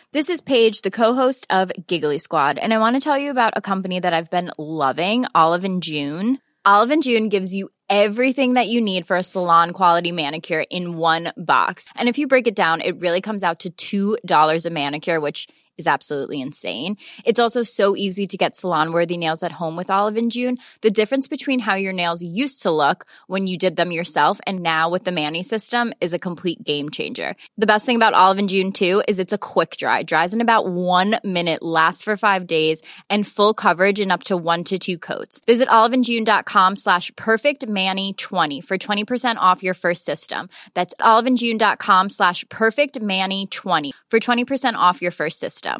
This is Paige, the co-host of Giggly Squad, and I want to tell you about a company that I've been loving, Olive & June. Olive & June gives you everything that you need for a salon-quality manicure in one box. And if you break it down, it really comes out to $2 a manicure, which is absolutely insane. It's also so easy to get salon-worthy nails at home with Olive & June. The difference between how your nails used to look when you did them yourself and now with the Mani system is a complete game changer. The best thing about Olive & June, too, is it's a quick dry. Dries in about 1 minute, lasts for 5 days, and full coverage in up to 1 to 2 coats. Visit oliveandjune.com/perfectmani20 for 20% off your first system. That's oliveandjune.com/perfectmani20 for 20% off your first system.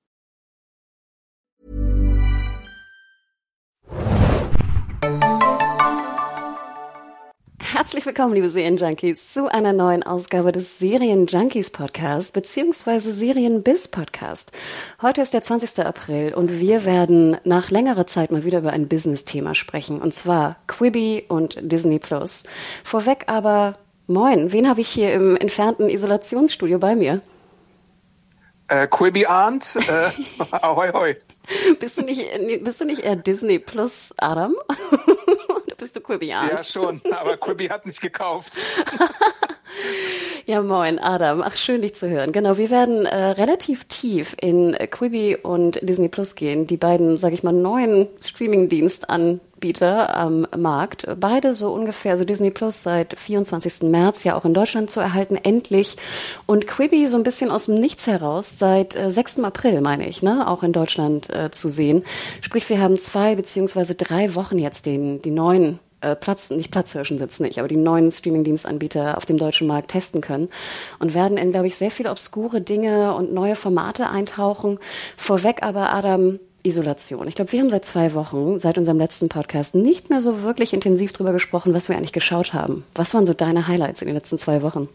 Herzlich willkommen, liebe Serienjunkies, zu einer neuen Ausgabe des Serienjunkies Podcast bzw. Serienbiz Podcast. Heute ist der 20. April und wir werden nach längerer Zeit mal wieder über ein Business-Thema sprechen, und zwar Quibi und Disney+. Vorweg aber, moin, wen habe ich hier im entfernten Isolationsstudio bei mir? Quibi Arndt, ahoi hoi. Bist du nicht eher Disney Plus Adam? Oder bist du Quibi Arndt? Ja, schon, aber Quibi hat nicht gekauft. Ja, moin, Adam. Ach, schön, dich zu hören. Genau, wir werden relativ tief in Quibi und Disney Plus gehen. Die beiden, sag ich mal, neuen Streaming-Dienstanbieter am Markt. Beide so ungefähr, also Disney Plus seit 24. März ja auch in Deutschland zu erhalten, endlich. Und Quibi so ein bisschen aus dem Nichts heraus seit 6. April, meine ich, ne, auch in Deutschland zu sehen. Sprich, wir haben 2 beziehungsweise 3 Wochen jetzt die neuen Platzhirschen sitzen nicht, aber die neuen Streaming-Dienstanbieter auf dem deutschen Markt testen können und werden in, glaube ich, sehr viele obskure Dinge und neue Formate eintauchen. Vorweg aber, Adam, Isolation. Ich glaube, wir haben seit 2 Wochen, seit unserem letzten Podcast, nicht mehr so wirklich intensiv drüber gesprochen, was wir eigentlich geschaut haben. Was waren so deine Highlights in den letzten 2 Wochen?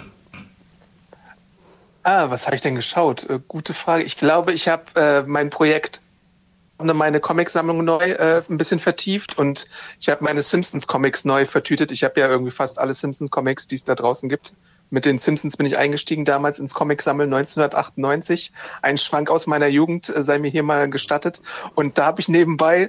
Was habe ich denn geschaut? Gute Frage. Ich glaube, ich habe mein Projekt, meine Comicsammlung neu ein bisschen vertieft und ich habe meine Simpsons-Comics neu vertütet. Ich habe ja irgendwie fast alle Simpsons-Comics, die es da draußen gibt. Mit den Simpsons bin ich eingestiegen damals ins Comic-Sammeln 1998. Ein Schwank aus meiner Jugend sei mir hier mal gestattet. Und da habe ich nebenbei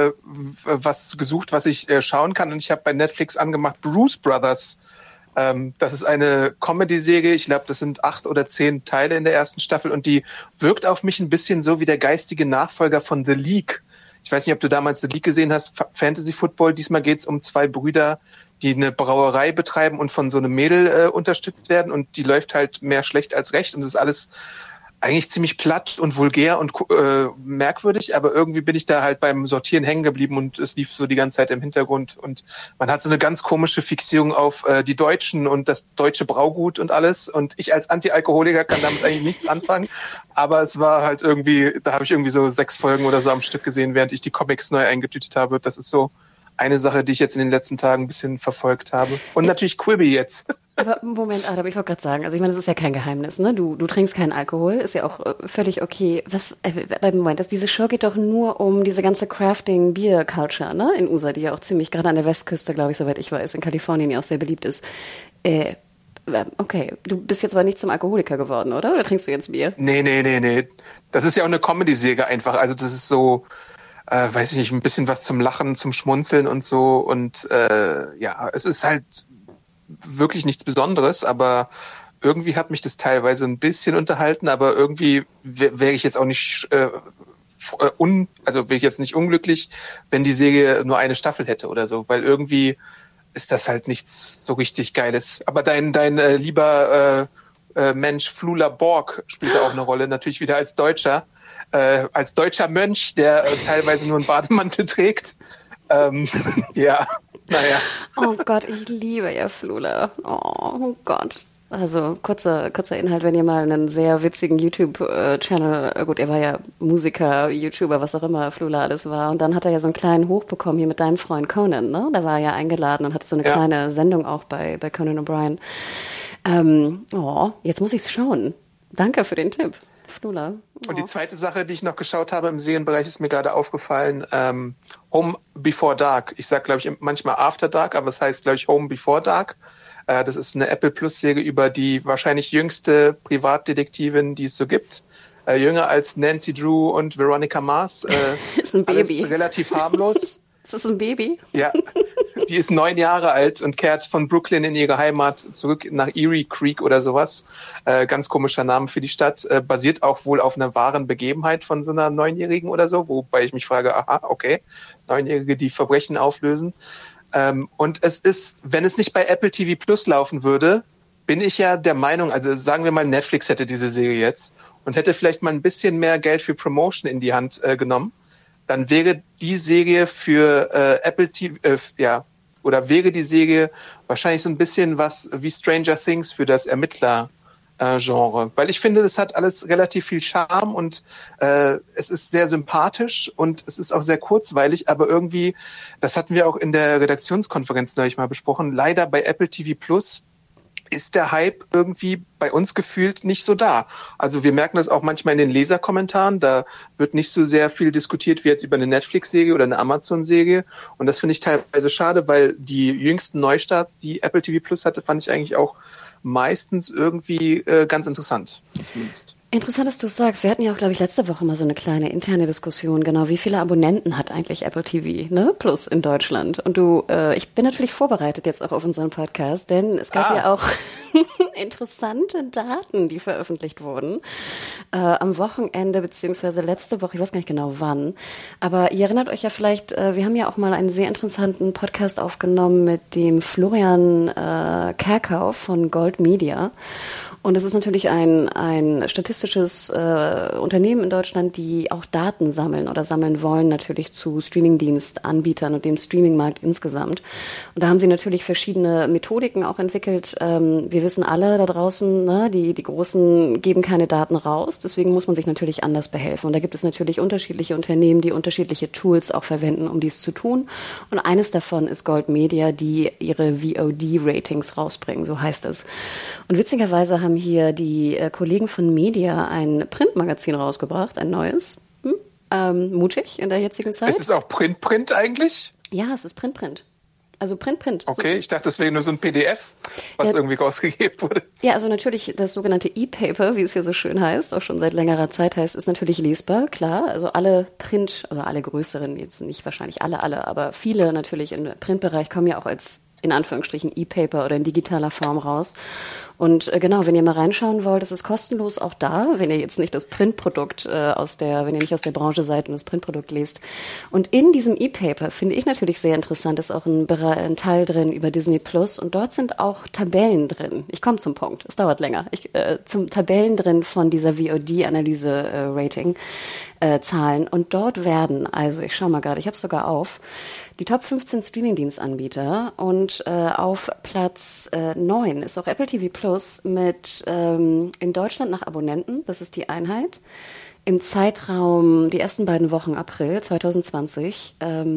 was gesucht, was ich schauen kann. Und ich habe bei Netflix angemacht Bruce Brothers. Das ist eine Comedy-Serie, ich glaube, das sind 8 oder 10 Teile in der ersten Staffel und die wirkt auf mich ein bisschen so wie der geistige Nachfolger von The League. Ich weiß nicht, ob du damals The League gesehen hast, Fantasy Football. Diesmal geht es um 2 Brüder, die eine Brauerei betreiben und von so einem Mädel unterstützt werden und die läuft halt mehr schlecht als recht und das ist alles eigentlich ziemlich platt und vulgär und merkwürdig, aber irgendwie bin ich da halt beim Sortieren hängen geblieben und es lief so die ganze Zeit im Hintergrund und man hat so eine ganz komische Fixierung auf die Deutschen und das deutsche Braugut und alles und ich als Anti-Alkoholiker kann damit eigentlich nichts anfangen, aber es war halt irgendwie, da habe ich irgendwie so 6 Folgen oder so am Stück gesehen, während ich die Comics neu eingetütet habe. Das ist so eine Sache, die ich jetzt in den letzten Tagen ein bisschen verfolgt habe. Und natürlich Quibi jetzt. Aber Moment, Adam, ich wollte gerade sagen, also ich meine, das ist ja kein Geheimnis, ne? Du trinkst keinen Alkohol, ist ja auch völlig okay. Moment, diese Show geht doch nur um diese ganze Crafting-Bier-Culture, ne? In USA, die ja auch ziemlich, gerade an der Westküste, glaube ich, soweit ich weiß, in Kalifornien ja auch sehr beliebt ist. Okay, du bist jetzt aber nicht zum Alkoholiker geworden, oder? Oder trinkst du jetzt Bier? Nee. Das ist ja auch eine Comedy-Serie einfach. Also das ist so, weiß ich nicht, ein bisschen was zum Lachen, zum Schmunzeln und so. Und ja, es ist halt wirklich nichts Besonderes, aber irgendwie hat mich das teilweise ein bisschen unterhalten, aber irgendwie wäre ich jetzt auch nicht wäre ich jetzt nicht unglücklich, wenn die Serie nur eine Staffel hätte oder so, weil irgendwie ist das halt nichts so richtig Geiles. Aber dein lieber Mensch Flula Borg spielt da auch eine Rolle, natürlich wieder als deutscher Mönch, der teilweise nur einen Bademantel trägt. Ja, naja. Oh Gott, ich liebe ja Flula. Oh Gott. Also kurzer Inhalt, wenn ihr mal einen sehr witzigen YouTube-Channel, gut, er war ja Musiker, YouTuber, was auch immer Flula alles war, und dann hat er ja so einen kleinen Hoch bekommen hier mit deinem Freund Conan, ne? Da war er ja eingeladen und hatte so eine kleine Sendung auch bei Conan O'Brien. Jetzt muss ich's schauen. Danke für den Tipp, Flula. Und die zweite Sache, die ich noch geschaut habe im Serienbereich, ist mir gerade aufgefallen, Home Before Dark. Ich sag, glaube ich, manchmal After Dark, aber es heißt, glaube ich, Home Before Dark. Das ist eine Apple Plus-Serie über die wahrscheinlich jüngste Privatdetektivin, die es so gibt. Jünger als Nancy Drew und Veronica Mars. Ist ein Baby. Alles relativ harmlos. Ist das ein Baby? Ja, die ist 9 Jahre alt und kehrt von Brooklyn in ihre Heimat zurück nach Erie Creek oder sowas. Ganz komischer Name für die Stadt. Basiert auch wohl auf einer wahren Begebenheit von so einer 9-Jährigen oder so, wobei ich mich frage, aha, okay, 9-Jährige, die Verbrechen auflösen. Und es ist, wenn es nicht bei Apple TV Plus laufen würde, bin ich ja der Meinung, also sagen wir mal, Netflix hätte diese Serie jetzt und hätte vielleicht mal ein bisschen mehr Geld für Promotion in die Hand genommen, dann wäre die Serie für Apple TV, oder wäre die Serie wahrscheinlich so ein bisschen was wie Stranger Things für das Ermittler-Genre. Weil ich finde, das hat alles relativ viel Charme und es ist sehr sympathisch und es ist auch sehr kurzweilig, aber irgendwie, das hatten wir auch in der Redaktionskonferenz neulich mal besprochen, leider bei Apple TV Plus ist der Hype irgendwie bei uns gefühlt nicht so da. Also wir merken das auch manchmal in den Leserkommentaren, da wird nicht so sehr viel diskutiert wie jetzt über eine Netflix-Serie oder eine Amazon-Serie und das finde ich teilweise schade, weil die jüngsten Neustarts, die Apple TV Plus hatte, fand ich eigentlich auch meistens irgendwie ganz interessant, zumindest. Interessant, dass du es sagst. Wir hatten ja auch, glaube ich, letzte Woche mal so eine kleine interne Diskussion, genau, wie viele Abonnenten hat eigentlich Apple TV, ne, Plus in Deutschland? Und ich bin natürlich vorbereitet jetzt auch auf unseren Podcast, denn es gab ja auch interessante Daten, die veröffentlicht wurden am Wochenende beziehungsweise letzte Woche, ich weiß gar nicht genau wann, aber ihr erinnert euch ja vielleicht, wir haben ja auch mal einen sehr interessanten Podcast aufgenommen mit dem Florian Kerkhoff von Gold Media. Und es ist natürlich ein statistisches Unternehmen in Deutschland, die auch Daten sammeln oder sammeln wollen, natürlich zu Streamingdienstanbietern und dem Streamingmarkt insgesamt. Und da haben sie natürlich verschiedene Methodiken auch entwickelt. Wir wissen alle da draußen, ne, die Großen geben keine Daten raus, deswegen muss man sich natürlich anders behelfen. Und da gibt es natürlich unterschiedliche Unternehmen, die unterschiedliche Tools auch verwenden, um dies zu tun. Und eines davon ist Gold Media, die ihre VOD-Ratings rausbringen, so heißt es. Und witzigerweise haben hier die Kollegen von Media ein Printmagazin rausgebracht, ein neues. Mutig in der jetzigen Zeit. Ist es auch Print eigentlich? Ja, es ist Print. Also Print. Okay, ich dachte, das wäre nur so ein PDF, was irgendwie rausgegeben wurde. Ja, also natürlich das sogenannte E-Paper, wie es hier so schön heißt, auch schon seit längerer Zeit heißt, ist natürlich lesbar, klar. Also alle Print, oder alle größeren, jetzt nicht wahrscheinlich alle, aber viele natürlich im Printbereich kommen ja auch als in Anführungsstrichen E-Paper oder in digitaler Form raus. Und genau, wenn ihr mal reinschauen wollt, es ist kostenlos auch da, wenn ihr jetzt nicht das Printprodukt wenn ihr nicht aus der Branche seid und das Printprodukt lest. Und in diesem E-Paper finde ich natürlich sehr interessant, ist auch ein Teil drin über Disney Plus und dort sind auch Tabellen drin. Ich komme zum Punkt, es dauert länger. Zum Tabellen drin von dieser VOD-Analyse-Rating. Zahlen und dort werden, also ich schaue mal gerade, ich habe es sogar auf, die Top 15 Streamingdienstanbieter und auf Platz 9 ist auch Apple TV Plus mit in Deutschland nach Abonnenten, das ist die Einheit, im Zeitraum, die ersten beiden Wochen April 2020,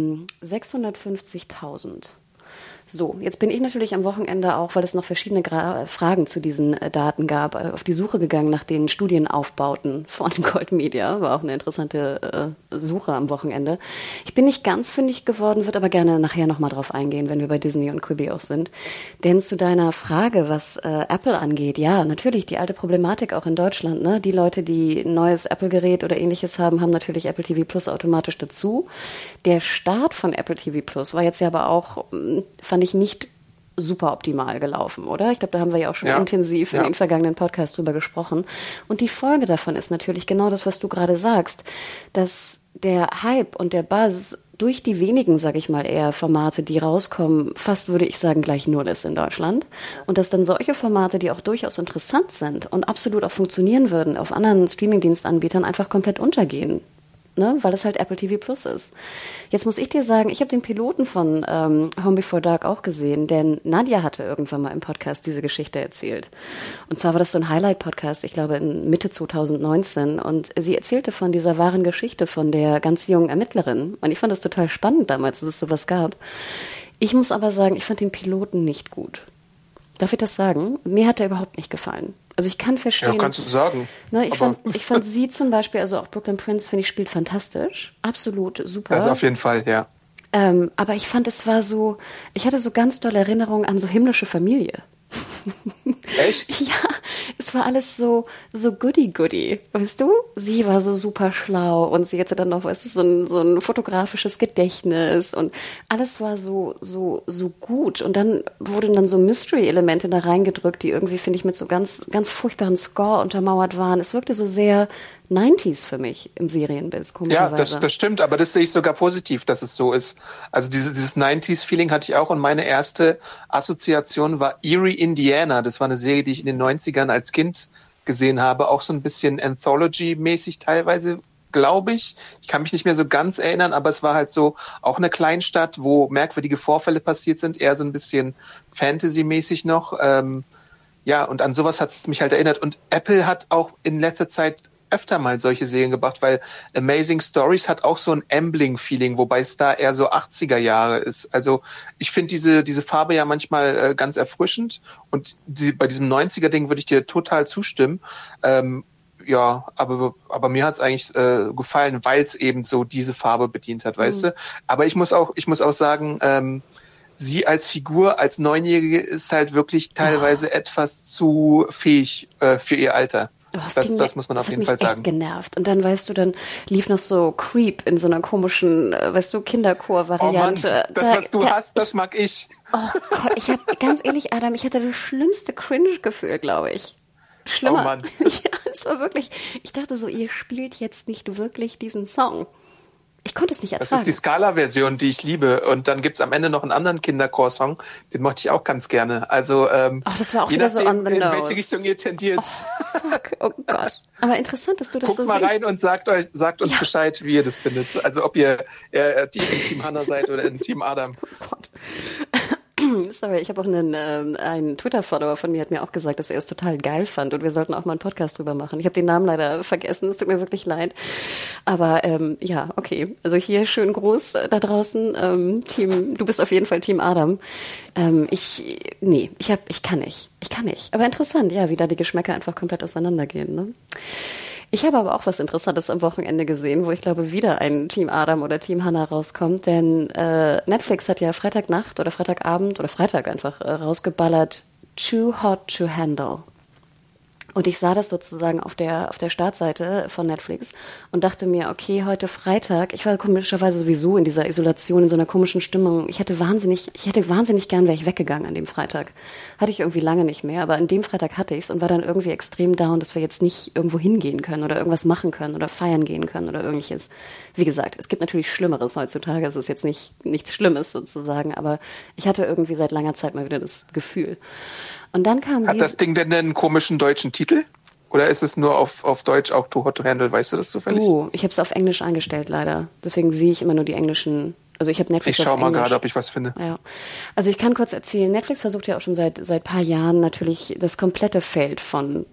650.000. So, jetzt bin ich natürlich am Wochenende auch, weil es noch verschiedene Fragen zu diesen Daten gab, auf die Suche gegangen nach den Studienaufbauten von Gold Media. War auch eine interessante Suche am Wochenende. Ich bin nicht ganz fündig geworden, würde aber gerne nachher nochmal drauf eingehen, wenn wir bei Disney und Quibi auch sind. Denn zu deiner Frage, was Apple angeht, ja, natürlich die alte Problematik auch in Deutschland. Ne? Die Leute, die ein neues Apple-Gerät oder ähnliches haben, haben natürlich Apple TV Plus automatisch dazu. Der Start von Apple TV Plus war jetzt ja aber auch, fand ich nicht super optimal gelaufen, oder? Ich glaube, da haben wir ja auch schon intensiv in den vergangenen Podcasts drüber gesprochen. Und die Folge davon ist natürlich genau das, was du gerade sagst, dass der Hype und der Buzz durch die wenigen, sage ich mal, eher Formate, die rauskommen, fast würde ich sagen, gleich null ist in Deutschland. Und dass dann solche Formate, die auch durchaus interessant sind und absolut auch funktionieren würden, auf anderen Streamingdienstanbietern einfach komplett untergehen. Ne, weil es halt Apple TV Plus ist. Jetzt muss ich dir sagen, ich habe den Piloten von Home Before Dark auch gesehen, denn Nadja hatte irgendwann mal im Podcast diese Geschichte erzählt. Und zwar war das so ein Highlight-Podcast, ich glaube in Mitte 2019. Und sie erzählte von dieser wahren Geschichte von der ganz jungen Ermittlerin. Und ich fand das total spannend damals, dass es sowas gab. Ich muss aber sagen, ich fand den Piloten nicht gut. Darf ich das sagen? Mir hat er überhaupt nicht gefallen. Also ich kann verstehen. Ja, kannst du sagen. Ne, ich fand sie zum Beispiel, also auch Brooklyn Prince, finde ich, spielt fantastisch. Absolut super. Das auf jeden Fall, ja. Aber ich fand, es war so, ich hatte so ganz dolle Erinnerungen an so himmlische Familie. Echt? Ja, es war alles so goody-goody, weißt du? Sie war so super schlau und sie hatte dann noch, weißt du, so ein fotografisches Gedächtnis und alles war so gut. Und dann wurden dann so Mystery-Elemente da reingedrückt, die irgendwie, finde ich, mit so ganz, ganz furchtbaren Score untermauert waren. Es wirkte so sehr 90s für mich im Serienbiz, komischerweise. Ja, das stimmt, aber das sehe ich sogar positiv, dass es so ist. Also dieses 90s-Feeling hatte ich auch und meine erste Assoziation war Erie, Indiana. Das war eine Serie, die ich in den 90ern als Kind gesehen habe, auch so ein bisschen Anthology-mäßig teilweise, glaube ich. Ich kann mich nicht mehr so ganz erinnern, aber es war halt so auch eine Kleinstadt, wo merkwürdige Vorfälle passiert sind, eher so ein bisschen Fantasy-mäßig noch. Ja, und an sowas hat es mich halt erinnert. Und Apple hat auch in letzter Zeit öfter mal solche Serien gebracht, weil Amazing Stories hat auch so ein Ambling-Feeling, wobei es da eher so 80er Jahre ist. Also ich finde diese Farbe ja manchmal ganz erfrischend und bei diesem 90er-Ding würde ich dir total zustimmen. Ja, aber mir hat's eigentlich gefallen, weil es eben so diese Farbe bedient hat, weißt du? Aber ich muss auch sagen, sie als Figur, als Neunjährige ist halt wirklich teilweise etwas zu fähig für ihr Alter. Oh, das muss man auf jeden Fall sagen. Das hat mich echt genervt. Und dann, weißt du, dann lief noch so Creep in so einer komischen, weißt du, Kinderchor-Variante. Oh Mann, was du hast, das mag ich. Oh Gott, ich habe ganz ehrlich, Adam, ich hatte das schlimmste Cringe-Gefühl, glaube ich. Schlimmer. Oh Mann. Ja, es war wirklich, ich dachte so, ihr spielt jetzt nicht wirklich diesen Song. Ich konnte es nicht ertragen. Das ist die Scala-Version, die ich liebe. Und dann gibt's am Ende noch einen anderen Kinderchor-Song, den mochte ich auch ganz gerne. Also das war auch je wieder nachdem, so on the in nose. welche Richtung ihr tendiert. Oh, fuck, oh Gott. Aber interessant, dass du das Guckt so mal siehst. rein und sagt uns Bescheid, wie ihr das findet. Also ob ihr im Team Hannah seid oder im Team Adam. Oh Gott. Sorry, ich habe auch einen Twitter-Follower von mir hat mir auch gesagt, dass er es total geil fand und wir sollten auch mal einen Podcast drüber machen. Ich habe den Namen leider vergessen, es tut mir wirklich leid. Aber ja, okay. Also hier schönen Gruß da draußen. Du bist auf jeden Fall Team Adam. Ich kann nicht. Aber interessant, ja, wie da die Geschmäcker einfach komplett auseinandergehen, ne? Ich habe aber auch was Interessantes am Wochenende gesehen, wo ich glaube, wieder ein Team Adam oder Team Hannah rauskommt, denn Netflix hat ja Freitagnacht oder Freitagabend oder Freitag einfach rausgeballert Too Hot to Handle. Und ich sah das sozusagen auf der Startseite von Netflix und dachte mir, okay, heute Freitag, ich war komischerweise sowieso in dieser Isolation, in so einer komischen Stimmung. Ich hätte wahnsinnig gern wäre ich weggegangen an dem Freitag. Hatte ich irgendwie lange nicht mehr, aber an dem Freitag hatte ich's und war dann irgendwie extrem down, dass wir jetzt nicht irgendwo hingehen können oder irgendwas machen können oder feiern gehen können oder irgendwelches. Wie gesagt, es gibt natürlich Schlimmeres heutzutage, es ist jetzt nichts Schlimmes sozusagen, aber ich hatte irgendwie seit langer Zeit mal wieder das Gefühl. Und dann kam Hat das Ding denn einen komischen deutschen Titel? Oder ist es nur auf Deutsch auch Too Hot to Handle? Weißt du das zufällig? Ich habe es auf Englisch eingestellt, leider. Deswegen sehe ich immer nur die englischen. Also ich habe Netflix. Ich schau auf mal Englisch. gerade, ob ich was finde. Ja. Also ich kann kurz erzählen, Netflix versucht ja auch schon seit paar Jahren natürlich das komplette Feld von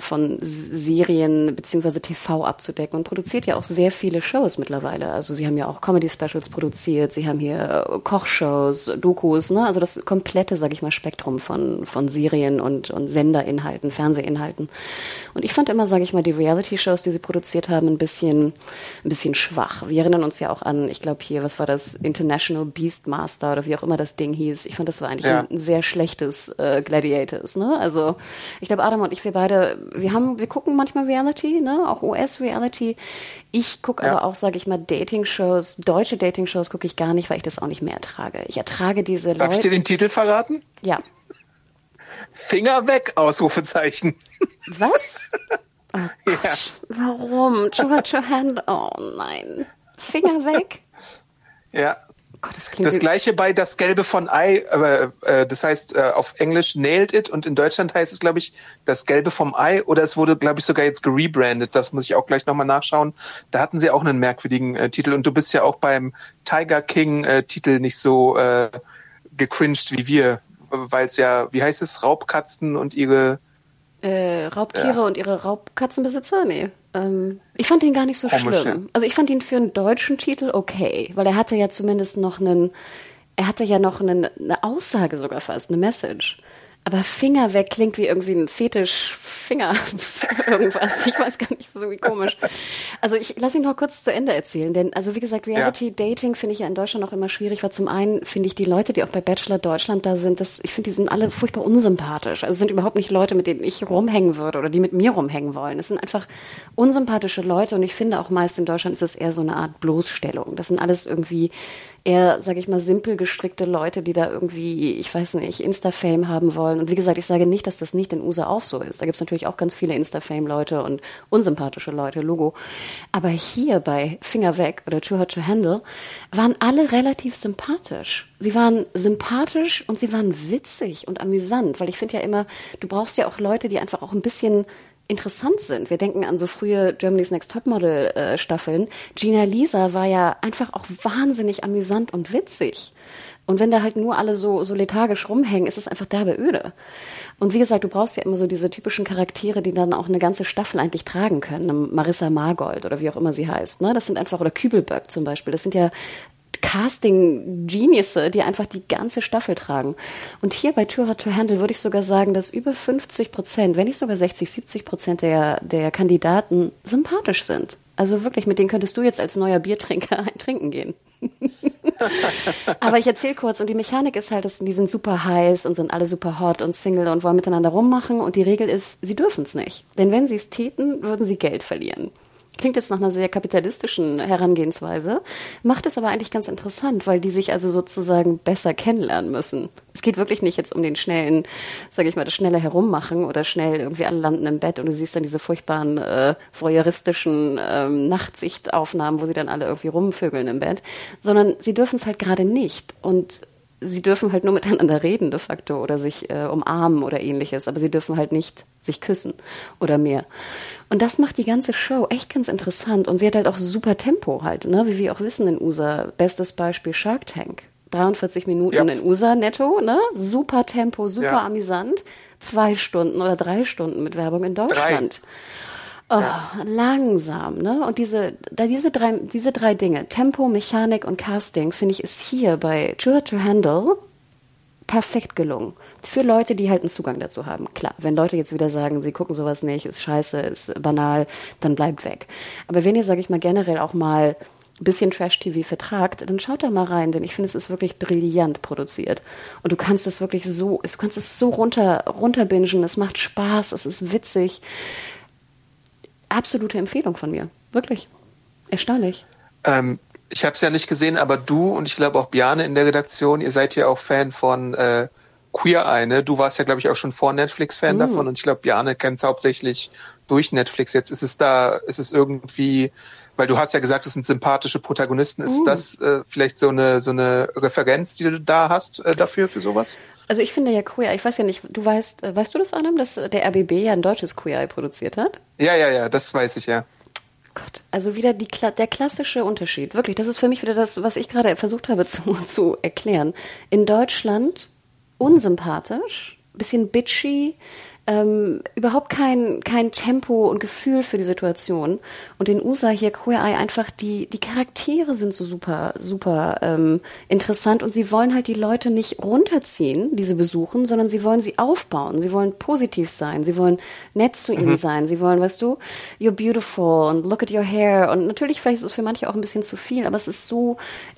Serien beziehungsweise TV abzudecken und produziert ja auch sehr viele Shows mittlerweile. Also sie haben ja auch Comedy-Specials produziert, sie haben hier Kochshows, Dokus, ne? Also das komplette, sag ich mal, Spektrum von Serien und Senderinhalten, Fernsehinhalten. Und ich fand immer, sage ich mal, die Reality-Shows, die sie produziert haben, ein bisschen schwach. Wir erinnern uns ja auch an, ich glaube hier, was war das, International Beastmaster oder wie auch immer das Ding hieß. Ich fand, das war eigentlich ein sehr schlechtes Gladiators, ne? Also ich glaube, Adam und ich, wir beide, wir gucken manchmal Reality, ne? Auch US-Reality. Ich gucke aber auch, sage ich mal, Dating-Shows, deutsche Dating-Shows gucke ich gar nicht, weil ich das auch nicht mehr ertrage. Ich ertrage diese Leute. Darf ich dir den Titel verraten? Ja. Finger weg, Ausrufezeichen. Was? Oh Gott. Ja. Warum? Too Hot to Handle. Oh nein. Finger weg? Ja. Gott, das klingt das gleiche bei Das Gelbe von Ei, das heißt auf Englisch Nailed It und in Deutschland heißt es, glaube ich, Das Gelbe vom Ei oder es wurde, glaube ich, sogar jetzt gerebrandet. Das muss ich auch gleich nochmal nachschauen. Da hatten sie auch einen merkwürdigen Titel und du bist ja auch beim Tiger King Titel nicht so gecringed wie wir, weil es ja, wie heißt es, Raubkatzen und ihre Raubtiere und ihre Raubkatzenbesitzer? Nee. Ich fand ihn gar nicht so komisch, schlimm. Ja. Also ich fand ihn für einen deutschen Titel okay, weil er hatte ja zumindest noch eine Aussage sogar fast, eine Message. Aber Finger weg klingt wie irgendwie ein Fetisch, Finger, irgendwas. Ich weiß gar nicht, das ist irgendwie komisch. Also ich lasse ihn noch kurz zu Ende erzählen, denn also wie gesagt, Reality-Dating finde ich ja in Deutschland auch immer schwierig, weil zum einen finde ich die Leute, die auch bei Bachelor Deutschland da sind, ich finde, die sind alle furchtbar unsympathisch. Also es sind überhaupt nicht Leute, mit denen ich rumhängen würde oder die mit mir rumhängen wollen. Es sind einfach unsympathische Leute und ich finde auch meist in Deutschland ist es eher so eine Art Bloßstellung. Das sind alles irgendwie eher, sage ich mal, simpel gestrickte Leute, die da irgendwie, ich weiß nicht, Insta-Fame haben wollen. Und wie gesagt, ich sage nicht, dass das nicht in USA auch so ist. Da gibt es natürlich auch ganz viele Insta-Fame-Leute und unsympathische Leute, Logo. Aber hier bei Finger weg oder Too Hot to Handle waren alle relativ sympathisch. Sie waren sympathisch und sie waren witzig und amüsant, weil ich finde ja immer, du brauchst ja auch Leute, die einfach auch ein bisschen interessant sind. Wir denken an so frühe Germany's Next Topmodel Staffeln. Gina Lisa war ja einfach auch wahnsinnig amüsant und witzig. Und wenn da halt nur alle so lethargisch rumhängen, ist es einfach derbe öde. Und wie gesagt, du brauchst ja immer so diese typischen Charaktere, die dann auch eine ganze Staffel eigentlich tragen können. Eine Marissa Margold oder wie auch immer sie heißt. Ne? Das sind einfach, oder Kübelböck zum Beispiel. Das sind ja Casting-Geniusse, die einfach die ganze Staffel tragen. Und hier bei Too Hot to Handle würde ich sogar sagen, dass über 50%, wenn nicht sogar 60-70% der Kandidaten sympathisch sind. Also wirklich, mit denen könntest du jetzt als neuer Biertrinker ein Trinken gehen. Aber ich erzähle kurz, und die Mechanik ist halt, die sind super heiß und sind alle super hot und Single und wollen miteinander rummachen und die Regel ist, sie dürfen es nicht. Denn wenn sie es täten, würden sie Geld verlieren. Klingt jetzt nach einer sehr kapitalistischen Herangehensweise, macht es aber eigentlich ganz interessant, weil die sich also sozusagen besser kennenlernen müssen. Es geht wirklich nicht jetzt um den schnellen, sage ich mal, das schnelle Herummachen oder schnell irgendwie alle landen im Bett und du siehst dann diese furchtbaren voyeuristischen Nachtsichtaufnahmen, wo sie dann alle irgendwie rumvögeln im Bett, sondern sie dürfen es halt gerade nicht und sie dürfen halt nur miteinander reden de facto oder sich umarmen oder ähnliches, aber sie dürfen halt nicht sich küssen oder mehr. Und das macht die ganze Show echt ganz interessant. Und sie hat halt auch super Tempo halt, ne? Wie wir auch wissen in USA. Bestes Beispiel Shark Tank. 43 Minuten in USA netto, ne? Super Tempo, super amüsant. 2 Stunden oder 3 Stunden mit Werbung in Deutschland. Langsam, ne? Und diese drei Dinge, Tempo, Mechanik und Casting, finde ich, ist hier bei Too Hot to Handle perfekt gelungen. Für Leute, die halt einen Zugang dazu haben. Klar, wenn Leute jetzt wieder sagen, sie gucken sowas nicht, ist scheiße, ist banal, dann bleibt weg. Aber wenn ihr, sage ich mal, generell auch mal ein bisschen Trash-TV vertragt, dann schaut da mal rein, denn ich finde, es ist wirklich brillant produziert. Und du kannst es wirklich so, runterbingen, es macht Spaß, es ist witzig. Absolute Empfehlung von mir. Wirklich. Erstaunlich. Ich habe es ja nicht gesehen, aber du und ich glaube auch Bjarne in der Redaktion, ihr seid ja auch Fan von Queer Eye, ne? Du warst ja, glaube ich, auch schon vor Netflix-Fan davon und ich glaube, Bjarne kennt es hauptsächlich durch Netflix. Jetzt ist es irgendwie, weil du hast ja gesagt, es sind sympathische Protagonisten. Ist das vielleicht so eine Referenz, die du da hast dafür, für sowas? Also ich finde ja Queer Eye, ich weiß ja nicht, weißt du das, Adam, dass der RBB ja ein deutsches Queer Eye produziert hat? Ja, das weiß ich, ja. Gott, also wieder der klassische Unterschied. Wirklich, das ist für mich wieder das, was ich gerade versucht habe zu erklären. In Deutschland unsympathisch, bisschen bitchy, überhaupt kein Tempo und Gefühl für die Situation. Und in USA hier Queer Eye einfach die Charaktere sind so super interessant und sie wollen halt die Leute nicht runterziehen, die sie besuchen, sondern sie wollen sie aufbauen. Sie wollen positiv sein, sie wollen nett zu ihnen sein, sie wollen, weißt du, you're beautiful und look at your hair und natürlich vielleicht ist es für manche auch ein bisschen zu viel, aber es ist so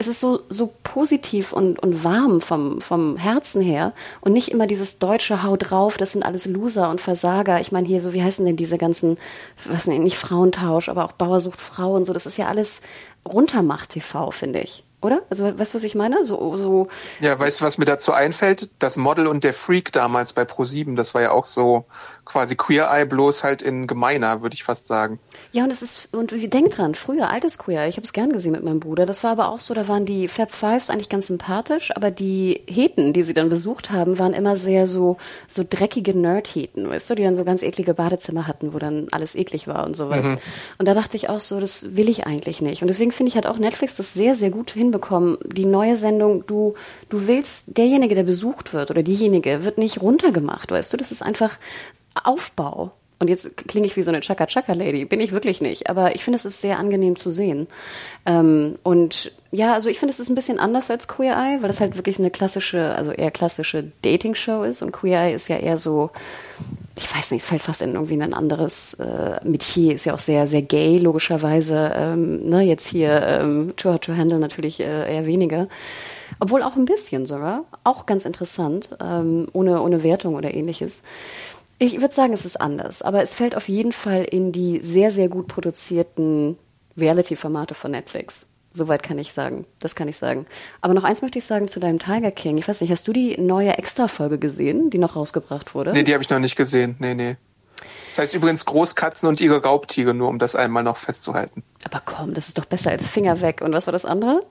positiv und warm vom Herzen her und nicht immer dieses deutsche Hau drauf, das sind alles Loser und Versager. Ich meine hier so, wie heißen denn diese ganzen, was nicht Frauentausch, aber auch Bauer sucht Frau und so, das ist ja alles Runtermacht-TV, finde ich. Oder? Also, weißt du, was ich meine? So. Ja, weißt du, was mir dazu einfällt? Das Model und der Freak damals bei Pro7, das war ja auch so quasi Queer Eye, bloß halt in gemeiner, würde ich fast sagen. Ja, und denk dran, früher, altes Queer Eye, ich habe es gern gesehen mit meinem Bruder, das war aber auch so, da waren die Fab Fives eigentlich ganz sympathisch, aber die Heten, die sie dann besucht haben, waren immer sehr so dreckige Nerd-Heten, weißt du, die dann so ganz eklige Badezimmer hatten, wo dann alles eklig war und sowas. Und da dachte ich auch so, das will ich eigentlich nicht. Und deswegen finde ich, hat auch Netflix das sehr, sehr gut hinbekommen. Die neue Sendung, du willst, derjenige, der besucht wird oder diejenige, wird nicht runtergemacht, weißt du, das ist einfach Aufbau. Und jetzt klinge ich wie so eine Chaka-Chaka-Lady. Bin ich wirklich nicht. Aber ich finde, es ist sehr angenehm zu sehen. Und ja, also ich finde, es ist ein bisschen anders als Queer Eye, weil es halt wirklich eine klassische, also eher klassische Dating-Show ist. Und Queer Eye ist ja eher so, ich weiß nicht, es fällt fast in irgendwie ein anderes Metier, ist ja auch sehr, sehr gay, logischerweise. Jetzt hier Too Hot to Handle natürlich eher weniger. Obwohl auch ein bisschen sogar. Auch ganz interessant, ohne Wertung oder ähnliches. Ich würde sagen, es ist anders, aber es fällt auf jeden Fall in die sehr, sehr gut produzierten Reality-Formate von Netflix. Soweit kann ich sagen. Das kann ich sagen. Aber noch eins möchte ich sagen zu deinem Tiger King. Ich weiß nicht, hast du die neue Extra-Folge gesehen, die noch rausgebracht wurde? Nee, die habe ich noch nicht gesehen. Nee. Das heißt übrigens Großkatzen und ihre Raubtiere, nur um das einmal noch festzuhalten. Aber komm, das ist doch besser als Finger weg. Und was war das andere?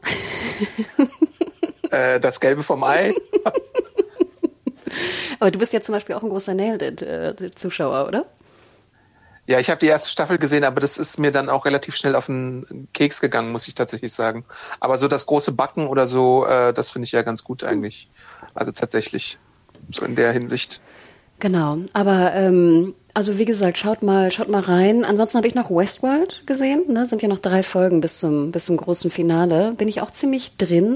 Das Gelbe vom Ei. Aber du bist ja zum Beispiel auch ein großer Nailed It-Zuschauer, oder? Ja, ich habe die erste Staffel gesehen, aber das ist mir dann auch relativ schnell auf den Keks gegangen, muss ich tatsächlich sagen. Aber so das große Backen oder so, das finde ich ja ganz gut eigentlich. Also tatsächlich, so in der Hinsicht. Genau, aber also wie gesagt, schaut mal rein. Ansonsten habe ich noch Westworld gesehen, ne? Sind ja noch 3 Folgen bis zum großen Finale. Bin ich auch ziemlich drin.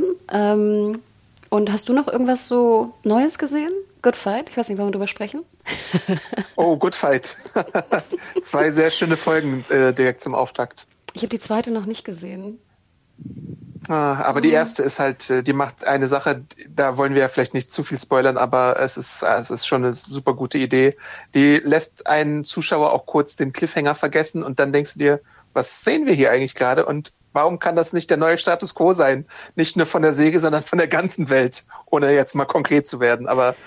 Und hast du noch irgendwas so Neues gesehen? Good Fight? Ich weiß nicht, wollen wir drüber sprechen? Oh, Good Fight. 2 sehr schöne Folgen direkt zum Auftakt. Ich habe die zweite noch nicht gesehen. Aber die erste ist halt, die macht eine Sache, da wollen wir ja vielleicht nicht zu viel spoilern, aber es ist schon eine super gute Idee. Die lässt einen Zuschauer auch kurz den Cliffhanger vergessen und dann denkst du dir, was sehen wir hier eigentlich gerade und warum kann das nicht der neue Status quo sein? Nicht nur von der Serie, sondern von der ganzen Welt, ohne jetzt mal konkret zu werden. Aber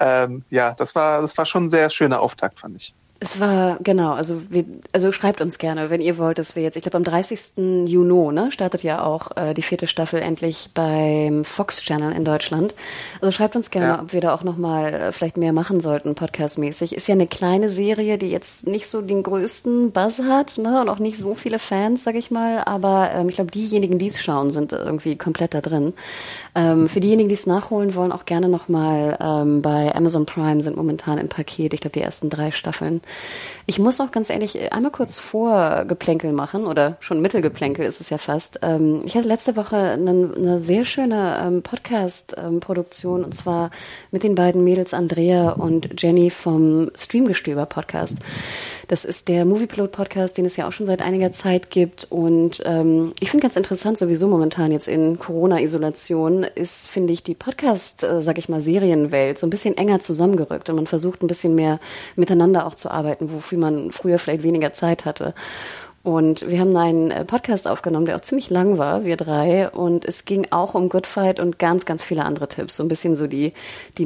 das war schon ein sehr schöner Auftakt, fand ich. Es war, genau, also schreibt uns gerne, wenn ihr wollt, dass wir jetzt, ich glaube am 30. Juni, ne, startet ja auch die 4. Staffel endlich beim Fox Channel in Deutschland. Also schreibt uns gerne, ob wir da auch nochmal vielleicht mehr machen sollten, podcastmäßig. Ist ja eine kleine Serie, die jetzt nicht so den größten Buzz hat, ne, und auch nicht so viele Fans, sag ich mal, aber ich glaube, diejenigen, die es schauen, sind irgendwie komplett da drin. Für diejenigen, die es nachholen wollen, auch gerne nochmal bei Amazon Prime sind momentan im Paket, ich glaube, die ersten 3 Staffeln. Ich muss auch ganz ehrlich einmal kurz Vorgeplänkel machen oder schon Mittelgeplänkel ist es ja fast. Ich hatte letzte Woche eine sehr schöne Podcast-Produktion und zwar mit den beiden Mädels Andrea und Jenny vom Streamgestöber-Podcast. Das ist der Moviepilot-Podcast, den es ja auch schon seit einiger Zeit gibt und ich finde ganz interessant, sowieso momentan jetzt in Corona-Isolation ist, finde ich, die sag ich mal, Serienwelt so ein bisschen enger zusammengerückt und man versucht ein bisschen mehr miteinander auch zu arbeiten, wofür man früher vielleicht weniger Zeit hatte. Und wir haben einen Podcast aufgenommen, der auch ziemlich lang war, wir 3. Und es ging auch um Good Fight und ganz, ganz viele andere Tipps. So ein bisschen so die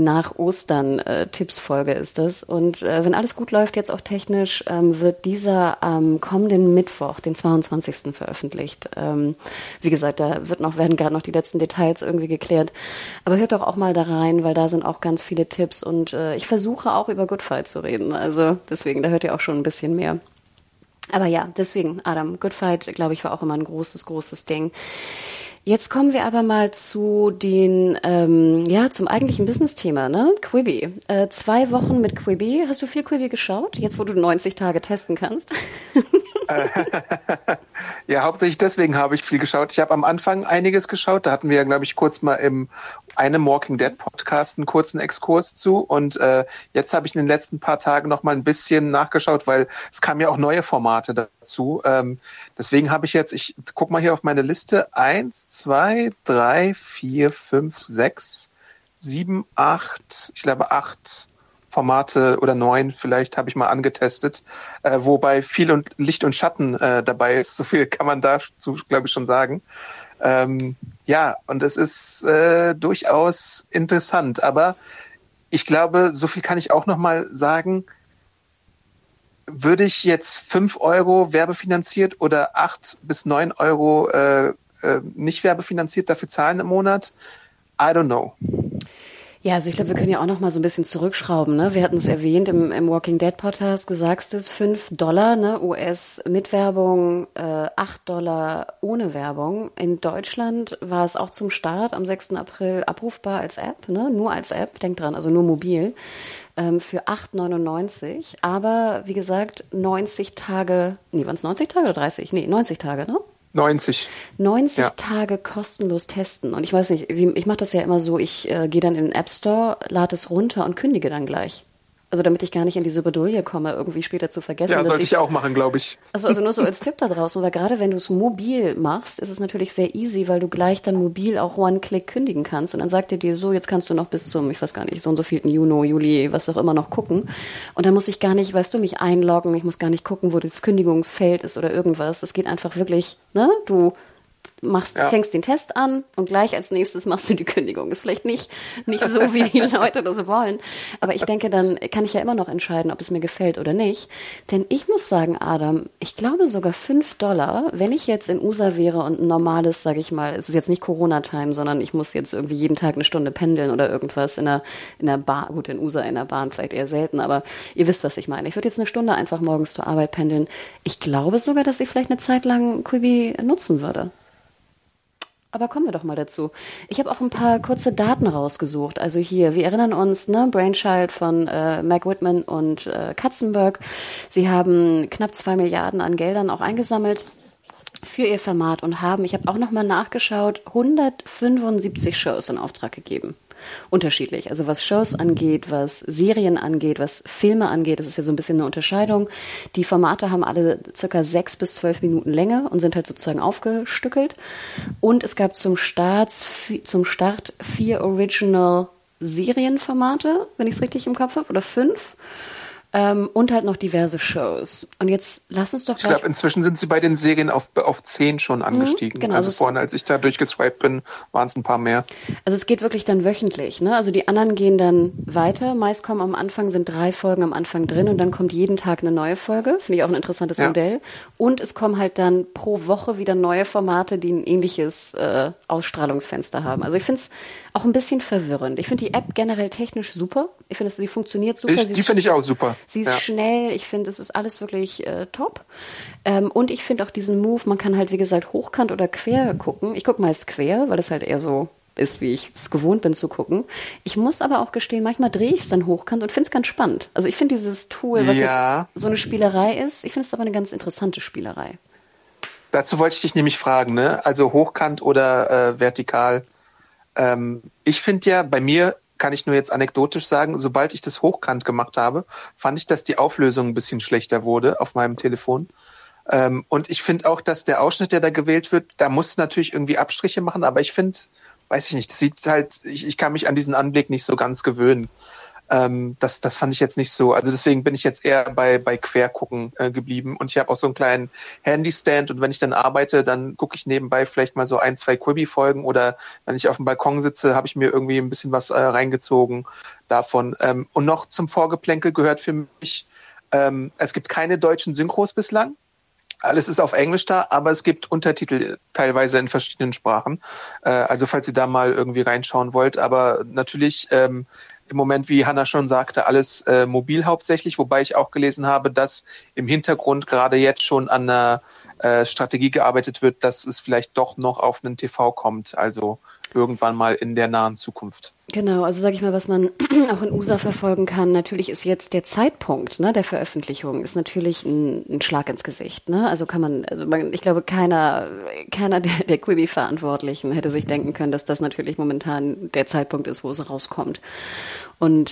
Nach-Ostern-Tipps-Folge ist das. Und wenn alles gut läuft, jetzt auch technisch, wird dieser am kommenden Mittwoch, den 22. veröffentlicht. Wie gesagt, werden gerade noch die letzten Details irgendwie geklärt. Aber hört doch auch mal da rein, weil da sind auch ganz viele Tipps. Und ich versuche auch über Good Fight zu reden. Also deswegen, da hört ihr auch schon ein bisschen mehr. Aber ja, deswegen, Adam, Good Fight, glaube ich, war auch immer ein großes, großes Ding. Jetzt kommen wir aber mal zu zum eigentlichen Business-Thema, ne? Quibi. 2 Wochen mit Quibi. Hast du viel Quibi geschaut? Jetzt, wo du 90 Tage testen kannst? Ja, hauptsächlich deswegen habe ich viel geschaut. Ich habe am Anfang einiges geschaut. Da hatten wir ja, glaube ich, kurz mal im einem Walking Dead Podcast einen kurzen Exkurs zu. Und jetzt habe ich in den letzten paar Tagen noch mal ein bisschen nachgeschaut, weil es kamen ja auch neue Formate dazu. Deswegen habe ich jetzt, ich guck mal hier auf meine Liste, 1, 2, 3, 4, 5, 6, 7, 8, ich glaube 8 Formate oder 9 vielleicht habe ich mal angetestet, wobei viel und Licht und Schatten dabei ist. So viel kann man dazu, glaube ich, schon sagen. Und es ist durchaus interessant. Aber ich glaube, so viel kann ich auch noch mal sagen. Würde ich jetzt 5 Euro werbefinanziert oder 8 bis 9 Euro nicht werbefinanziert dafür zahlen im Monat? I don't know. Ja, also ich glaube, wir können ja auch noch mal so ein bisschen zurückschrauben. Ne? Wir hatten es erwähnt im Walking Dead Podcast, du sagst es, $5, ne, US mit Werbung, $8 ohne Werbung. In Deutschland war es auch zum Start am 6. April abrufbar als App, ne? Nur als App, denk dran, also nur mobil, für 8,99. Aber wie gesagt, 90 Tage, waren es 90 Tage oder 30? Nee, 90 Tage, ne? 90. 90 Ja. Tage kostenlos testen. Und ich weiß nicht, ich mache das ja immer so, ich gehe dann in den App Store, lade es runter und kündige dann gleich. Also damit ich gar nicht in diese Bredouille komme, irgendwie später zu vergessen. Ja, dass sollte ich auch machen, glaube ich. Also nur so als Tipp da draußen, weil gerade wenn du es mobil machst, ist es natürlich sehr easy, weil du gleich dann mobil auch One-Click kündigen kannst. Und dann sagt er dir so, jetzt kannst du noch bis zum, ich weiß gar nicht, so und so vielten Juni, Juli, was auch immer noch gucken. Und dann muss ich gar nicht, weißt du, mich einloggen, ich muss gar nicht gucken, wo das Kündigungsfeld ist oder irgendwas. Es geht einfach wirklich, ne, du fängst den Test an und gleich als nächstes machst du die Kündigung. Ist vielleicht nicht so, wie die Leute das wollen. Aber ich denke, dann kann ich ja immer noch entscheiden, ob es mir gefällt oder nicht. Denn ich muss sagen, Adam, ich glaube sogar $5, wenn ich jetzt in USA wäre und ein normales, sage ich mal, es ist jetzt nicht Corona-Time, sondern ich muss jetzt irgendwie jeden Tag eine Stunde pendeln oder irgendwas in der Bahn. Gut, in USA in der Bahn vielleicht eher selten, aber ihr wisst, was ich meine. Ich würde jetzt eine Stunde einfach morgens zur Arbeit pendeln. Ich glaube sogar, dass ich vielleicht eine Zeit lang Quibi nutzen würde. Aber kommen wir doch mal dazu. Ich habe auch ein paar kurze Daten rausgesucht. Also hier, wir erinnern uns, ne, Brainchild von Meg Whitman und Katzenberg. Sie haben knapp 2 Milliarden an Geldern auch eingesammelt für ihr Format und haben, ich habe auch nochmal nachgeschaut, 175 Shows in Auftrag gegeben. Unterschiedlich. Also was Shows angeht, was Serien angeht, was Filme angeht, das ist ja so ein bisschen eine Unterscheidung. Die Formate haben alle circa 6 bis 12 Minuten Länge und sind halt sozusagen aufgestückelt. Und es gab zum Start 4 Original Serienformate, wenn ich es richtig im Kopf habe, oder 5. Und halt noch diverse Shows. Und jetzt lass uns doch gleich... Ich glaube, inzwischen sind sie bei den Serien auf 10 schon angestiegen. Genau, also vorne, als ich da durchgeswiped bin, waren es ein paar mehr. Also es geht wirklich dann wöchentlich, ne? Also die anderen gehen dann weiter. Meist kommen am Anfang, sind 3 Folgen am Anfang drin und dann kommt jeden Tag eine neue Folge. Finde ich auch ein interessantes Modell. Und es kommen halt dann pro Woche wieder neue Formate, die ein ähnliches Ausstrahlungsfenster haben. Also ich finde es auch ein bisschen verwirrend. Ich finde die App generell technisch super. Ich finde, sie funktioniert super. Die finde ich auch super. Sie ist schnell, ich finde, es ist alles wirklich top. Und ich finde auch diesen Move, man kann halt, wie gesagt, hochkant oder quer gucken. Ich gucke meist quer, weil das halt eher so ist, wie ich es gewohnt bin zu gucken. Ich muss aber auch gestehen, manchmal drehe ich es dann hochkant und finde es ganz spannend. Also ich finde dieses Tool, was jetzt so eine Spielerei ist, ich finde es aber eine ganz interessante Spielerei. Dazu wollte ich dich nämlich fragen, ne? Also hochkant oder vertikal. Ich finde ja, bei mir kann ich nur jetzt anekdotisch sagen, sobald ich das hochkant gemacht habe, fand ich, dass die Auflösung ein bisschen schlechter wurde auf meinem Telefon. Und ich finde auch, dass der Ausschnitt, der da gewählt wird, da muss natürlich irgendwie Abstriche machen, aber ich finde, weiß ich nicht, das sieht halt, ich kann mich an diesen Anblick nicht so ganz gewöhnen. Das fand ich jetzt nicht so. Also deswegen bin ich jetzt eher bei Quergucken geblieben. Und ich habe auch so einen kleinen Handystand und wenn ich dann arbeite, dann gucke ich nebenbei vielleicht mal so 1, 2 Quibi-Folgen oder wenn ich auf dem Balkon sitze, habe ich mir irgendwie ein bisschen was reingezogen davon. Und noch zum Vorgeplänkel gehört für mich, es gibt keine deutschen Synchros bislang. Alles ist auf Englisch da, aber es gibt Untertitel teilweise in verschiedenen Sprachen. Also falls ihr da mal irgendwie reinschauen wollt. Aber natürlich im Moment, wie Hannah schon sagte, alles mobil hauptsächlich, wobei ich auch gelesen habe, dass im Hintergrund gerade jetzt schon an einer Strategie gearbeitet wird, dass es vielleicht doch noch auf einen TV kommt, also irgendwann mal in der nahen Zukunft. Genau, also sage ich mal, was man auch in USA verfolgen kann, natürlich ist jetzt der Zeitpunkt, ne, der Veröffentlichung ist natürlich ein Schlag ins Gesicht, ne? Also ich glaube, keiner der Quibi-Verantwortlichen hätte sich denken können, dass das natürlich momentan der Zeitpunkt ist, wo es rauskommt. Und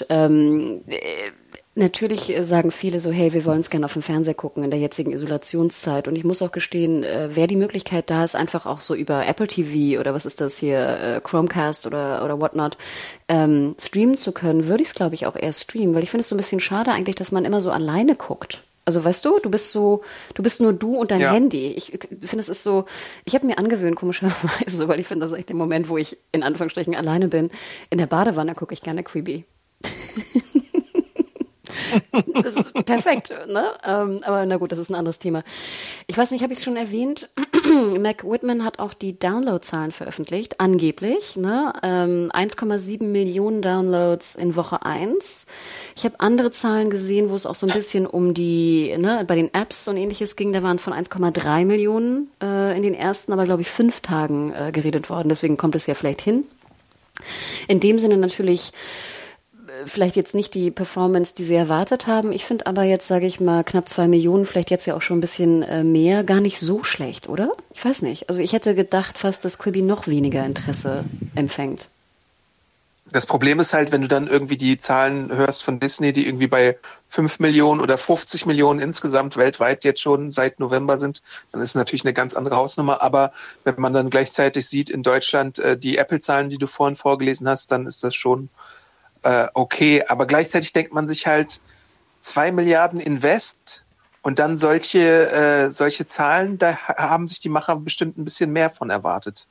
natürlich sagen viele so, hey, wir wollen es gerne auf dem Fernseher gucken in der jetzigen Isolationszeit. Und ich muss auch gestehen, wäre die Möglichkeit da ist, einfach auch so über Apple TV oder was ist das hier, Chromecast oder whatnot, streamen zu können, würde ich es, glaube ich, auch eher streamen. Weil ich finde es so ein bisschen schade eigentlich, dass man immer so alleine guckt. Also weißt du, du bist nur du und dein Handy. Ich finde, es ist so, ich habe mir angewöhnt, komischerweise, weil ich finde, das ist echt der Moment, wo ich in Anführungsstrichen alleine bin. In der Badewanne gucke ich gerne Quibi. Das ist perfekt, ne? Aber na gut, das ist ein anderes Thema. Ich weiß nicht, habe ich es schon erwähnt? Mac Whitman hat auch die Downloadzahlen veröffentlicht, angeblich, ne? 1,7 Millionen Downloads in Woche 1. Ich habe andere Zahlen gesehen, wo es auch so ein bisschen um die, ne, bei den Apps und ähnliches ging, da waren von 1,3 Millionen in den ersten, aber glaube ich 5 Tagen geredet worden. Deswegen kommt es ja vielleicht hin. In dem Sinne natürlich vielleicht jetzt nicht die Performance, die sie erwartet haben. Ich finde aber jetzt, sage ich mal, knapp 2 Millionen, vielleicht jetzt ja auch schon ein bisschen mehr, gar nicht so schlecht, oder? Ich weiß nicht. Also ich hätte gedacht fast, dass Quibi noch weniger Interesse empfängt. Das Problem ist halt, wenn du dann irgendwie die Zahlen hörst von Disney, die irgendwie bei 5 Millionen oder 50 Millionen insgesamt weltweit jetzt schon seit November sind, dann ist es natürlich eine ganz andere Hausnummer. Aber wenn man dann gleichzeitig sieht in Deutschland die Apple-Zahlen, die du vorhin vorgelesen hast, dann ist das schon okay. Aber gleichzeitig denkt man sich halt 2 Milliarden Invest und dann solche Zahlen, da haben sich die Macher bestimmt ein bisschen mehr von erwartet.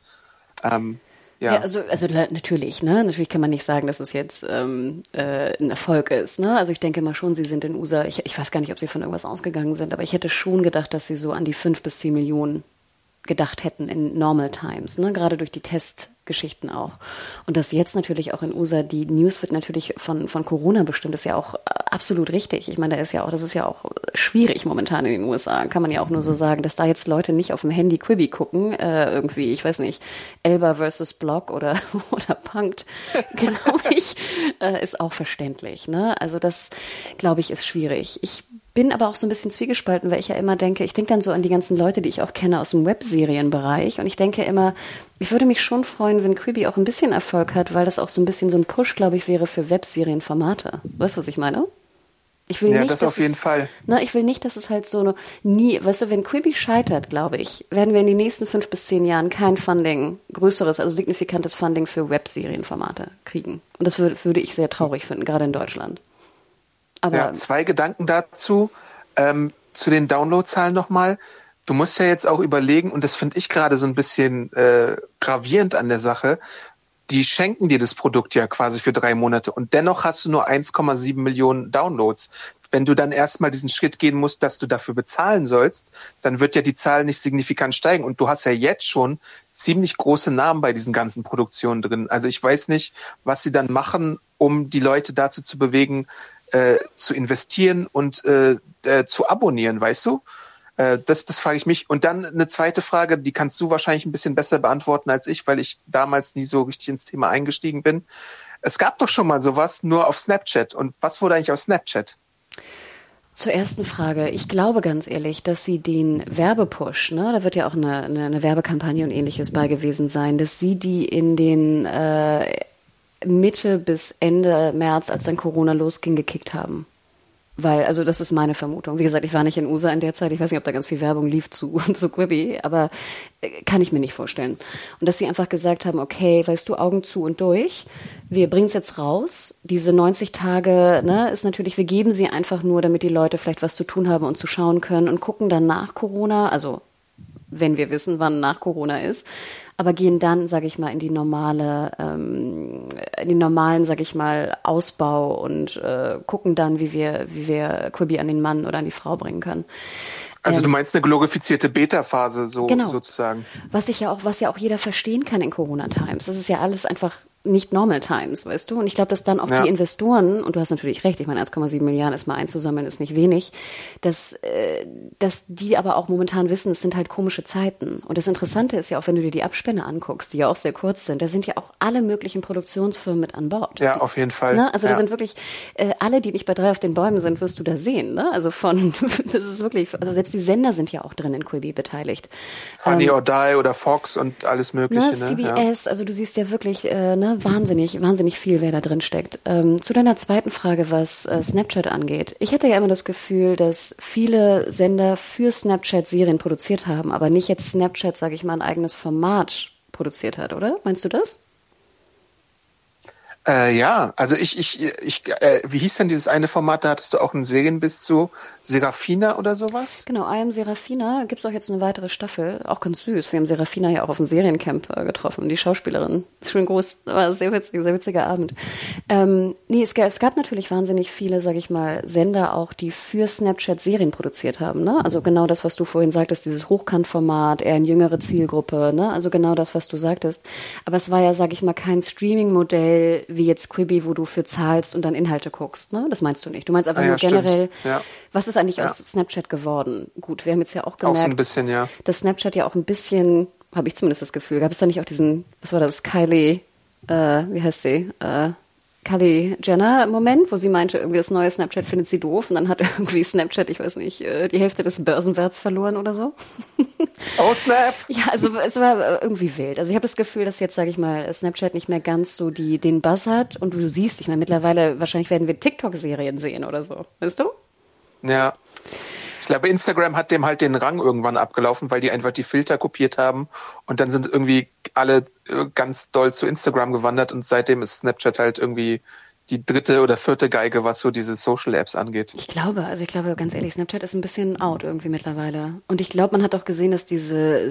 Ja, also natürlich, ne? Natürlich kann man nicht sagen, dass es jetzt ein Erfolg ist, ne? Also ich denke mal schon, sie sind in USA, ich weiß gar nicht, ob sie von irgendwas ausgegangen sind, aber ich hätte schon gedacht, dass sie so an die 5 bis 10 Millionen gedacht hätten in Normal Times, ne? Gerade durch die Testgeschichten auch. Und dass jetzt natürlich auch in USA die News wird natürlich von Corona bestimmt, ist ja auch absolut richtig. Ich meine, das ist ja auch schwierig momentan in den USA. Kann man ja auch nur so sagen, dass da jetzt Leute nicht auf dem Handy Quibi gucken, irgendwie, ich weiß nicht, Elba versus Block oder Punked, glaube ich, ist auch verständlich, ne? Also das, glaube ich, ist schwierig. Ich bin aber auch so ein bisschen zwiegespalten, weil ich ja immer denke, ich denke dann so an die ganzen Leute, die ich auch kenne aus dem Webserienbereich und ich denke immer, ich würde mich schon freuen, wenn Quibi auch ein bisschen Erfolg hat, weil das auch so ein bisschen so ein Push, glaube ich, wäre für Webserienformate. Weißt du, was ich meine? Ich will nicht, das auf jeden Fall. Ne, ich will nicht, dass es halt so weißt du, wenn Quibi scheitert, glaube ich, werden wir in den nächsten 5 bis 10 Jahren kein Funding, größeres, also signifikantes Funding für Webserienformate kriegen. Und das würde ich sehr traurig finden, gerade in Deutschland. Aber ja, 2 Gedanken dazu. Zu den Downloadzahlen nochmal. Du musst ja jetzt auch überlegen, und das finde ich gerade so ein bisschen gravierend an der Sache, die schenken dir das Produkt ja quasi für 3 Monate und dennoch hast du nur 1,7 Millionen Downloads. Wenn du dann erstmal diesen Schritt gehen musst, dass du dafür bezahlen sollst, dann wird ja die Zahl nicht signifikant steigen. Und du hast ja jetzt schon ziemlich große Namen bei diesen ganzen Produktionen drin. Also ich weiß nicht, was sie dann machen, um die Leute dazu zu bewegen, zu investieren und zu abonnieren, weißt du? Das frage ich mich. Und dann eine zweite Frage, die kannst du wahrscheinlich ein bisschen besser beantworten als ich, weil ich damals nie so richtig ins Thema eingestiegen bin. Es gab doch schon mal sowas, nur auf Snapchat. Und was wurde eigentlich auf Snapchat? Zur ersten Frage. Ich glaube ganz ehrlich, dass sie den Werbepush, ne, da wird ja auch eine Werbekampagne und ähnliches bei gewesen sein, dass sie die in den Mitte bis Ende März, als dann Corona losging, gekickt haben. Weil, also das ist meine Vermutung. Wie gesagt, ich war nicht in USA in der Zeit. Ich weiß nicht, ob da ganz viel Werbung lief zu Quibi, aber kann ich mir nicht vorstellen. Und dass sie einfach gesagt haben, okay, weißt du, Augen zu und durch. Wir bringen es jetzt raus. Diese 90 Tage, ne, ist natürlich, wir geben sie einfach nur, damit die Leute vielleicht was zu tun haben und zu schauen können und gucken dann nach Corona, also wenn wir wissen, wann nach Corona ist, aber gehen dann, sage ich mal, in den normalen, sage ich mal, Ausbau und gucken dann, wie wir Quibi an den Mann oder an die Frau bringen können. Also du meinst eine glorifizierte Beta-Phase genau. Sozusagen. Was ja auch jeder verstehen kann in Corona-Times. Das ist ja alles einfach nicht Normal Times, weißt du? Und ich glaube, dass dann auch die Investoren, und du hast natürlich recht, ich meine 1,7 Milliarden ist mal einzusammeln, ist nicht wenig, dass die aber auch momentan wissen, es sind halt komische Zeiten. Und das Interessante ist ja auch, wenn du dir die Abspänne anguckst, die ja auch sehr kurz sind, da sind ja auch alle möglichen Produktionsfirmen mit an Bord. Ja, auf jeden Fall. Ne? Also da sind wirklich alle, die nicht bei 3 auf den Bäumen sind, wirst du da sehen. Ne? Also das ist wirklich, also selbst die Sender sind ja auch drin in Quibi beteiligt. Funny or Die oder Fox und alles Mögliche. CBS, also du siehst ja wirklich, wahnsinnig viel, wer da drin steckt. Zu deiner zweiten Frage, was Snapchat angeht. Ich hatte ja immer das Gefühl, dass viele Sender für Snapchat Serien produziert haben, aber nicht jetzt Snapchat, sage ich mal, ein eigenes Format produziert hat, oder? Meinst du das? Ja, also wie hieß denn dieses eine Format, da hattest du auch einen Serienbiss zu Serafina oder sowas? Genau, I Am Serafina, gibt's auch jetzt eine weitere Staffel, auch ganz süß. Wir haben Serafina ja auch auf dem Seriencamp getroffen, die Schauspielerin. Schön groß, war sehr witzig, sehr witziger Abend. Nee, es gab natürlich wahnsinnig viele, sag ich mal, Sender auch, die für Snapchat Serien produziert haben, ne? Also genau das, was du vorhin sagtest, dieses Hochkantformat, eher eine jüngere Zielgruppe, ne? Also genau das, was du sagtest. Aber es war ja, sag ich mal, kein Streaming-Modell wie jetzt Quibi, wo du für zahlst und dann Inhalte guckst, ne? Das meinst du nicht. Du meinst einfach nur generell, was ist eigentlich aus Snapchat geworden? Gut, wir haben jetzt ja auch gemerkt, auch so ein bisschen, dass Snapchat ja auch ein bisschen, habe ich zumindest das Gefühl, gab es da nicht auch diesen, was war das, Kylie, wie heißt sie, Kylie Jenner-Moment, wo sie meinte, irgendwie das neue Snapchat findet sie doof und dann hat irgendwie Snapchat, ich weiß nicht, die Hälfte des Börsenwerts verloren oder so. Oh, Snap! Ja, also es war irgendwie wild. Also ich habe das Gefühl, dass jetzt, sage ich mal, Snapchat nicht mehr ganz so den Buzz hat und du siehst, ich meine, mittlerweile, wahrscheinlich werden wir TikTok-Serien sehen oder so, weißt du? Ja. Ich glaube, Instagram hat dem halt den Rang irgendwann abgelaufen, weil die einfach die Filter kopiert haben und dann sind irgendwie alle ganz doll zu Instagram gewandert und seitdem ist Snapchat halt irgendwie die dritte oder vierte Geige, was so diese Social-Apps angeht. Ich glaube, ganz ehrlich, Snapchat ist ein bisschen out irgendwie mittlerweile. Und ich glaube, man hat auch gesehen, dass diese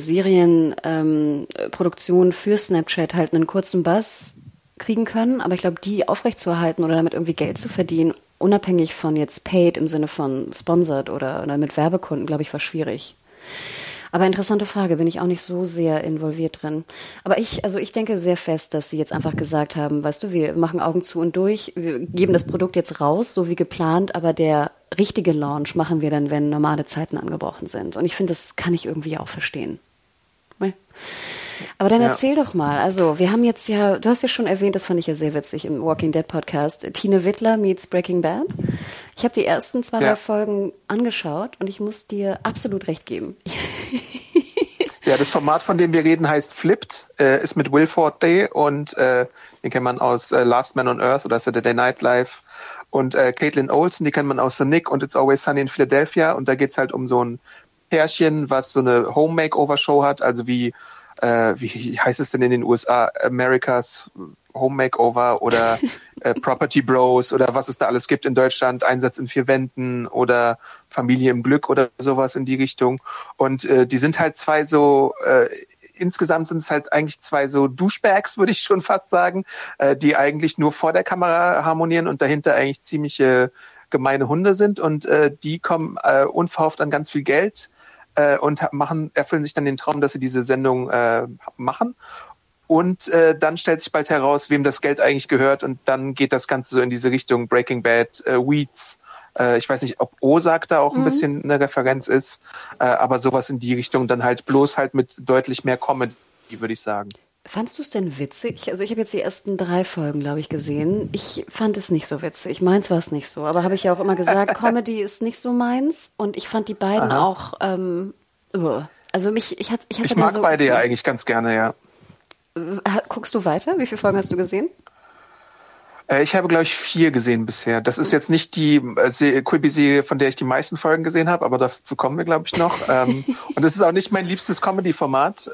Serienproduktionen für Snapchat halt einen kurzen Buzz kriegen können, aber ich glaube, die aufrechtzuerhalten oder damit irgendwie Geld zu verdienen, unabhängig von jetzt paid im Sinne von sponsored oder mit Werbekunden, glaube ich, war schwierig. Aber interessante Frage, bin ich auch nicht so sehr involviert drin. Aber ich denke sehr fest, dass sie jetzt einfach gesagt haben, weißt du, wir machen Augen zu und durch, wir geben das Produkt jetzt raus, so wie geplant, aber der richtige Launch machen wir dann, wenn normale Zeiten angebrochen sind. Und ich finde, das kann ich irgendwie auch verstehen. Aber dann erzähl doch mal, also wir haben jetzt ja, du hast ja schon erwähnt, das fand ich ja sehr witzig im Walking Dead Podcast, Tine Wittler meets Breaking Bad. Ich habe die ersten 2-3 Folgen angeschaut und ich muss dir absolut recht geben. Ja, das Format, von dem wir reden, heißt Flipped, ist mit Will Forte und den kennt man aus Last Man on Earth oder Saturday Night Live und Caitlin Olsen, die kennt man aus The Nick und It's Always Sunny in Philadelphia und da geht's halt um so ein Pärchen, was so eine Home Makeover Show hat, also wie heißt es denn in den USA? America's Home Makeover oder Property Bros oder was es da alles gibt in Deutschland, Einsatz in 4 Wänden oder Familie im Glück oder sowas in die Richtung. Und die sind halt insgesamt sind es halt eigentlich 2 so Douchebags, würde ich schon fast sagen, die eigentlich nur vor der Kamera harmonieren und dahinter eigentlich ziemliche gemeine Hunde sind und die kommen unverhofft an ganz viel Geld und erfüllen sich dann den Traum, dass sie diese Sendung machen. Und dann stellt sich bald heraus, wem das Geld eigentlich gehört. Und dann geht das Ganze so in diese Richtung Breaking Bad, Weeds. Ich weiß nicht, ob Ozark da auch ein bisschen eine Referenz ist. Aber sowas in die Richtung dann halt bloß halt mit deutlich mehr Comedy, würde ich sagen. Fandst du es denn witzig? Also ich habe jetzt die ersten 3 Folgen, glaube ich, gesehen. Ich fand es nicht so witzig. Meins war es nicht so. Aber habe ich ja auch immer gesagt, Comedy ist nicht so meins. Und ich fand die beiden auch, also ich mag beide ja eigentlich ganz gerne, ja. Guckst du weiter? Wie viele Folgen hast du gesehen? Ich habe, glaube ich, 4 gesehen bisher. Das ist jetzt nicht die Quibi-Serie, von der ich die meisten Folgen gesehen habe, aber dazu kommen wir, glaube ich, noch. Und es ist auch nicht mein liebstes Comedy-Format.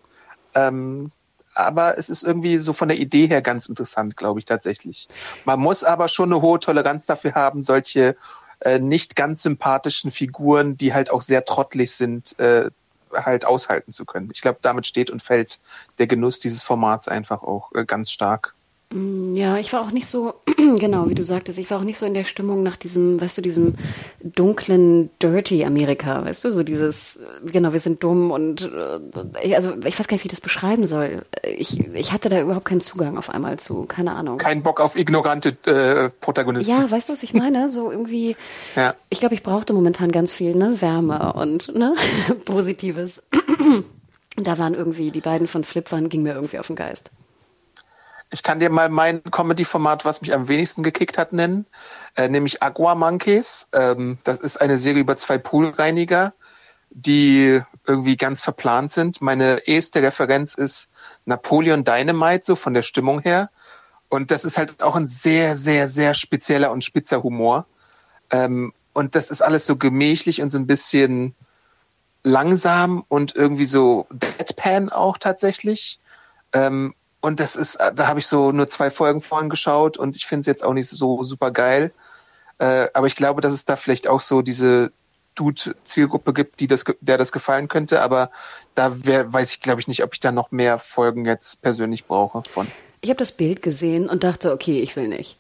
Aber es ist irgendwie so von der Idee her ganz interessant, glaube ich, tatsächlich. Man muss aber schon eine hohe Toleranz dafür haben, solche nicht ganz sympathischen Figuren, die halt auch sehr trottelig sind, halt aushalten zu können. Ich glaube, damit steht und fällt der Genuss dieses Formats einfach auch ganz stark. Ja, ich war auch nicht so, genau, wie du sagtest, ich war auch nicht so in der Stimmung nach diesem, weißt du, diesem dunklen, dirty Amerika, weißt du, so dieses, genau, wir sind dumm und also ich weiß gar nicht, wie ich das beschreiben soll. Ich hatte da überhaupt keinen Zugang auf einmal zu, keine Ahnung. Kein Bock auf ignorante Protagonisten. Ja, weißt du, was ich meine? So irgendwie, ich glaube, ich brauchte momentan ganz viel, ne, Wärme und, ne, Positives. Und da waren irgendwie, die beiden von Flip ging mir irgendwie auf den Geist. Ich kann dir mal mein Comedy-Format, was mich am wenigsten gekickt hat, nennen, nämlich Aqua Monkeys. Das ist eine Serie über 2 Poolreiniger, die irgendwie ganz verplant sind. Meine erste Referenz ist Napoleon Dynamite, so von der Stimmung her. Und das ist halt auch ein sehr, sehr, sehr spezieller und spitzer Humor. Und das ist alles so gemächlich und so ein bisschen langsam und irgendwie so Deadpan auch tatsächlich. und da habe ich so nur 2 Folgen vorhin geschaut und ich finde es jetzt auch nicht so super geil. Aber ich glaube, dass es da vielleicht auch so diese Dude-Zielgruppe gibt, der das gefallen könnte. Aber weiß ich, glaube ich, nicht, ob ich da noch mehr Folgen jetzt persönlich brauche von. Ich habe das Bild gesehen und dachte, okay, ich will nicht.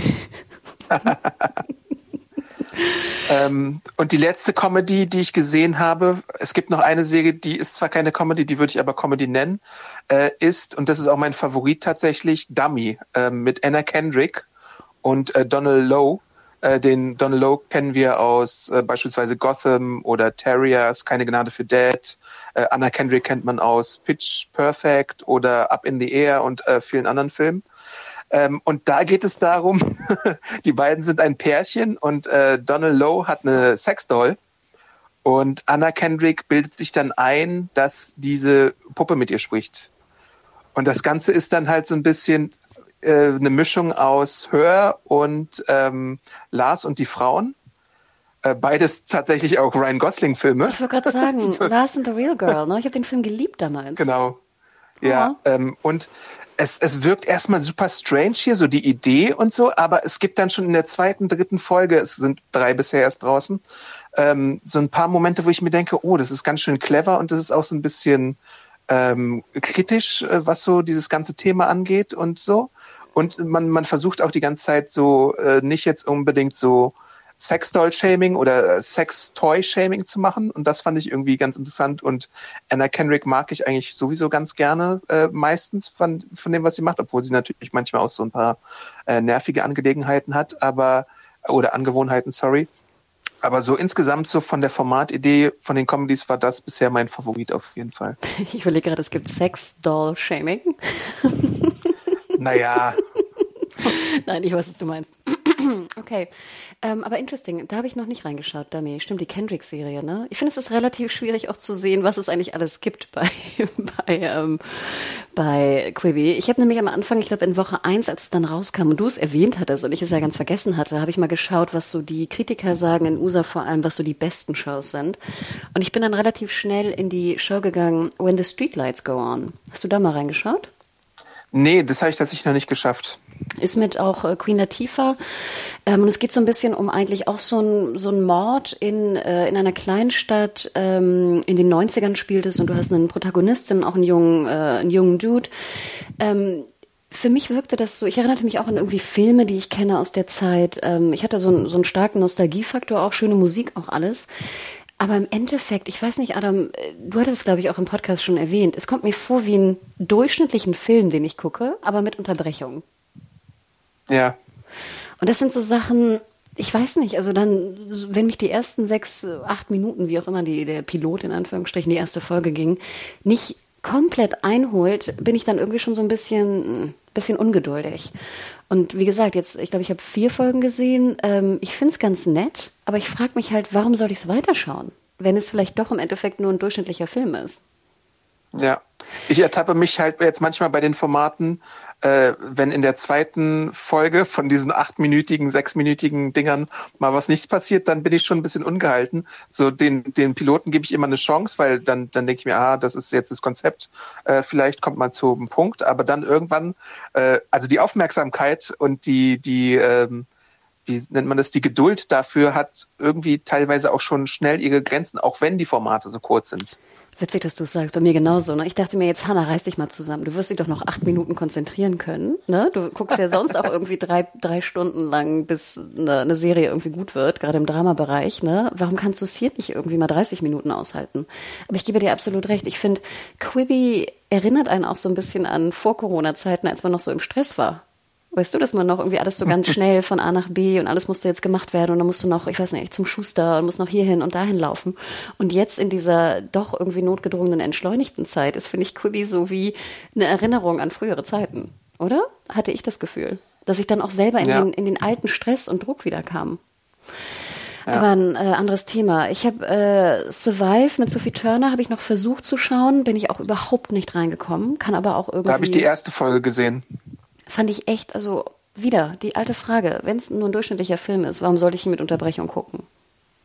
Und die letzte Comedy, die ich gesehen habe, es gibt noch eine Serie, die ist zwar keine Comedy, die würde ich aber Comedy nennen, und das ist auch mein Favorit tatsächlich, Dummy, mit Anna Kendrick und Donald Lowe. Den Donald Lowe kennen wir aus beispielsweise Gotham oder Terriers, Keine Gnade für Dead. Anna Kendrick kennt man aus Pitch Perfect oder Up in the Air und vielen anderen Filmen. Und da geht es darum, die beiden sind ein Pärchen und Donald Lowe hat eine Sexdoll und Anna Kendrick bildet sich dann ein, dass diese Puppe mit ihr spricht. Und das Ganze ist dann halt so ein bisschen eine Mischung aus Her und Lars und die Frauen. Beides tatsächlich auch Ryan Gosling-Filme. Ich wollte gerade sagen, Lars and the Real Girl, ne? Ich habe den Film geliebt damals. Genau. Ja, und es wirkt erstmal super strange hier, so die Idee und so, aber es gibt dann schon in der 2., 3. Folge, es sind 3 bisher erst draußen, so ein paar Momente, wo ich mir denke, oh, das ist ganz schön clever und das ist auch so ein bisschen kritisch, was so dieses ganze Thema angeht und so. Und man versucht auch die ganze Zeit so nicht jetzt unbedingt so Sexdoll-Shaming oder Sex-Toy-Shaming zu machen. Und das fand ich irgendwie ganz interessant. Und Anna Kendrick mag ich eigentlich sowieso ganz gerne meistens von dem, was sie macht, obwohl sie natürlich manchmal auch so ein paar nervige Angelegenheiten hat, oder Angewohnheiten, sorry. Aber so insgesamt so von der Formatidee, von den Comedies war das bisher mein Favorit auf jeden Fall. Ich überlege gerade, es gibt Sex-Doll-Shaming. Naja. Nein, ich weiß, was du meinst. Okay, aber interesting, da habe ich noch nicht reingeschaut, Dummy. Stimmt, die Kendrick-Serie, ne? Ich finde, es ist relativ schwierig auch zu sehen, was es eigentlich alles gibt bei Quibi. Ich habe nämlich am Anfang, ich glaube in Woche 1, als es dann rauskam und du es erwähnt hattest und ich es ja ganz vergessen hatte, habe ich mal geschaut, was so die Kritiker sagen, in USA vor allem, was so die besten Shows sind. Und ich bin dann relativ schnell in die Show gegangen, When the Streetlights Go On. Hast du da mal reingeschaut? Nee, das habe ich tatsächlich noch nicht geschafft. Ist mit auch Queen Latifah. Und es geht so ein bisschen um eigentlich auch so ein Mord in einer Kleinstadt. In den 90ern spielt es und du hast einen Protagonisten, auch einen jungen Dude. Für mich wirkte das so, ich erinnerte mich auch an irgendwie Filme, die ich kenne aus der Zeit. Ich hatte so einen starken Nostalgiefaktor, auch schöne Musik, auch alles. Aber im Endeffekt, ich weiß nicht, Adam, du hattest es, glaube ich, auch im Podcast schon erwähnt, es kommt mir vor wie einen durchschnittlichen Film, den ich gucke, aber mit Unterbrechungen. Ja. Und das sind so Sachen, ich weiß nicht, also dann, wenn mich die ersten 6, 8 Minuten, wie auch immer der Pilot in Anführungsstrichen, die erste Folge ging, nicht komplett einholt, bin ich dann irgendwie schon so ein bisschen ungeduldig. Und wie gesagt, jetzt, ich glaube, ich habe 4 Folgen gesehen. Ich finde es ganz nett, aber ich frage mich halt, warum soll ich es weiterschauen, wenn es vielleicht doch im Endeffekt nur ein durchschnittlicher Film ist? Ja, ich ertappe mich halt jetzt manchmal bei den Formaten, wenn in der 2. Folge von diesen 8-minütigen, 6-minütigen Dingern mal was nichts passiert, dann bin ich schon ein bisschen ungehalten. So den Piloten gebe ich immer eine Chance, weil dann denke ich mir, das ist jetzt das Konzept, vielleicht kommt man zum Punkt, aber dann irgendwann, also die Aufmerksamkeit und die wie nennt man das, die Geduld dafür hat irgendwie teilweise auch schon schnell ihre Grenzen, auch wenn die Formate so kurz sind. Witzig, dass du es sagst. Bei mir genauso. Ne? Ich dachte mir jetzt, Hannah, reiß dich mal zusammen. Du wirst dich doch noch 8 Minuten konzentrieren können. Ne? Du guckst ja sonst auch irgendwie 3 Stunden lang, bis eine Serie irgendwie gut wird, gerade im Dramabereich. Ne? Warum kannst du es hier nicht irgendwie mal 30 Minuten aushalten? Aber ich gebe dir absolut recht. Ich finde, Quibi erinnert einen auch so ein bisschen an Vor-Corona-Zeiten, als man noch so im Stress war. Weißt du, dass man noch irgendwie alles so ganz schnell von A nach B und alles musste jetzt gemacht werden und dann musst du noch, ich weiß nicht, zum Schuster und musst noch hierhin und dahin laufen. Und jetzt in dieser doch irgendwie notgedrungenen, entschleunigten Zeit ist, finde ich, Quibi so wie eine Erinnerung an frühere Zeiten, oder? Hatte ich das Gefühl, dass ich dann auch selber in den alten Stress und Druck wieder kam. Ja. Aber ein anderes Thema. Ich habe Survive mit Sophie Turner habe ich noch versucht zu schauen, bin ich auch überhaupt nicht reingekommen, kann aber auch irgendwie... Da habe ich die erste Folge gesehen. Fand ich echt, also wieder die alte Frage, wenn es nur ein durchschnittlicher Film ist, warum sollte ich ihn mit Unterbrechung gucken?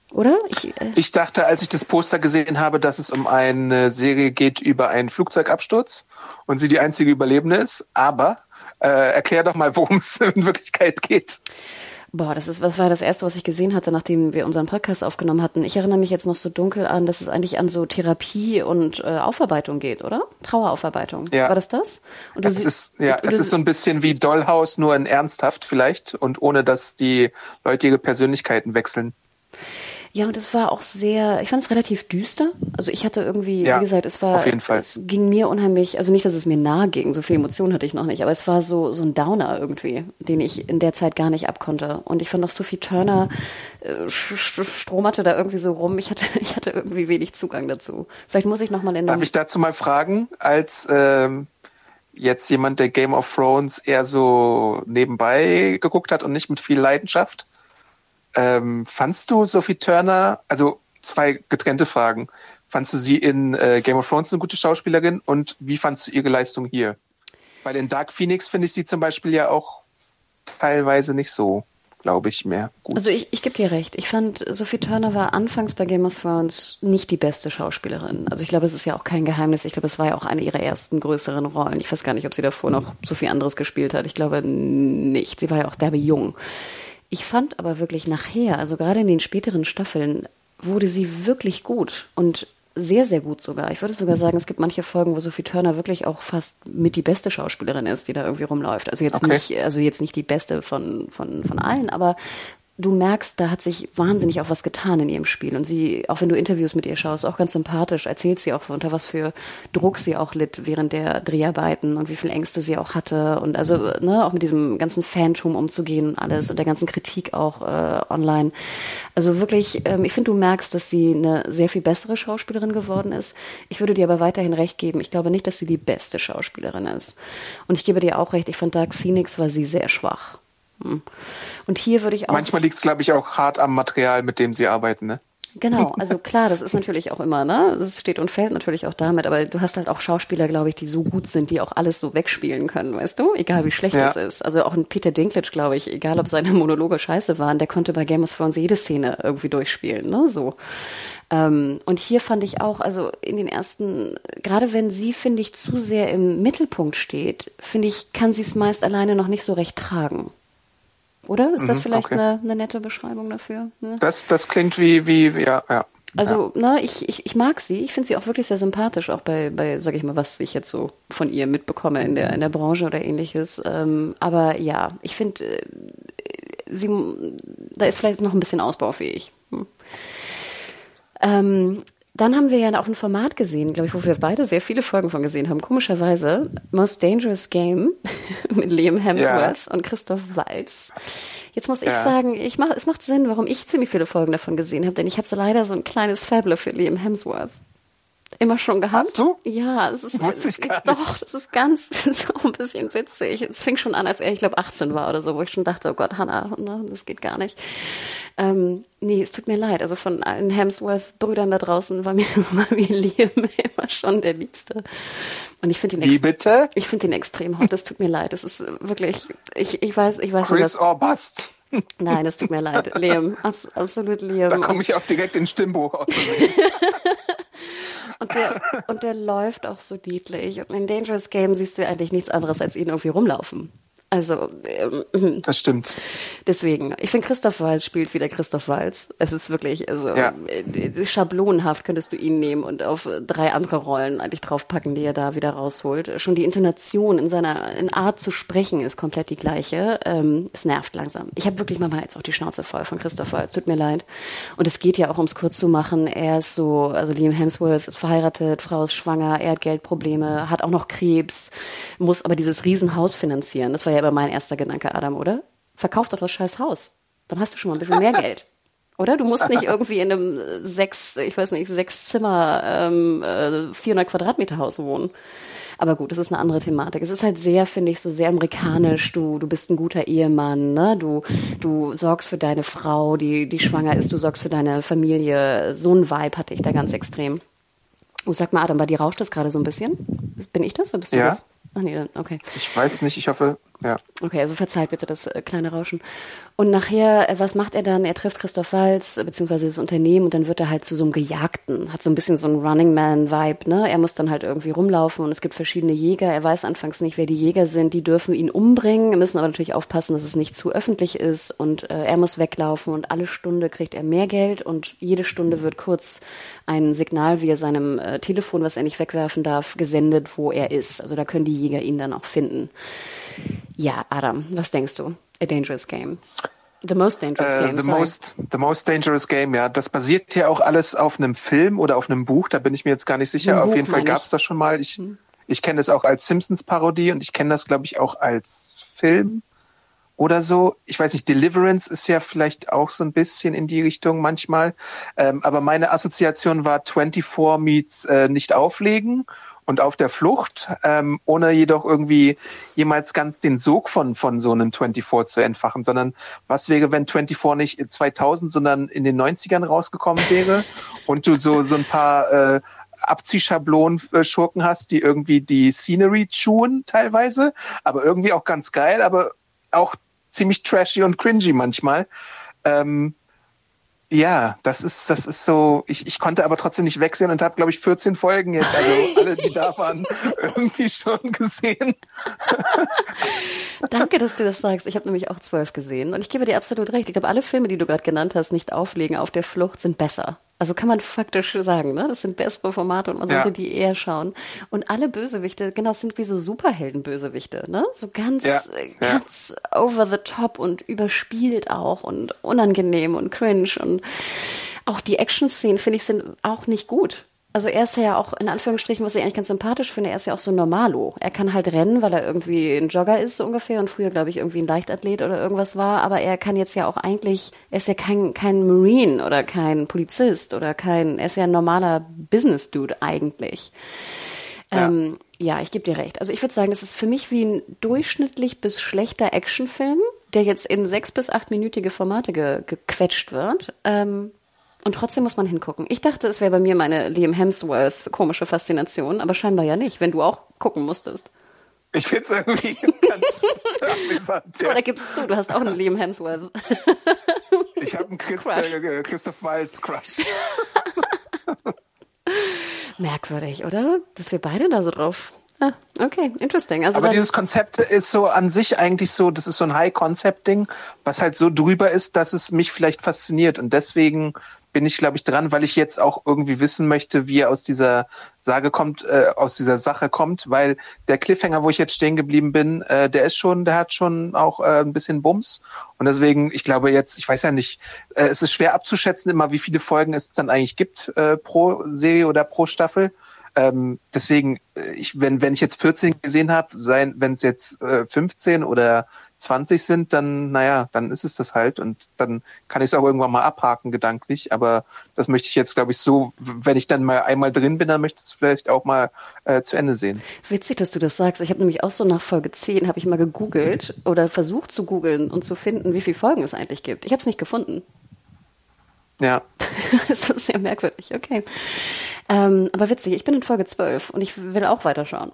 Oder? Ich dachte, als ich das Poster gesehen habe, dass es um eine Serie geht über einen Flugzeugabsturz und sie die einzige Überlebende ist. Aber erklär doch mal, worum es in Wirklichkeit geht. Boah, das war das Erste, was ich gesehen hatte, nachdem wir unseren Podcast aufgenommen hatten. Ich erinnere mich jetzt noch so dunkel an, dass es eigentlich an so Therapie und Aufarbeitung geht, oder? Traueraufarbeitung. Ja. War das? Und es ist so ein bisschen wie Dollhouse, nur in ernsthaft vielleicht und ohne, dass die Leute ihre Persönlichkeiten wechseln. Ja, und es war auch ich fand es relativ düster. Also ich hatte irgendwie, wie gesagt, auf jeden Fall. Es ging mir unheimlich, also nicht, dass es mir nahe ging, so viel Emotionen hatte ich noch nicht, aber es war so ein Downer irgendwie, den ich in der Zeit gar nicht abkonnte. Und ich fand auch Sophie Turner stromerte da irgendwie so rum. Ich hatte irgendwie wenig Zugang dazu. Vielleicht muss ich nochmal Darf ich dazu mal fragen, als jetzt jemand, der Game of Thrones eher so nebenbei geguckt hat und nicht mit viel Leidenschaft, fandst du Sophie Turner, also zwei getrennte Fragen, fandst du sie in Game of Thrones eine gute Schauspielerin und wie fandst du ihre Leistung hier? Weil in Dark Phoenix finde ich sie zum Beispiel ja auch teilweise nicht so, glaube ich, mehr gut. Also ich gebe dir recht. Ich fand, Sophie Turner war anfangs bei Game of Thrones nicht die beste Schauspielerin. Also ich glaube, es ist ja auch kein Geheimnis. Ich glaube, es war ja auch eine ihrer ersten größeren Rollen. Ich weiß gar nicht, ob sie davor noch so viel anderes gespielt hat. Ich glaube nicht. Sie war ja auch derbe jung. Ich fand aber wirklich nachher, also gerade in den späteren Staffeln, wurde sie wirklich gut und sehr, sehr gut sogar. Ich würde sogar sagen, es gibt manche Folgen, wo Sophie Turner wirklich auch fast mit die beste Schauspielerin ist, die da irgendwie rumläuft. Also jetzt nicht die beste von allen, aber du merkst, da hat sich wahnsinnig auch was getan in ihrem Spiel. Und sie, auch wenn du Interviews mit ihr schaust, auch ganz sympathisch, erzählt sie auch, unter was für Druck sie auch litt während der Dreharbeiten und wie viel Ängste sie auch hatte. Und also, ne, auch mit diesem ganzen Fantum umzugehen und alles und der ganzen Kritik auch online. Also wirklich, ich finde, du merkst, dass sie eine sehr viel bessere Schauspielerin geworden ist. Ich würde dir aber weiterhin recht geben. Ich glaube nicht, dass sie die beste Schauspielerin ist. Und ich gebe dir auch recht, ich fand Dark Phoenix war sie sehr schwach. Und hier würde ich auch... Manchmal liegt es, glaube ich, auch hart am Material, mit dem sie arbeiten, ne? Genau, also klar, das ist natürlich auch immer, ne? Es steht und fällt natürlich auch damit, aber du hast halt auch Schauspieler, glaube ich, die so gut sind, die auch alles so wegspielen können, weißt du? Egal wie schlecht es ist. Also auch ein Peter Dinklage, glaube ich, egal ob seine Monologe scheiße waren, der konnte bei Game of Thrones jede Szene irgendwie durchspielen, ne? So. Und hier fand ich auch, also in den ersten, gerade wenn sie, finde ich, zu sehr im Mittelpunkt steht, finde ich, kann sie es meist alleine noch nicht so recht tragen. Oder? Ist das vielleicht eine nette Beschreibung dafür? Ne? Das klingt wie, ja. Also, ne, ich mag sie. Ich finde sie auch wirklich sehr sympathisch, auch bei, sag ich mal, was ich jetzt so von ihr mitbekomme in der Branche oder ähnliches. Aber ja, ich finde, da ist vielleicht noch ein bisschen ausbaufähig. Dann haben wir ja auch ein Format gesehen, glaube ich, wo wir beide sehr viele Folgen von gesehen haben. Komischerweise Most Dangerous Game mit Liam Hemsworth und Christoph Waltz. Jetzt muss ich sagen, es macht Sinn, warum ich ziemlich viele Folgen davon gesehen habe, denn ich habe so leider so ein kleines Faible für Liam Hemsworth. Immer schon gehabt. Hast du? Ja, es ist wusste ich gar nicht. Doch, das ist so ein bisschen witzig. Es fing schon an, als er, ich glaube, 18 war oder so, wo ich schon dachte, oh Gott, Hannah, ne, das geht gar nicht. Nee, es tut mir leid. Also von allen Hemsworth-Brüdern da draußen war mir Liam immer schon der Liebste. Und ich finde ihn Wie bitte? Ich finde ihn extrem hot. Das tut mir leid. Das ist wirklich, ich weiß Chris or Bust. Nein, es tut mir leid. Liam, absolut Liam. Da komme ich auch direkt ins Stimmbuch aus. Und der läuft auch so niedlich. Und in Dangerous Game siehst du eigentlich nichts anderes, als ihn irgendwie rumlaufen. Also, das stimmt. Deswegen, ich finde, Christoph Waltz spielt wieder Christoph Waltz. Es ist wirklich, schablonenhaft könntest du ihn nehmen und auf 3 andere Rollen eigentlich draufpacken, die er da wieder rausholt. Schon die Intonation in Art zu sprechen ist komplett die gleiche. Es nervt langsam. Ich habe wirklich manchmal jetzt auch die Schnauze voll von Christoph Waltz. Tut mir leid. Und es geht ja auch, um es kurz zu machen, er ist so, also Liam Hemsworth ist verheiratet, Frau ist schwanger, er hat Geldprobleme, hat auch noch Krebs, muss aber dieses Riesenhaus finanzieren. Das war ja aber mein erster Gedanke, Adam, oder? Verkauf doch das scheiß Haus. Dann hast du schon mal ein bisschen mehr Geld. Oder? Du musst nicht irgendwie in einem 6 Zimmer, 400 Quadratmeter Haus wohnen. Aber gut, das ist eine andere Thematik. Es ist halt sehr, finde ich, so sehr amerikanisch. Du bist ein guter Ehemann, ne? Du sorgst für deine Frau, die schwanger ist. Du sorgst für deine Familie. So ein Vibe hatte ich da ganz extrem. Oh, sag mal, Adam, bei dir rauscht das gerade so ein bisschen? Bin ich das oder bist du das? Ach nee, dann, okay. Ich weiß nicht, ich hoffe, Ja. Okay, also verzeiht bitte das kleine Rauschen. Und nachher, was macht er dann? Er trifft Christoph Waltz, beziehungsweise das Unternehmen, und dann wird er halt zu so einem Gejagten. Hat so ein bisschen so einen Running Man-Vibe, ne? Er muss dann halt irgendwie rumlaufen und es gibt verschiedene Jäger. Er weiß anfangs nicht, wer die Jäger sind. Die dürfen ihn umbringen, müssen aber natürlich aufpassen, dass es nicht zu öffentlich ist. Und er muss weglaufen und alle Stunde kriegt er mehr Geld und jede Stunde wird kurz ein Signal via seinem Telefon, was er nicht wegwerfen darf, gesendet, wo er ist. Also da können die Jäger ihn dann auch finden. Ja, Adam, was denkst du? A Dangerous Game. The Most Dangerous Game. The Most Dangerous Game, ja. Das basiert ja auch alles auf einem Film oder auf einem Buch, da bin ich mir jetzt gar nicht sicher. Auf jeden Fall gab es das schon mal. Ich kenne das auch als Simpsons-Parodie und ich kenne das, glaube ich, auch als Film oder so. Ich weiß nicht, Deliverance ist ja vielleicht auch so ein bisschen in die Richtung manchmal. Aber meine Assoziation war 24 meets nicht auflegen und auf der Flucht, ohne jedoch irgendwie jemals ganz den Sog von so einem 24 zu entfachen, sondern was wäre, wenn 24 nicht 2000, sondern in den 90ern rausgekommen wäre und du so ein paar Abziehschablonen-Schurken hast, die irgendwie die Scenery chewen teilweise, aber irgendwie auch ganz geil, aber auch ziemlich trashy und cringy manchmal. Ja, das ist so, ich konnte aber trotzdem nicht wegsehen und habe, glaube ich, 14 Folgen jetzt, also alle, die da waren, irgendwie schon gesehen. Danke, dass du das sagst. Ich habe nämlich auch 12 gesehen und ich gebe dir absolut recht. Ich glaube, alle Filme, die du gerade genannt hast, nicht auflegen, auf der Flucht, sind besser. Also kann man faktisch sagen, ne? Das sind bessere Formate und man sollte die eher schauen. Und alle Bösewichte, genau, sind wie so Superhelden-Bösewichte, ne? So ganz over the top und überspielt auch und unangenehm und cringe und auch die Action-Szenen, finde ich, sind auch nicht gut. Also er ist ja auch, in Anführungsstrichen, was ich eigentlich ganz sympathisch finde, er ist ja auch so Normalo. Er kann halt rennen, weil er irgendwie ein Jogger ist, so ungefähr, und früher, glaube ich, irgendwie ein Leichtathlet oder irgendwas war, aber er kann jetzt ja auch eigentlich, er ist ja kein Marine oder kein Polizist oder er ist ja ein normaler Business-Dude eigentlich. Ja, ich gebe dir recht. Also ich würde sagen, das ist für mich wie ein durchschnittlich bis schlechter Actionfilm, der jetzt in 6 bis 8-minütige Formate gequetscht wird. Und trotzdem muss man hingucken. Ich dachte, es wäre bei mir meine Liam Hemsworth komische Faszination, aber scheinbar ja nicht, wenn du auch gucken musstest. Ich finde es irgendwie ganz amüsant. Ja. Oder gibst du hast auch einen Liam Hemsworth. Ich habe einen Christoph Waltz Crush. Merkwürdig, oder? Dass wir beide da so drauf... Ah, okay, interesting. Also aber dieses Konzept ist so an sich eigentlich so, das ist so ein High-Concept-Ding, was halt so drüber ist, dass es mich vielleicht fasziniert. Und deswegen bin ich, glaube ich, dran, weil ich jetzt auch irgendwie wissen möchte, wie er aus dieser Sache kommt, weil der Cliffhanger, wo ich jetzt stehen geblieben bin, der hat schon auch ein bisschen Bums. Und deswegen, ich glaube jetzt, ich weiß ja nicht, es ist schwer abzuschätzen immer, wie viele Folgen es dann eigentlich gibt pro Serie oder pro Staffel. Deswegen, wenn ich jetzt 14 gesehen habe, wenn es jetzt 15 oder 20 sind, dann ist es das halt und dann kann ich es auch irgendwann mal abhaken gedanklich, aber das möchte ich jetzt, glaube ich, so, wenn ich dann mal einmal drin bin, dann möchte ich es vielleicht auch mal zu Ende sehen. Witzig, dass du das sagst. Ich habe nämlich auch so nach Folge 10 habe ich mal gegoogelt oder versucht zu googeln und zu finden, wie viele Folgen es eigentlich gibt. Ich habe es nicht gefunden. Ja. Das ist sehr merkwürdig, okay. Aber witzig, ich bin in Folge 12 und ich will auch weiterschauen.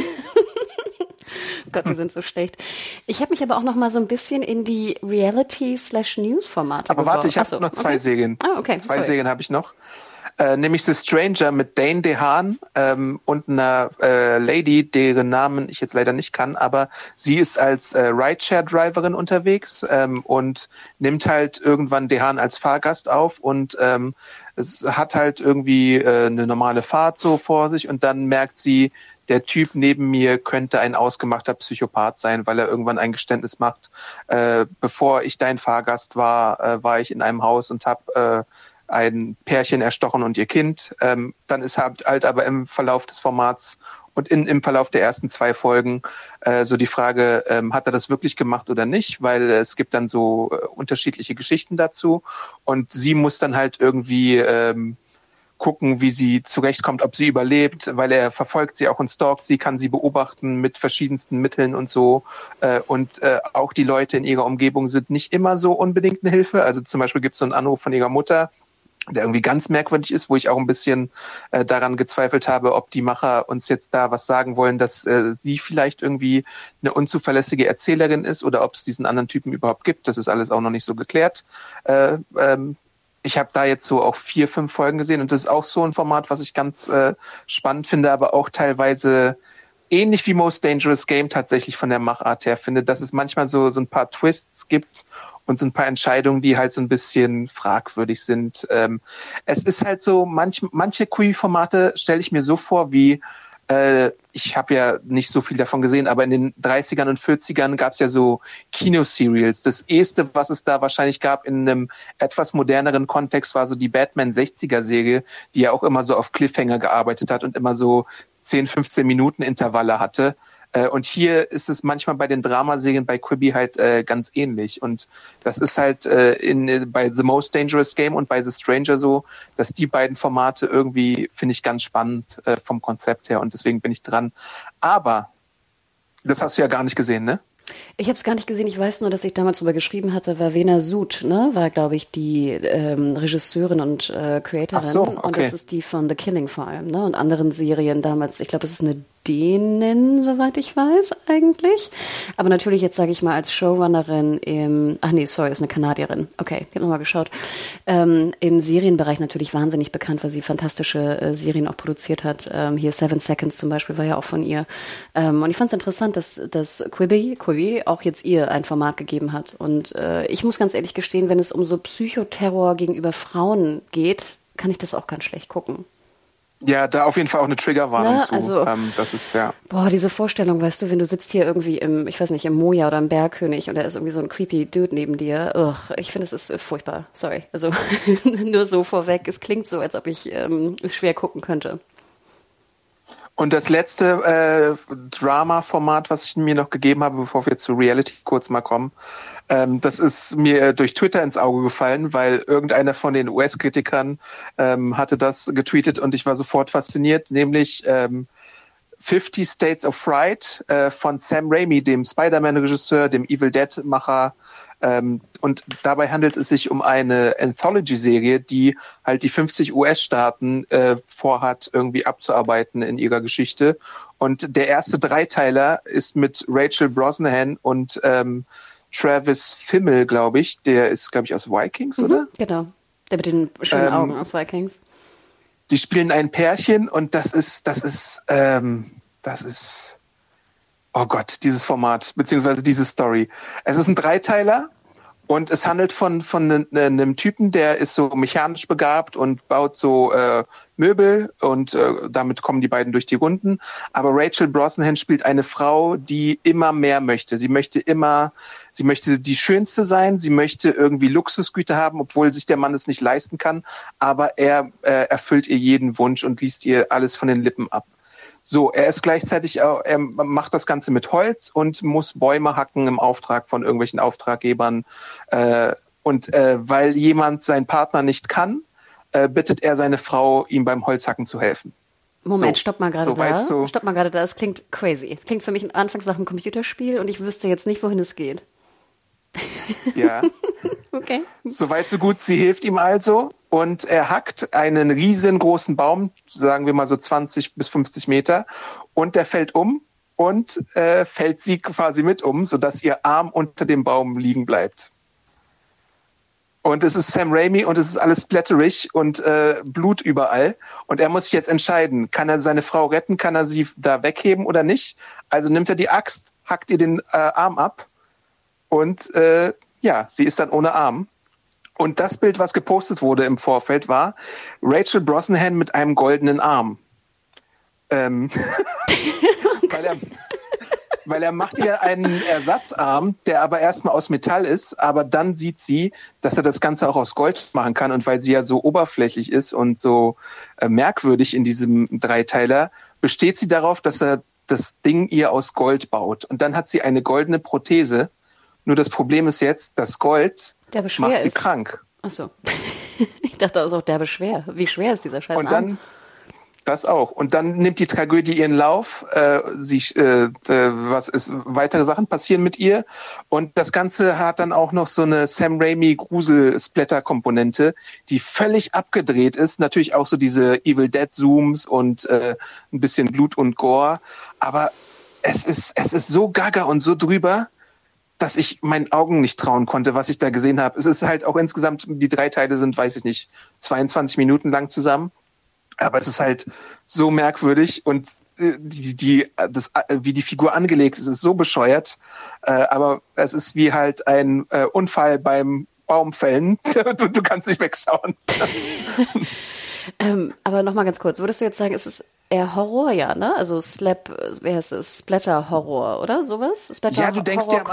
Gott, wir sind so schlecht. Ich habe mich aber auch noch mal so ein bisschen in die Reality/News-Formate Aber warte, ich habe noch zwei Serien. Ah, okay. Zwei Serien habe ich noch. Nämlich The Stranger mit Dane DeHaan und einer Lady, deren Namen ich jetzt leider nicht kann, aber sie ist als Rideshare-Driverin unterwegs und nimmt halt irgendwann DeHaan als Fahrgast auf und es hat halt irgendwie eine normale Fahrt so vor sich und dann merkt sie, der Typ neben mir könnte ein ausgemachter Psychopath sein, weil er irgendwann ein Geständnis macht. Bevor ich dein Fahrgast war, war ich in einem Haus und habe ein Pärchen erstochen und ihr Kind. Dann ist halt aber im Verlauf des Formats und im Verlauf der ersten 2 Folgen so die Frage, hat er das wirklich gemacht oder nicht? Weil es gibt dann so unterschiedliche Geschichten dazu und sie muss dann halt irgendwie gucken, wie sie zurechtkommt, ob sie überlebt, weil er verfolgt sie auch und stalkt sie, kann sie beobachten mit verschiedensten Mitteln und so. Und auch die Leute in ihrer Umgebung sind nicht immer so unbedingt eine Hilfe. Also zum Beispiel gibt es so einen Anruf von ihrer Mutter, der irgendwie ganz merkwürdig ist, wo ich auch ein bisschen daran gezweifelt habe, ob die Macher uns jetzt da was sagen wollen, dass sie vielleicht irgendwie eine unzuverlässige Erzählerin ist oder ob es diesen anderen Typen überhaupt gibt. Das ist alles auch noch nicht so geklärt. Ich habe da jetzt so auch 4, 5 Folgen gesehen und das ist auch so ein Format, was ich ganz spannend finde, aber auch teilweise ähnlich wie Most Dangerous Game tatsächlich von der Machart her finde, dass es manchmal so ein paar Twists gibt und so ein paar Entscheidungen, die halt so ein bisschen fragwürdig sind. Es ist halt so, manche Quibi-Formate stelle ich mir so vor, wie ich habe ja nicht so viel davon gesehen, aber in den 30ern und 40ern gab es ja so Kinoserials. Das erste, was es da wahrscheinlich gab in einem etwas moderneren Kontext, war so die Batman 60er-Serie, die ja auch immer so auf Cliffhanger gearbeitet hat und immer so 10, 15 Minuten Intervalle hatte. Und hier ist es manchmal bei den Dramaserien bei Quibi halt ganz ähnlich. Und das ist halt bei The Most Dangerous Game und bei The Stranger so, dass die beiden Formate irgendwie, finde ich, ganz spannend vom Konzept her. Und deswegen bin ich dran. Aber das hast du ja gar nicht gesehen, ne? Ich habe es gar nicht gesehen. Ich weiß nur, dass ich damals drüber geschrieben hatte, Verena Sud, ne, war, glaube ich, die Regisseurin und Creatorin. Ach so, okay. Und das ist die von The Killing vor allem, ne, und anderen Serien damals. Ich glaube, es ist eine Dänen, soweit ich weiß, eigentlich. Aber natürlich jetzt, sage ich mal, als Showrunnerin ist eine Kanadierin. Okay, ich habe nochmal geschaut. Im Serienbereich natürlich wahnsinnig bekannt, weil sie fantastische Serien auch produziert hat. Hier 7 Seconds zum Beispiel war ja auch von ihr. Und ich fand es interessant, dass Quibi auch jetzt ihr ein Format gegeben hat. Und ich muss ganz ehrlich gestehen, wenn es um so Psychoterror gegenüber Frauen geht, kann ich das auch ganz schlecht gucken. Ja, da auf jeden Fall auch eine Triggerwarnung zu. Also, das ist ja. Boah, diese Vorstellung, weißt du, wenn du sitzt hier irgendwie im Moja oder im Bergkönig und da ist irgendwie so ein creepy Dude neben dir. Ugh, ich finde, es ist furchtbar. Sorry. Also nur so vorweg. Es klingt so, als ob ich es schwer gucken könnte. Und das letzte Drama-Format, was ich mir noch gegeben habe, bevor wir zu Reality kurz mal kommen, das ist mir durch Twitter ins Auge gefallen, weil irgendeiner von den US-Kritikern hatte das getweetet und ich war sofort fasziniert, nämlich 50 States of Fright von Sam Raimi, dem Spider-Man-Regisseur, dem Evil Dead-Macher. Und dabei handelt es sich um eine Anthology-Serie, die halt die 50 US-Staaten vorhat, irgendwie abzuarbeiten in ihrer Geschichte. Und der erste Dreiteiler ist mit Rachel Brosnahan und Travis Fimmel, glaube ich. Der ist, glaube ich, aus Vikings, oder? Genau. Der mit den schönen Augen aus Vikings. Die spielen ein Pärchen und das ist, oh Gott, dieses Format, beziehungsweise diese Story. Es ist ein Dreiteiler und es handelt von einem Typen, der ist so mechanisch begabt und baut so Möbel und damit kommen die beiden durch die Runden. Aber Rachel Brosnahan spielt eine Frau, die immer mehr möchte. Sie möchte die Schönste sein, sie möchte irgendwie Luxusgüter haben, obwohl sich der Mann es nicht leisten kann. Aber er erfüllt ihr jeden Wunsch und liest ihr alles von den Lippen ab. So, er ist gleichzeitig auch, er macht das Ganze mit Holz und muss Bäume hacken im Auftrag von irgendwelchen Auftraggebern. Weil jemand seinen Partner nicht kann, bittet er seine Frau, ihm beim Holzhacken zu helfen. Moment, stopp mal gerade da. Es klingt crazy. Es klingt für mich anfangs nach einem Computerspiel und ich wüsste jetzt nicht, wohin es geht. Ja. Okay. Soweit so gut, sie hilft ihm also und er hackt einen riesengroßen Baum, sagen wir mal so 20 bis 50 Meter und der fällt um und fällt sie quasi mit um, sodass ihr Arm unter dem Baum liegen bleibt. Und es ist Sam Raimi und es ist alles splatterig und Blut überall. Und er muss sich jetzt entscheiden, kann er seine Frau retten, kann er sie da wegheben oder nicht? Also nimmt er die Axt, hackt ihr den Arm ab und sie ist dann ohne Arm. Und das Bild, was gepostet wurde im Vorfeld, war Rachel Brosnahan mit einem goldenen Arm. Weil er macht ihr einen Ersatzarm, der aber erstmal aus Metall ist, aber dann sieht sie, dass er das Ganze auch aus Gold machen kann. Und weil sie ja so oberflächlich ist und so merkwürdig in diesem Dreiteiler, besteht sie darauf, dass er das Ding ihr aus Gold baut. Und dann hat sie eine goldene Prothese. Nur das Problem ist jetzt, das Gold macht sie krank. Ach so. Ich dachte, das ist auch derbe schwer. Wie schwer ist dieser Scheiß Und dann, Das auch. Und dann nimmt die Tragödie ihren Lauf. Weitere Sachen passieren mit ihr. Und das Ganze hat dann auch noch so eine Sam Raimi Grusel-Splatter-Komponente, die völlig abgedreht ist. Natürlich auch so diese Evil Dead Zooms und ein bisschen Blut und Gore. Aber es ist so gaga und so drüber, dass ich meinen Augen nicht trauen konnte, was ich da gesehen habe. Es ist halt auch insgesamt, die 3 Teile sind, weiß ich nicht, 22 Minuten lang zusammen. Aber es ist halt so merkwürdig und wie die Figur angelegt ist so bescheuert. Aber es ist wie halt ein Unfall beim Baumfällen. Du kannst nicht wegschauen. Aber nochmal ganz kurz, würdest du jetzt sagen, es ist eher Horror, ja, ne? Also Splatter-Horror, oder sowas? Ja, du denkst ja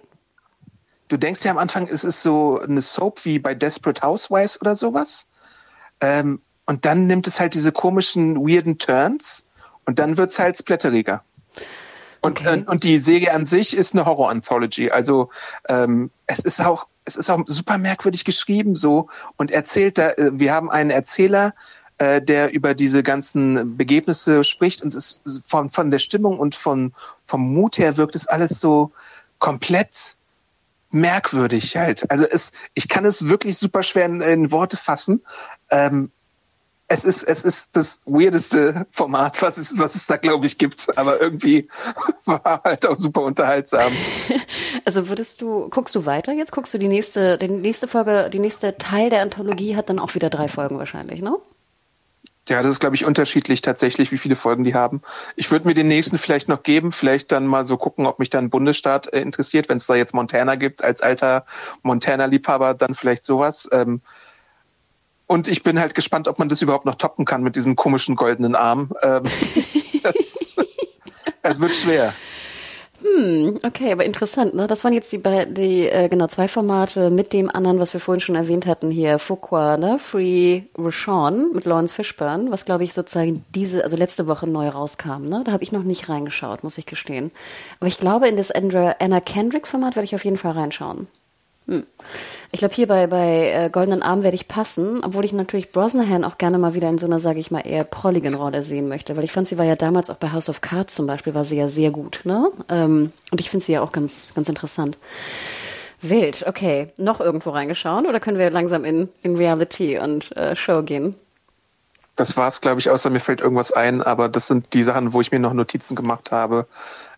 am Anfang, es ist so eine Soap wie bei Desperate Housewives oder sowas. Und dann nimmt es halt diese komischen, weirden Turns und dann wird's halt splatteriger. Und die Serie an sich ist eine Horror-Anthology. Also es ist auch super merkwürdig geschrieben so und erzählt da, wir haben einen Erzähler, der über diese ganzen Begebnisse spricht und es von der Stimmung und vom Mut her wirkt es alles so komplett merkwürdig halt. Also ich kann es wirklich super schwer in Worte fassen. Es ist das weirdeste Format, was es da, glaube ich, gibt. Aber irgendwie war halt auch super unterhaltsam. Also guckst du weiter jetzt? Guckst du die nächste Folge, die nächste Teil der Anthologie hat dann auch wieder 3 Folgen wahrscheinlich, ne? Ja, das ist, glaube ich, unterschiedlich tatsächlich, wie viele Folgen die haben. Ich würde mir den nächsten vielleicht noch geben, vielleicht dann mal so gucken, ob mich dann ein Bundesstaat interessiert. Wenn es da jetzt Montana gibt, als alter Montana-Liebhaber, dann vielleicht sowas. Und ich bin halt gespannt, ob man das überhaupt noch toppen kann mit diesem komischen goldenen Arm. Es wird schwer. Okay, aber interessant, ne? Das waren jetzt die 2 Formate mit dem anderen, was wir vorhin schon erwähnt hatten hier, Fuqua, ne? Free Rashawn mit Lawrence Fishburne, was glaube ich sozusagen letzte Woche neu rauskam, ne? Da habe ich noch nicht reingeschaut, muss ich gestehen. Aber ich glaube, in das Anna Kendrick Format werde ich auf jeden Fall reinschauen. Ich glaube, hier bei Goldenen Arm werde ich passen, obwohl ich natürlich Brosnahan auch gerne mal wieder in so einer, sage ich mal, eher prolligen Rolle sehen möchte, weil ich fand, sie war ja damals auch bei House of Cards zum Beispiel, war sie ja sehr gut, ne? Und ich finde sie ja auch ganz, ganz interessant. Wild, okay. Noch irgendwo reingeschaut oder können wir langsam in Reality und Show gehen? Das war's, glaube ich, außer mir fällt irgendwas ein, aber das sind die Sachen, wo ich mir noch Notizen gemacht habe.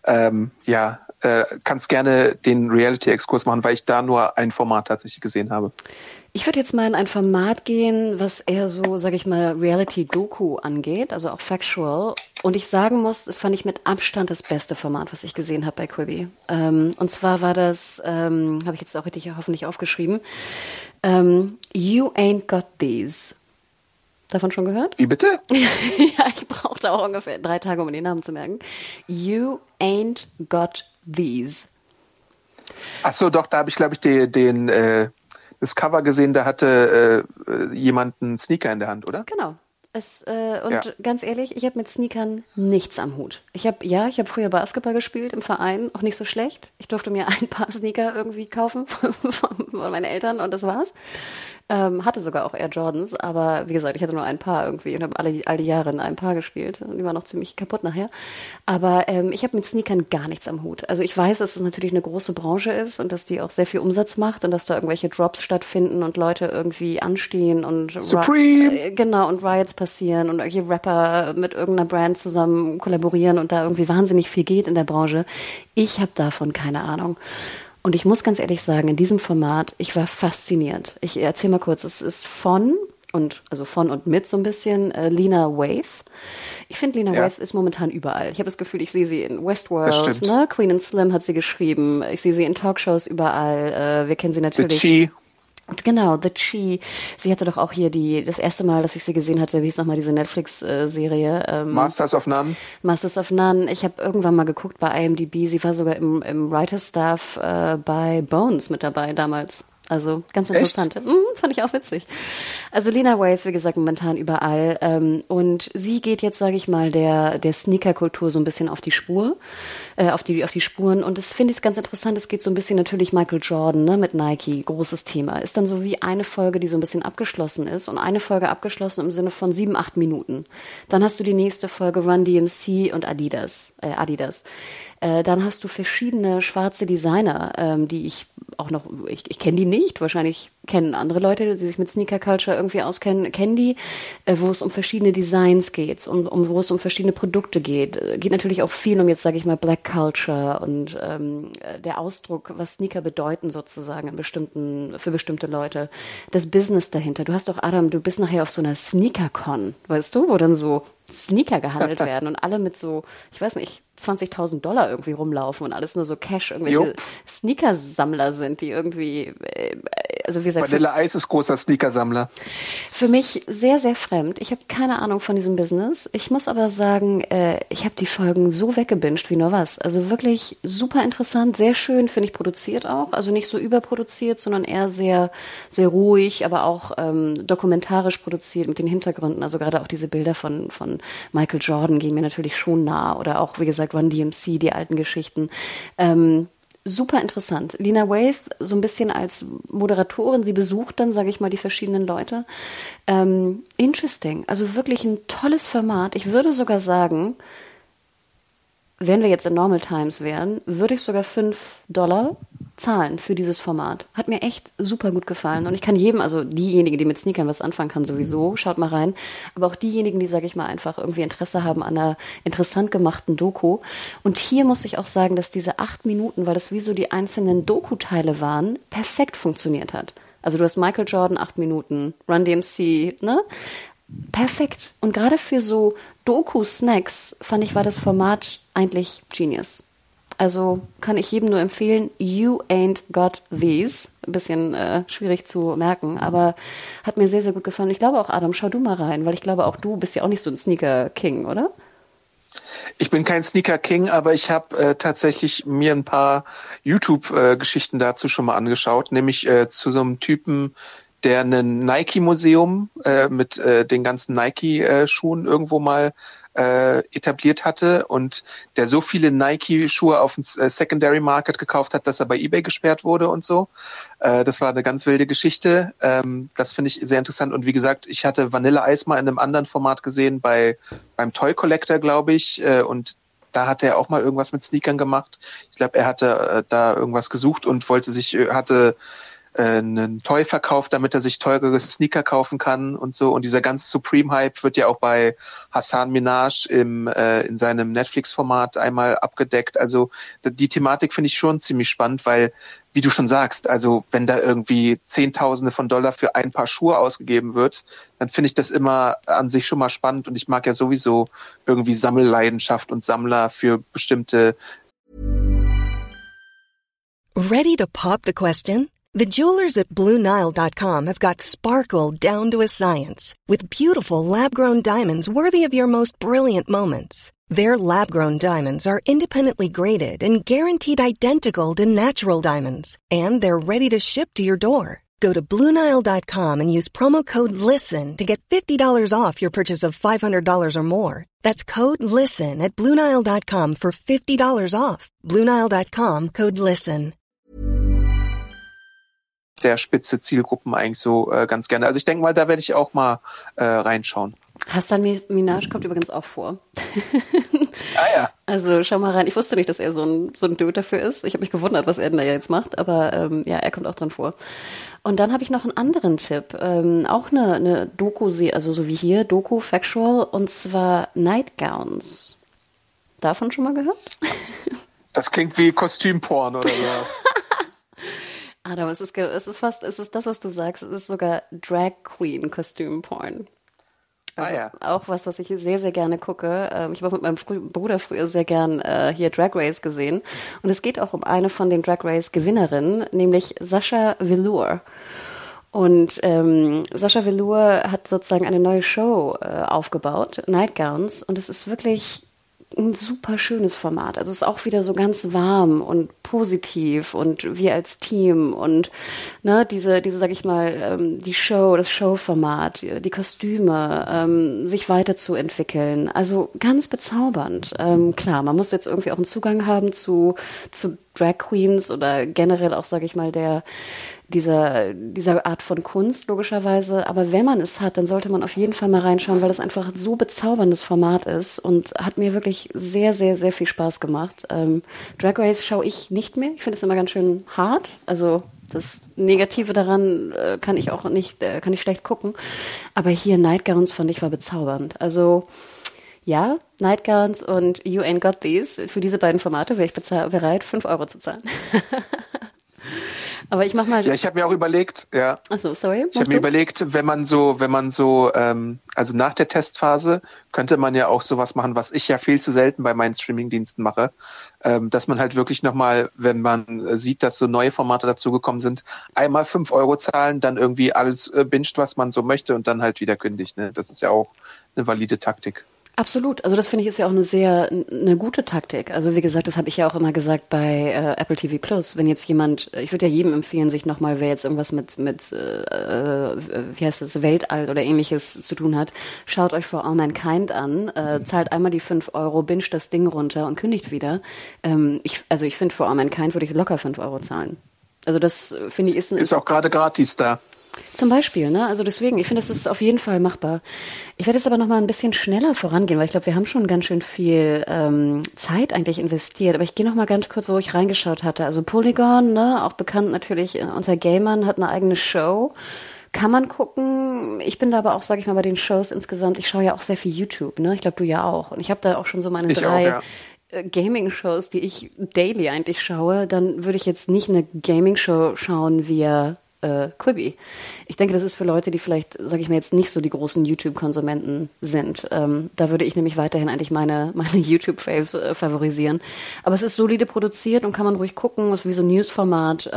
Kannst gerne den Reality-Exkurs machen, weil ich da nur ein Format tatsächlich gesehen habe. Ich würde jetzt mal in ein Format gehen, was eher so, sage ich mal, Reality-Doku angeht, also auch factual. Und ich sagen muss, das fand ich mit Abstand das beste Format, was ich gesehen habe bei Quibi. Und zwar war das, habe ich jetzt auch richtig hoffentlich aufgeschrieben, You Ain't Got These. Davon schon gehört? Wie bitte? Ja, ich brauchte auch ungefähr 3 Tage, um mir den Namen zu merken. You Ain't Got These. Ach so, doch, da habe ich, glaube ich, das Cover gesehen, da hatte jemand einen Sneaker in der Hand, oder? Genau. Ganz ehrlich, ich habe mit Sneakern nichts am Hut. Ich habe früher Basketball gespielt im Verein, auch nicht so schlecht. Ich durfte mir ein paar Sneaker irgendwie kaufen von meinen Eltern und das war's. Hatte sogar auch Air Jordans, aber wie gesagt, ich hatte nur ein Paar irgendwie und habe all die Jahre in einem Paar gespielt. Und die waren noch ziemlich kaputt nachher. Aber ich habe mit Sneakern gar nichts am Hut. Also ich weiß, dass es natürlich eine große Branche ist und dass die auch sehr viel Umsatz macht und dass da irgendwelche Drops stattfinden und Leute irgendwie anstehen und Supreme! Genau, und Riots passieren und irgendwelche Rapper mit irgendeiner Brand zusammen kollaborieren und da irgendwie wahnsinnig viel geht in der Branche. Ich habe davon keine Ahnung. Und ich muss ganz ehrlich sagen, in diesem Format, ich war fasziniert. Ich erzähle mal kurz, es ist von und mit so ein bisschen Lena Waithe. Ich finde, Lena Waithe ist momentan überall. Ich habe das Gefühl, ich sehe sie in Westworld, ne? Queen and Slim hat sie geschrieben. Ich sehe sie in Talkshows überall. Wir kennen sie natürlich. The Chi. Genau, The Chi. Sie hatte doch auch hier das erste Mal, dass ich sie gesehen hatte, wie hieß nochmal diese Netflix-Serie? Masters of None. Masters of None. Ich habe irgendwann mal geguckt bei IMDb. Sie war sogar im Writer-Staff bei Bones mit dabei damals. Also ganz interessant. Fand ich auch witzig. Also Lena Waithe, wie gesagt, momentan überall. Und sie geht jetzt, sage ich mal, der Sneaker-Kultur so ein bisschen auf die Spur, auf die Spuren. Und das finde ich ganz interessant. Es geht so ein bisschen natürlich Michael Jordan, ne, mit Nike, großes Thema. Ist dann so wie eine Folge, die so ein bisschen abgeschlossen ist. Und eine Folge abgeschlossen im Sinne von 7-8 Minuten. Dann hast du die nächste Folge Run DMC und Adidas. Dann hast du verschiedene schwarze Designer, die ich auch noch, ich kenne die nicht, wahrscheinlich kennen andere Leute, die sich mit Sneaker Culture irgendwie auskennen, kennen die, wo es um verschiedene Designs geht, wo es um verschiedene Produkte geht. Geht natürlich auch viel um jetzt, sage ich mal, Black Culture und der Ausdruck, was Sneaker bedeuten sozusagen für bestimmte Leute. Das Business dahinter. Du hast doch, Adam, du bist nachher auf so einer Sneaker-Con, weißt du, wo dann so Sneaker gehandelt werden und alle mit so, ich weiß nicht, $20.000 irgendwie rumlaufen und alles nur so Cash, irgendwelche Sneakersammler sind, die irgendwie, also wie gesagt. Vanilla Eis ist großer Sneakersammler. Für mich sehr, sehr fremd. Ich habe keine Ahnung von diesem Business. Ich muss aber sagen, ich habe die Folgen so weggebinged wie nur was. Also wirklich super interessant, sehr schön, finde ich, produziert auch. Also nicht so überproduziert, sondern eher sehr, sehr ruhig, aber auch dokumentarisch produziert mit den Hintergründen. Also gerade auch diese Bilder von Michael Jordan gehen mir natürlich schon nah. Oder auch, wie gesagt, Run DMC, die alten Geschichten. Super interessant. Lena Waithe so ein bisschen als Moderatorin, sie besucht dann, sage ich mal, die verschiedenen Leute. Interesting, also wirklich ein tolles Format. Ich würde sogar sagen, wenn wir jetzt in Normal Times wären, würde ich sogar $5 zahlen für dieses Format. Hat mir echt super gut gefallen. Und ich kann jedem, also diejenigen, die mit Sneakern was anfangen kann, sowieso, schaut mal rein. Aber auch diejenigen, die, sage ich mal, einfach irgendwie Interesse haben an einer interessant gemachten Doku. Und hier muss ich auch sagen, dass diese 8 Minuten, weil das wie so die einzelnen Doku-Teile waren, perfekt funktioniert hat. Also du hast Michael Jordan 8 Minuten, Run DMC, ne? Perfekt. Und gerade für so Doku-Snacks, fand ich, war das Format eigentlich genius. Also kann ich jedem nur empfehlen, You Ain't Got These. Ein bisschen schwierig zu merken, aber hat mir sehr, sehr gut gefallen. Ich glaube auch, Adam, schau du mal rein, weil ich glaube auch, du bist ja auch nicht so ein Sneaker-King, oder? Ich bin kein Sneaker-King, aber ich habe tatsächlich mir ein paar YouTube-Geschichten dazu schon mal angeschaut, nämlich zu so einem Typen, der ein Nike-Museum mit den ganzen Nike-Schuhen irgendwo mal etabliert hatte und der so viele Nike-Schuhe auf dem Secondary Market gekauft hat, dass er bei eBay gesperrt wurde und so. Das war eine ganz wilde Geschichte. Das finde ich sehr interessant. Und wie gesagt, ich hatte Vanilla Eis mal in einem anderen Format gesehen, beim Toy Collector, glaube ich. Und da hat er auch mal irgendwas mit Sneakern gemacht. Ich glaube, er hatte da irgendwas gesucht und hatte einen Toy verkauft, damit er sich teurere Sneaker kaufen kann und so. Und dieser ganze Supreme-Hype wird ja auch bei Hassan Minhaj in seinem Netflix-Format einmal abgedeckt. Also die Thematik finde ich schon ziemlich spannend, weil, wie du schon sagst, also wenn da irgendwie Zehntausende von Dollar für ein Paar Schuhe ausgegeben wird, dann finde ich das immer an sich schon mal spannend. Und ich mag ja sowieso irgendwie Sammelleidenschaft und Sammler für bestimmte. Ready to pop the question? The jewelers at BlueNile.com have got sparkle down to a science with beautiful lab-grown diamonds worthy of your most brilliant moments. Their lab-grown diamonds are independently graded and guaranteed identical to natural diamonds, and they're ready to ship to your door. Go to BlueNile.com and use promo code LISTEN to get $50 off your purchase of $500 or more. That's code LISTEN at BlueNile.com for $50 off. BlueNile.com, code LISTEN. Der spitze Zielgruppen eigentlich so ganz gerne. Also ich denke mal, da werde ich auch mal reinschauen. Hassan Minhaj kommt übrigens auch vor. Ja. Also schau mal rein. Ich wusste nicht, dass er so ein Dude dafür ist. Ich habe mich gewundert, was er denn da jetzt macht, aber er kommt auch drin vor. Und dann habe ich noch einen anderen Tipp. Auch eine Doku-Serie, also so wie hier, Doku-Factual, und zwar Nightgowns. Davon schon mal gehört? Das klingt wie Kostümporn oder sowas. Adam, es ist das, was du sagst. Es ist sogar Drag Queen Kostümporn. Also auch was ich sehr, sehr gerne gucke. Ich habe auch mit meinem Bruder früher sehr gern hier Drag Race gesehen. Und es geht auch um eine von den Drag Race Gewinnerinnen, nämlich Sasha Velour. Und Sasha Velour hat sozusagen eine neue Show aufgebaut, Nightgowns. Und es ist wirklich ein super schönes Format. Also es ist auch wieder so ganz warm und positiv und wir als Team und ne, diese, sag ich mal, die Show, das Showformat, die Kostüme, sich weiterzuentwickeln. Also ganz bezaubernd. Klar, man muss jetzt irgendwie auch einen Zugang haben zu Drag Queens oder generell auch, sag ich mal, dieser Art von Kunst, logischerweise. Aber wenn man es hat, dann sollte man auf jeden Fall mal reinschauen, weil das einfach so bezauberndes Format ist und hat mir wirklich sehr, sehr, sehr viel Spaß gemacht. Drag Race schaue ich nicht mehr. Ich finde es immer ganz schön hart. Also das Negative daran kann ich schlecht gucken. Aber hier Nightgowns fand ich war bezaubernd. Also ja, Nightgowns und You Ain't Got These. Für diese beiden Formate wäre ich bereit, 5 Euro zu zahlen. Aber ich mach mal. Ja, ich habe mir auch überlegt, ja. Achso, sorry. Ich habe mir überlegt, wenn man so, also nach der Testphase könnte man ja auch sowas machen, was ich ja viel zu selten bei meinen Streamingdiensten mache, dass man halt wirklich nochmal, wenn man sieht, dass so neue Formate dazugekommen sind, einmal 5 Euro zahlen, dann irgendwie alles binscht, was man so möchte und dann halt wieder kündigt. Ne? Das ist ja auch eine valide Taktik. Absolut. Also das finde ich ist ja auch eine gute Taktik. Also wie gesagt, das habe ich ja auch immer gesagt bei Apple TV Plus. Wenn jetzt jemand, ich würde ja jedem empfehlen, sich nochmal, wer jetzt irgendwas mit wie heißt das, Weltall oder ähnliches zu tun hat, schaut euch For All Mankind an, zahlt einmal die 5 Euro, binscht das Ding runter und kündigt wieder. Ich finde For All Mankind würde ich locker 5 Euro zahlen. Also das finde ich ist auch gerade gratis da. Zum Beispiel, ne? Also deswegen, ich finde, das ist auf jeden Fall machbar. Ich werde jetzt aber noch mal ein bisschen schneller vorangehen, weil ich glaube, wir haben schon ganz schön viel Zeit eigentlich investiert. Aber ich gehe noch mal ganz kurz, wo ich reingeschaut hatte. Also Polygon, ne? Auch bekannt natürlich unter Gamern, hat eine eigene Show. Kann man gucken. Ich bin da aber auch, sage ich mal, bei den Shows insgesamt, ich schaue ja auch sehr viel YouTube, ne? Ich glaube, du ja auch. Und ich habe da auch schon so meine 3 Gaming-Shows, die ich daily eigentlich schaue. Dann würde ich jetzt nicht eine Gaming-Show schauen wie Quibi. Ich denke, das ist für Leute, die vielleicht, sage ich mal, jetzt nicht so die großen YouTube-Konsumenten sind. Da würde ich nämlich weiterhin eigentlich meine YouTube-Faves favorisieren. Aber es ist solide produziert und kann man ruhig gucken. Es ist wie so ein News-Format.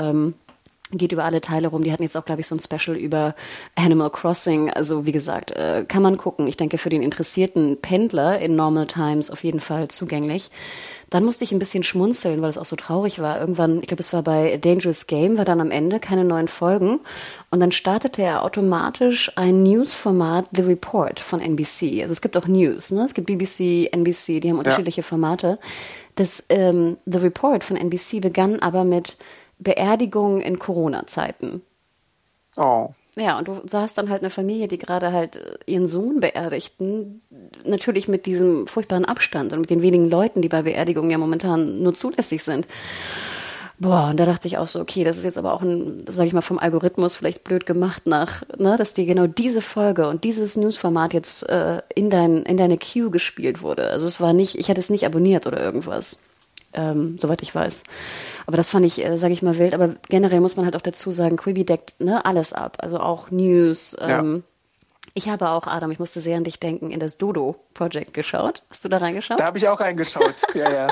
Geht über alle Teile rum. Die hatten jetzt auch, glaube ich, so ein Special über Animal Crossing. Also wie gesagt, kann man gucken. Ich denke, für den interessierten Pendler in Normal Times auf jeden Fall zugänglich. Dann musste ich ein bisschen schmunzeln, weil es auch so traurig war. Irgendwann, ich glaube, es war bei A Dangerous Game, war dann am Ende keine neuen Folgen. Und dann startete er automatisch ein News-Format, The Report von NBC. Also es gibt auch News, ne? Es gibt BBC, NBC, die haben unterschiedliche Formate. Das The Report von NBC begann aber mit Beerdigungen in Corona-Zeiten. Oh. Ja, und du sahst dann halt eine Familie, die gerade halt ihren Sohn beerdigten, natürlich mit diesem furchtbaren Abstand und mit den wenigen Leuten, die bei Beerdigungen ja momentan nur zulässig sind. Boah, und da dachte ich auch so, okay, das ist jetzt aber auch sag ich mal, vom Algorithmus vielleicht blöd gemacht dass dir genau diese Folge und dieses Newsformat jetzt in deine Queue gespielt wurde. Also es war nicht, ich hatte es nicht abonniert oder irgendwas. Soweit ich weiß. Aber das fand ich, sage ich mal, wild. Aber generell muss man halt auch dazu sagen, Quibi deckt alles ab. Also auch News. Ich habe auch, Adam, ich musste sehr an dich denken, in das Dodo-Project geschaut. Hast du da reingeschaut? Da habe ich auch reingeschaut, ja.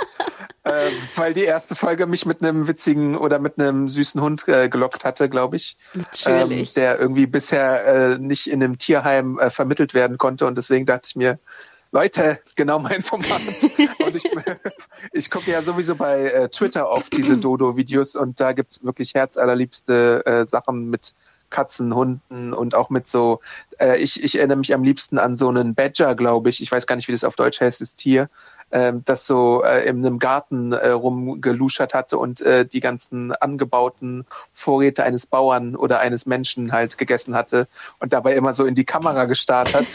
Weil die erste Folge mich mit einem witzigen oder mit einem süßen Hund gelockt hatte, glaube ich. Natürlich. Der irgendwie bisher nicht in einem Tierheim vermittelt werden konnte. Und deswegen dachte ich mir, Leute, genau mein Format. Und ich gucke ja sowieso bei Twitter auf diese Dodo-Videos und da gibt's wirklich herzallerliebste Sachen mit Katzen, Hunden und auch mit so, ich erinnere mich am liebsten an so einen Badger, glaube ich. Ich weiß gar nicht, wie das auf Deutsch heißt, das Tier, das so in einem Garten rumgeluschert hatte und die ganzen angebauten Vorräte eines Bauern oder eines Menschen halt gegessen hatte und dabei immer so in die Kamera gestarrt hat.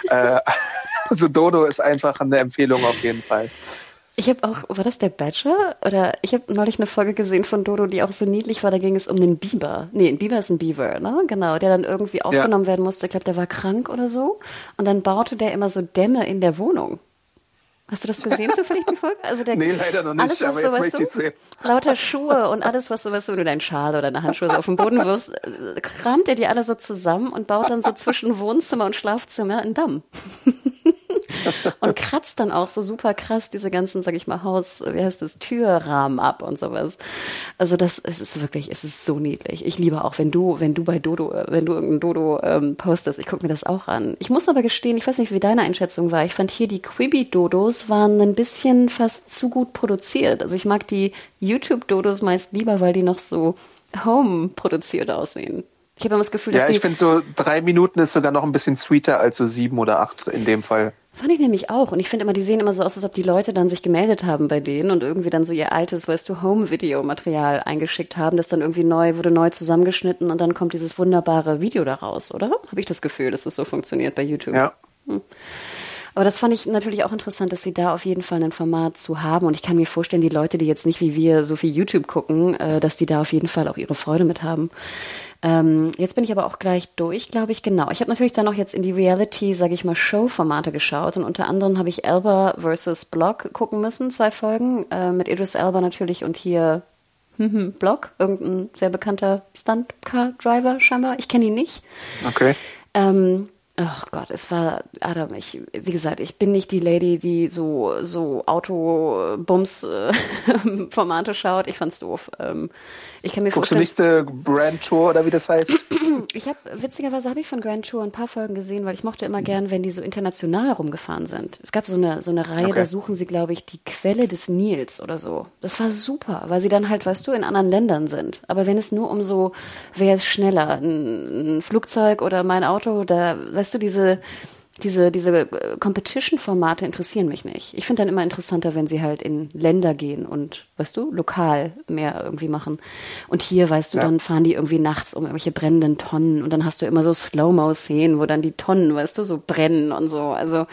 Also Dodo ist einfach eine Empfehlung auf jeden Fall. Ich habe auch, war das der Badger? Oder ich habe neulich eine Folge gesehen von Dodo, die auch so niedlich war, da ging es um den Biber. Nee, ein Biber ist ein Beaver, ne? Genau, der dann irgendwie aufgenommen werden musste. Ich glaube, der war krank oder so. Und dann baute der immer so Dämme in der Wohnung. Hast du das gesehen zufällig, die Folge? Also nee, leider noch nicht, alles, aber jetzt möchte ich sehen. Lauter Schuhe und alles, was wenn du deinen Schal oder eine Handschuhe so auf den Boden wirfst, kramt er die alle so zusammen und baut dann so zwischen Wohnzimmer und Schlafzimmer einen Damm. und kratzt dann auch so super krass diese ganzen, sag ich mal, Türrahmen ab und sowas. Also es ist so niedlich. Ich liebe auch, wenn du irgendein Dodo postest, ich gucke mir das auch an. Ich muss aber gestehen, ich weiß nicht, wie deine Einschätzung war. Ich fand hier die Quibi-Dodos waren ein bisschen fast zu gut produziert. Also ich mag die YouTube-Dodos meist lieber, weil die noch so home produziert aussehen. Ich habe immer das Gefühl, dass ich finde so 3 Minuten ist sogar noch ein bisschen sweeter als so 7 oder 8 in dem Fall. Fand ich nämlich auch. Und ich finde immer, die sehen immer so aus, als ob die Leute dann sich gemeldet haben bei denen und irgendwie dann so ihr altes, Home-Video-Material eingeschickt haben, das dann irgendwie wurde neu zusammengeschnitten und dann kommt dieses wunderbare Video daraus, oder? Habe ich das Gefühl, dass es so funktioniert bei YouTube. Ja. Aber das fand ich natürlich auch interessant, dass sie da auf jeden Fall ein Format zu haben. Und ich kann mir vorstellen, die Leute, die jetzt nicht wie wir so viel YouTube gucken, dass die da auf jeden Fall auch ihre Freude mit haben. Jetzt bin ich aber auch gleich durch, glaube ich, genau. Ich habe natürlich dann noch jetzt in die Reality, sage ich mal, Show-Formate geschaut und unter anderem habe ich Elba vs. Block gucken müssen, 2 Folgen, mit Idris Elba natürlich und hier Block, irgendein sehr bekannter Stunt-Car-Driver scheinbar. Ich kenne ihn nicht. Okay. Ach Gott, es war, Adam, wie gesagt, ich bin nicht die Lady, die so Auto-Bums-Formate schaut. Ich fand's doof. Ich kann mir Guckst du vorstellen, nicht Grand Tour oder wie das heißt? Witzigerweise habe ich von Grand Tour ein paar Folgen gesehen, weil ich mochte immer gern, wenn die so international rumgefahren sind. Es gab so eine Reihe, da suchen sie, glaube ich, die Quelle des Nils oder so. Das war super, weil sie dann halt, weißt du, in anderen Ländern sind. Aber wenn es nur um so, wer ist schneller, ein Flugzeug oder mein Auto, da, weißt du, diese Competition-Formate interessieren mich nicht. Ich finde dann immer interessanter, wenn sie halt in Länder gehen und, weißt du, lokal mehr irgendwie machen. Und hier, weißt du, dann fahren die irgendwie nachts um irgendwelche brennenden Tonnen und dann hast du immer so Slow-Mo-Szenen, wo dann die Tonnen, weißt du, so brennen und so. Also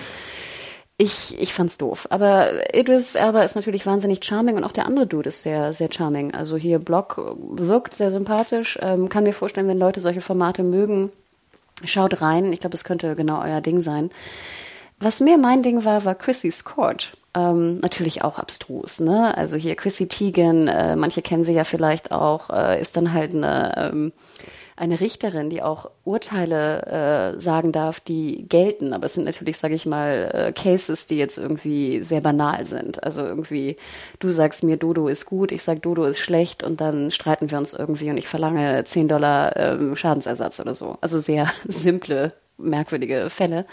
ich fand's doof. Aber Idris Elba ist natürlich wahnsinnig charming und auch der andere Dude ist sehr, sehr charming. Also hier Block wirkt sehr sympathisch. Kann mir vorstellen, wenn Leute solche Formate mögen, schaut rein, ich glaube, es könnte genau euer Ding sein. Was mehr mein Ding war Chrissy's Court. Natürlich auch abstrus, ne? Also hier Chrissy Teigen, manche kennen sie ja vielleicht auch, ist dann halt eine Richterin, die auch Urteile sagen darf, die gelten. Aber es sind natürlich, sage ich mal, Cases, die jetzt irgendwie sehr banal sind. Also irgendwie, du sagst mir, Dodo ist gut, ich sag, Dodo ist schlecht und dann streiten wir uns irgendwie und ich verlange $10 Schadensersatz oder so. Also sehr simple, merkwürdige Fälle.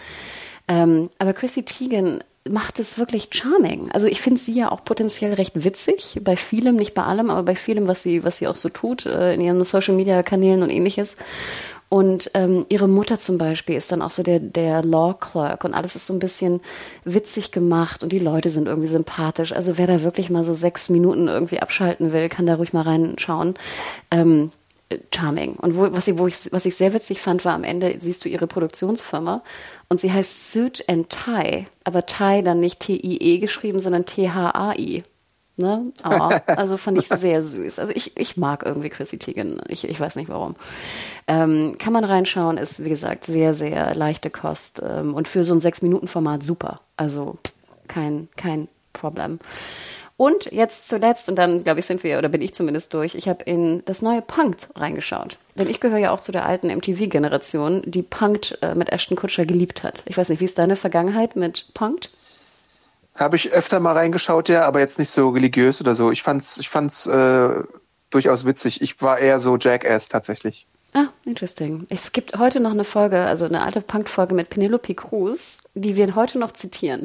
Aber Chrissy Teigen macht es wirklich charming. Also ich finde sie ja auch potenziell recht witzig, bei vielem, nicht bei allem, aber bei vielem, was sie auch so tut, in ihren Social-Media-Kanälen und ähnliches. Und ihre Mutter zum Beispiel ist dann auch so der Law Clerk und alles ist so ein bisschen witzig gemacht und die Leute sind irgendwie sympathisch. Also wer da wirklich mal so 6 Minuten irgendwie abschalten will, kann da ruhig mal reinschauen. Charming. Und was ich sehr witzig fand, war am Ende siehst du ihre Produktionsfirma und sie heißt Suit and Tie, aber Tie dann nicht T-I-E geschrieben, sondern T-H-A-I. Ne? Oh, also fand ich sehr süß. Also ich mag irgendwie Chrissy Teigen. Ich weiß nicht warum. Kann man reinschauen, ist wie gesagt sehr, sehr leichte Kost und für so ein 6-Minuten-Format super. Also kein Problem. Und jetzt zuletzt, und dann, glaube ich, bin ich zumindest durch, ich habe in das neue Punk'd reingeschaut. Denn ich gehöre ja auch zu der alten MTV-Generation, die Punk'd mit Ashton Kutcher geliebt hat. Ich weiß nicht, wie ist deine Vergangenheit mit Punk'd? Habe ich öfter mal reingeschaut, ja, aber jetzt nicht so religiös oder so. Ich fand's durchaus witzig. Ich war eher so Jackass tatsächlich. Ah, interesting. Es gibt heute noch eine Folge, also eine alte Punk'd-Folge mit Penelope Cruz, die wir heute noch zitieren.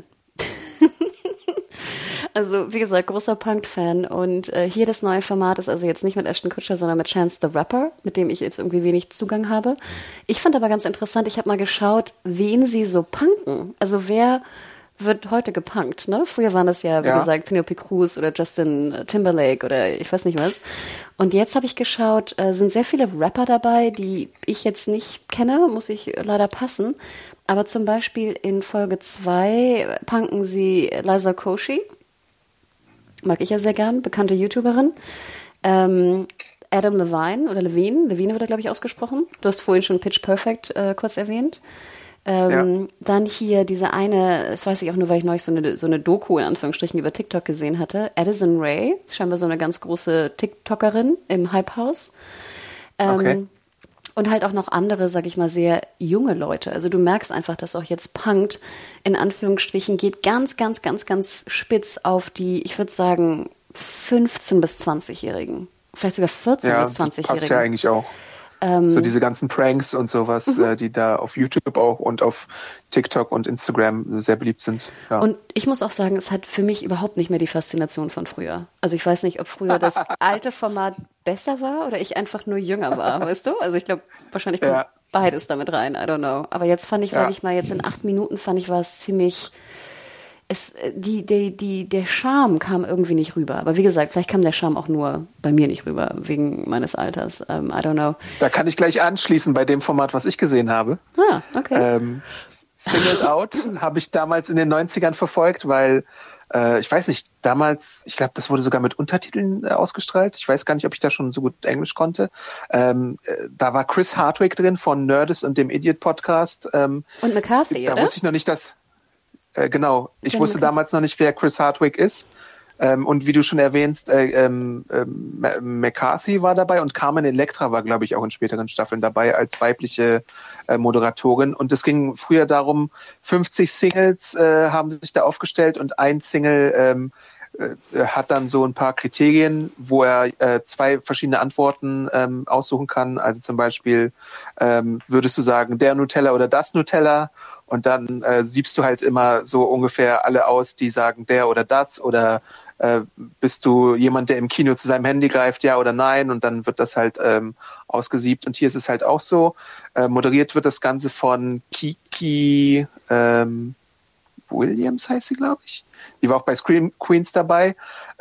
Also, wie gesagt, großer Punk'd-Fan und hier das neue Format ist also jetzt nicht mit Ashton Kutcher, sondern mit Chance the Rapper, mit dem ich jetzt irgendwie wenig Zugang habe. Ich fand aber ganz interessant, ich habe mal geschaut, wen sie so punken. Also wer wird heute gepunkt, ne? Früher waren das ja, wie gesagt, Penelope Cruz oder Justin Timberlake oder ich weiß nicht was. Und jetzt habe ich geschaut, sind sehr viele Rapper dabei, die ich jetzt nicht kenne, muss ich leider passen. Aber zum Beispiel in Folge 2 punken sie Liza Koshy. Mag ich ja sehr gern, bekannte YouTuberin. Adam Levine Levine wird er, glaube ich, ausgesprochen. Du hast vorhin schon Pitch Perfect kurz erwähnt. Dann hier diese eine, das weiß ich auch nur, weil ich neulich so eine Doku in Anführungsstrichen über TikTok gesehen hatte. Addison Rae, scheinbar so eine ganz große TikTokerin im Hype House. Okay. Und halt auch noch andere, sag ich mal, sehr junge Leute. Also du merkst einfach, dass auch jetzt Punk'd, in Anführungsstrichen, geht ganz, ganz, ganz, ganz spitz auf die, ich würde sagen, 15- bis 20-Jährigen. Vielleicht sogar 14- bis 20-Jährigen. Ja, passt ja eigentlich auch. So diese ganzen Pranks und sowas, die da auf YouTube auch und auf TikTok und Instagram sehr beliebt sind. Ja. Und ich muss auch sagen, es hat für mich überhaupt nicht mehr die Faszination von früher. Also ich weiß nicht, ob früher das alte Format besser war oder ich einfach nur jünger war, weißt du? Also ich glaube, wahrscheinlich kommt beides damit rein, I don't know. Aber jetzt fand ich, sage ich mal, jetzt in 8 Minuten fand ich, war es ziemlich... der Charme kam irgendwie nicht rüber. Aber wie gesagt, vielleicht kam der Charme auch nur bei mir nicht rüber, wegen meines Alters. I don't know. Da kann ich gleich anschließen bei dem Format, was ich gesehen habe. Ah, okay. Singled Out habe ich damals in den 90ern verfolgt, weil, ich weiß nicht, damals, ich glaube, das wurde sogar mit Untertiteln ausgestrahlt. Ich weiß gar nicht, ob ich da schon so gut Englisch konnte. Da war Chris Hardwick drin von Nerdist und dem Idiot Podcast. Und McCarthy, da oder? wusste ich noch nicht, dass... Genau, ich wusste damals noch nicht, wer Chris Hardwick ist. Und wie du schon erwähnst, McCarthy war dabei und Carmen Electra war, glaube ich, auch in späteren Staffeln dabei als weibliche Moderatorin. Und es ging früher darum, 50 Singles haben sich da aufgestellt und ein Single hat dann so ein paar Kriterien, wo er 2 verschiedene Antworten aussuchen kann. Also zum Beispiel, würdest du sagen, der Nutella oder das Nutella? Und dann siebst du halt immer so ungefähr alle aus, die sagen der oder das, oder bist du jemand, der im Kino zu seinem Handy greift, ja oder nein, und dann wird das halt ausgesiebt. Und hier ist es halt auch so. Moderiert wird das Ganze von Kiki Williams, heißt sie, glaube ich. Die war auch bei Scream Queens dabei.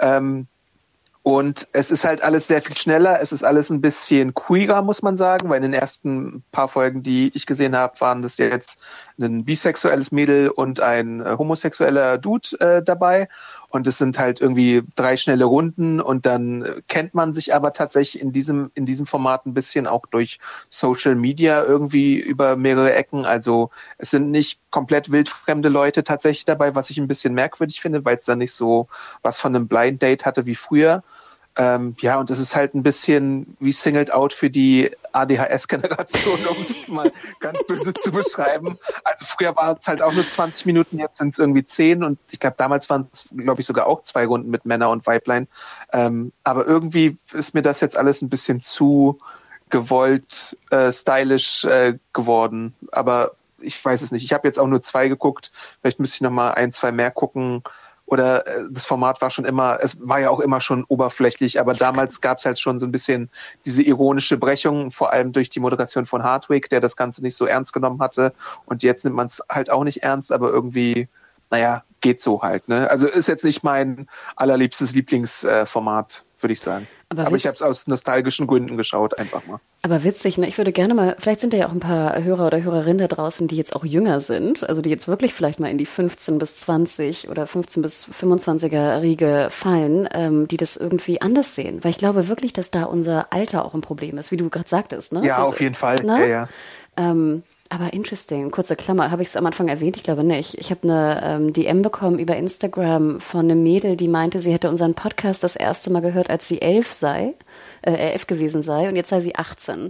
Und es ist halt alles sehr viel schneller. Es ist alles ein bisschen queerer, muss man sagen, weil in den ersten paar Folgen, die ich gesehen habe, waren das jetzt ein bisexuelles Mädel und ein homosexueller Dude dabei. Und es sind halt irgendwie 3 schnelle Runden und dann kennt man sich aber tatsächlich in diesem Format ein bisschen auch durch Social Media irgendwie über mehrere Ecken. Also es sind nicht komplett wildfremde Leute tatsächlich dabei, was ich ein bisschen merkwürdig finde, weil es da nicht so was von einem Blind Date hatte wie früher. Ja, und es ist halt ein bisschen wie Singled Out für die ADHS-Generation, um es mal ganz böse zu beschreiben. Also früher war es halt auch nur 20 Minuten, jetzt sind es irgendwie 10 und ich glaube, damals waren es, glaube ich, sogar auch 2 Runden mit Männer und Weiblein. Aber irgendwie ist mir das jetzt alles ein bisschen zu gewollt, stylisch geworden. Aber ich weiß es nicht. Ich habe jetzt auch nur 2 geguckt. Vielleicht müsste ich noch mal 1, 2 mehr gucken. Oder das Format war schon immer, es war ja auch immer schon oberflächlich, aber damals gab es halt schon so ein bisschen diese ironische Brechung, vor allem durch die Moderation von Hardwick, der das Ganze nicht so ernst genommen hatte. Und jetzt nimmt man es halt auch nicht ernst, aber irgendwie, naja, geht so halt. Ne? Also ist jetzt nicht mein allerliebstes Lieblingsformat, würde ich sagen. Aber ich habe es aus nostalgischen Gründen geschaut, einfach mal. Aber witzig, ne? Ich würde gerne mal, vielleicht sind da ja auch ein paar Hörer oder Hörerinnen da draußen, die jetzt auch jünger sind, also die jetzt wirklich vielleicht mal in die 15 bis 20 oder 15 bis 25er Riege fallen, die das irgendwie anders sehen. Weil ich glaube wirklich, dass da unser Alter auch ein Problem ist, wie du gerade sagtest. Ne? Ja, auf jeden Fall. Ne? Ja. Aber interesting, kurze Klammer, habe ich es am Anfang erwähnt? Ich glaube nicht. Ich habe eine DM bekommen über Instagram von einem Mädel, die meinte, sie hätte unseren Podcast das erste Mal gehört, als sie 11 gewesen sei und jetzt sei sie 18.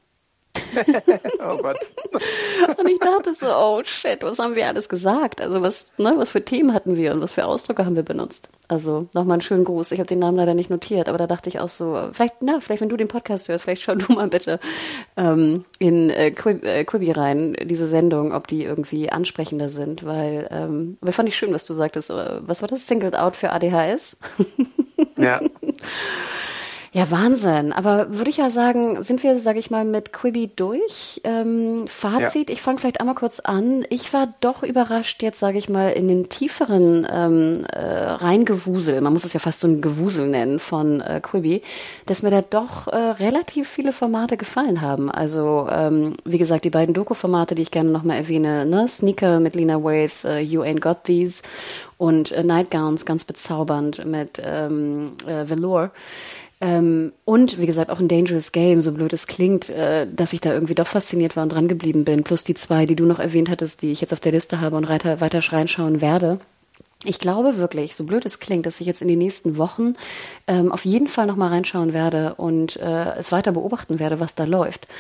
Oh Gott. Und ich dachte so, oh shit, was haben wir alles gesagt? Also was für Themen hatten wir und was für Ausdrücke haben wir benutzt? Also nochmal einen schönen Gruß. Ich habe den Namen leider nicht notiert, aber da dachte ich auch so, vielleicht wenn du den Podcast hörst, vielleicht schau du mal bitte in Quibi rein, diese Sendung, ob die irgendwie ansprechender sind, weil fand ich schön, was du sagtest. Was war das? Singled Out für ADHS? Ja. Ja, Wahnsinn. Aber würde ich ja sagen, sind wir, sage ich mal, mit Quibi durch? Fazit, ja. Ich fange vielleicht einmal kurz an. Ich war doch überrascht jetzt, sage ich mal, in den tieferen Reingewusel, man muss es ja fast so ein Gewusel nennen von Quibi, dass mir da doch relativ viele Formate gefallen haben. Also, wie gesagt, die beiden Doku-Formate, die ich gerne nochmal erwähne, ne? Sneaker mit Lena Waithe, You Ain't Got These und Nightgowns, ganz bezaubernd mit Velour. Und wie gesagt, auch ein Dangerous Game, so blöd es klingt, dass ich da irgendwie doch fasziniert war und dran geblieben bin, plus die 2, die du noch erwähnt hattest, die ich jetzt auf der Liste habe und weiter reinschauen werde. Ich glaube wirklich, so blöd es klingt, dass ich jetzt in den nächsten Wochen auf jeden Fall nochmal reinschauen werde und es weiter beobachten werde, was da läuft.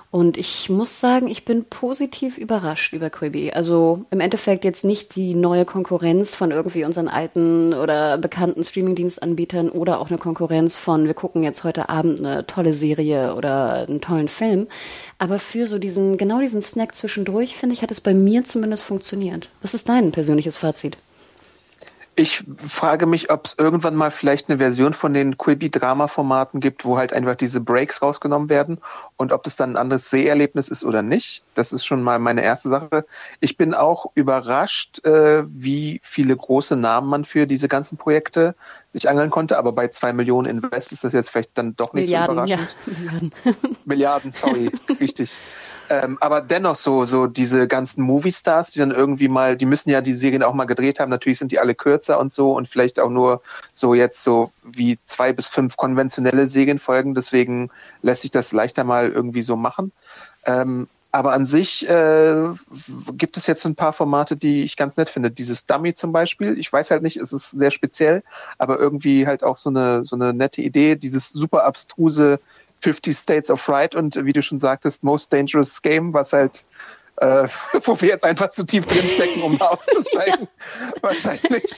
Und ich muss sagen, ich bin positiv überrascht über Quibi. Also im Endeffekt jetzt nicht die neue Konkurrenz von irgendwie unseren alten oder bekannten Streamingdienstanbietern oder auch eine Konkurrenz von, wir gucken jetzt heute Abend eine tolle Serie oder einen tollen Film. Aber für so diesen Snack zwischendurch, finde ich, hat es bei mir zumindest funktioniert. Was ist dein persönliches Fazit? Ich frage mich, ob es irgendwann mal vielleicht eine Version von den Quibi-Drama-Formaten gibt, wo halt einfach diese Breaks rausgenommen werden und ob das dann ein anderes Seherlebnis ist oder nicht. Das ist schon mal meine erste Sache. Ich bin auch überrascht, wie viele große Namen man für diese ganzen Projekte sich angeln konnte, aber bei 2 Millionen Invest ist das jetzt vielleicht dann doch nicht Milliarden, so überraschend. Ja, Milliarden. Milliarden, sorry, richtig. Aber dennoch so diese ganzen Movie-Stars, die dann irgendwie mal, die müssen ja die Serien auch mal gedreht haben, natürlich sind die alle kürzer und so und vielleicht auch nur so jetzt so wie 2 bis 5 konventionelle Serienfolgen, deswegen lässt sich das leichter mal irgendwie so machen. Aber an sich gibt es jetzt ein paar Formate, die ich ganz nett finde. Dieses Dummy zum Beispiel, ich weiß halt nicht, es ist sehr speziell, aber irgendwie halt auch so eine nette Idee, dieses super abstruse 50 States of Fright und wie du schon sagtest, Most Dangerous Game, was halt, wo wir jetzt einfach zu tief drin stecken, um da auszusteigen, wahrscheinlich.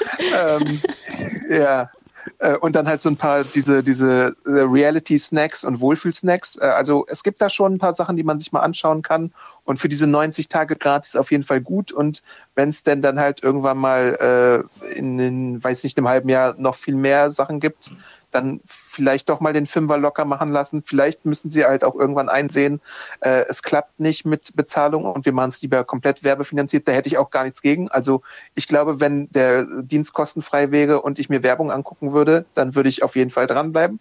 Ja. Und dann halt so ein paar diese Reality-Snacks und Wohlfühl-Snacks. Also es gibt da schon ein paar Sachen, die man sich mal anschauen kann. Und für diese 90 Tage gratis auf jeden Fall gut. Und wenn es denn dann halt irgendwann mal in, weiß nicht, einem halben Jahr noch viel mehr Sachen gibt, dann vielleicht doch mal den Fünfer locker machen lassen. Vielleicht müssen sie halt auch irgendwann einsehen, es klappt nicht mit Bezahlung und wir machen es lieber komplett werbefinanziert. Da hätte ich auch gar nichts gegen. Also ich glaube, wenn der Dienst kostenfrei wäre und ich mir Werbung angucken würde, dann würde ich auf jeden Fall dranbleiben.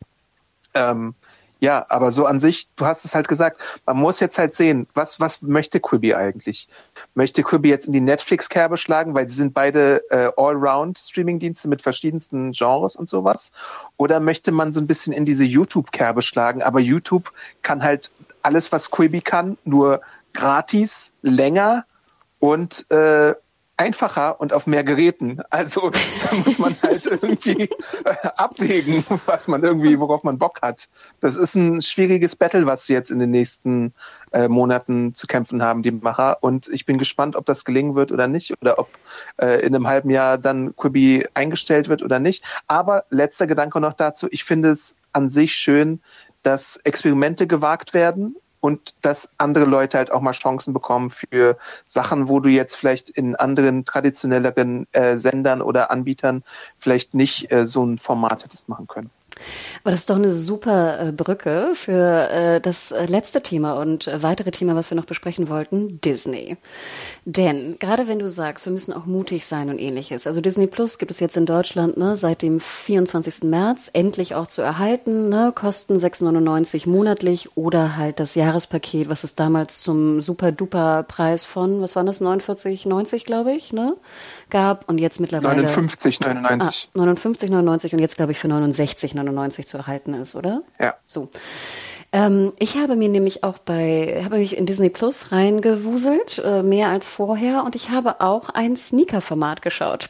Ja, aber so an sich, du hast es halt gesagt, man muss jetzt halt sehen, was möchte Quibi eigentlich? Möchte Quibi jetzt in die Netflix-Kerbe schlagen, weil sie sind beide Allround-Streaming-Dienste mit verschiedensten Genres und sowas? Oder möchte man so ein bisschen in diese YouTube-Kerbe schlagen? Aber YouTube kann halt alles, was Quibi kann, nur gratis, länger und einfacher und auf mehr Geräten. Also da muss man halt irgendwie abwägen, worauf man Bock hat. Das ist ein schwieriges Battle, was sie jetzt in den nächsten Monaten zu kämpfen haben, die Macher. Und ich bin gespannt, ob das gelingen wird oder nicht oder ob in einem halben Jahr dann Quibi eingestellt wird oder nicht. Aber letzter Gedanke noch dazu. Ich finde es an sich schön, dass Experimente gewagt werden und dass andere Leute halt auch mal Chancen bekommen für Sachen, wo du jetzt vielleicht in anderen traditionelleren Sendern oder Anbietern vielleicht nicht so ein Format hättest machen können. Aber das ist doch eine super Brücke für das letzte Thema und weitere Thema, was wir noch besprechen wollten, Disney. Denn gerade wenn du sagst, wir müssen auch mutig sein und ähnliches, also Disney Plus gibt es jetzt in Deutschland seit dem 24. März endlich auch zu erhalten, kosten 6,99 monatlich oder halt das Jahrespaket, was es damals zum Super-Duper-Preis von, was waren das, 49,90 glaube ich, gab und jetzt mittlerweile 59,99. 59,99 und jetzt glaube ich für 69,99 zu erhalten ist, oder? Ja. So. Ich habe mir nämlich auch habe mich in Disney Plus reingewuselt, mehr als vorher und ich habe auch ein Sneaker-Format geschaut.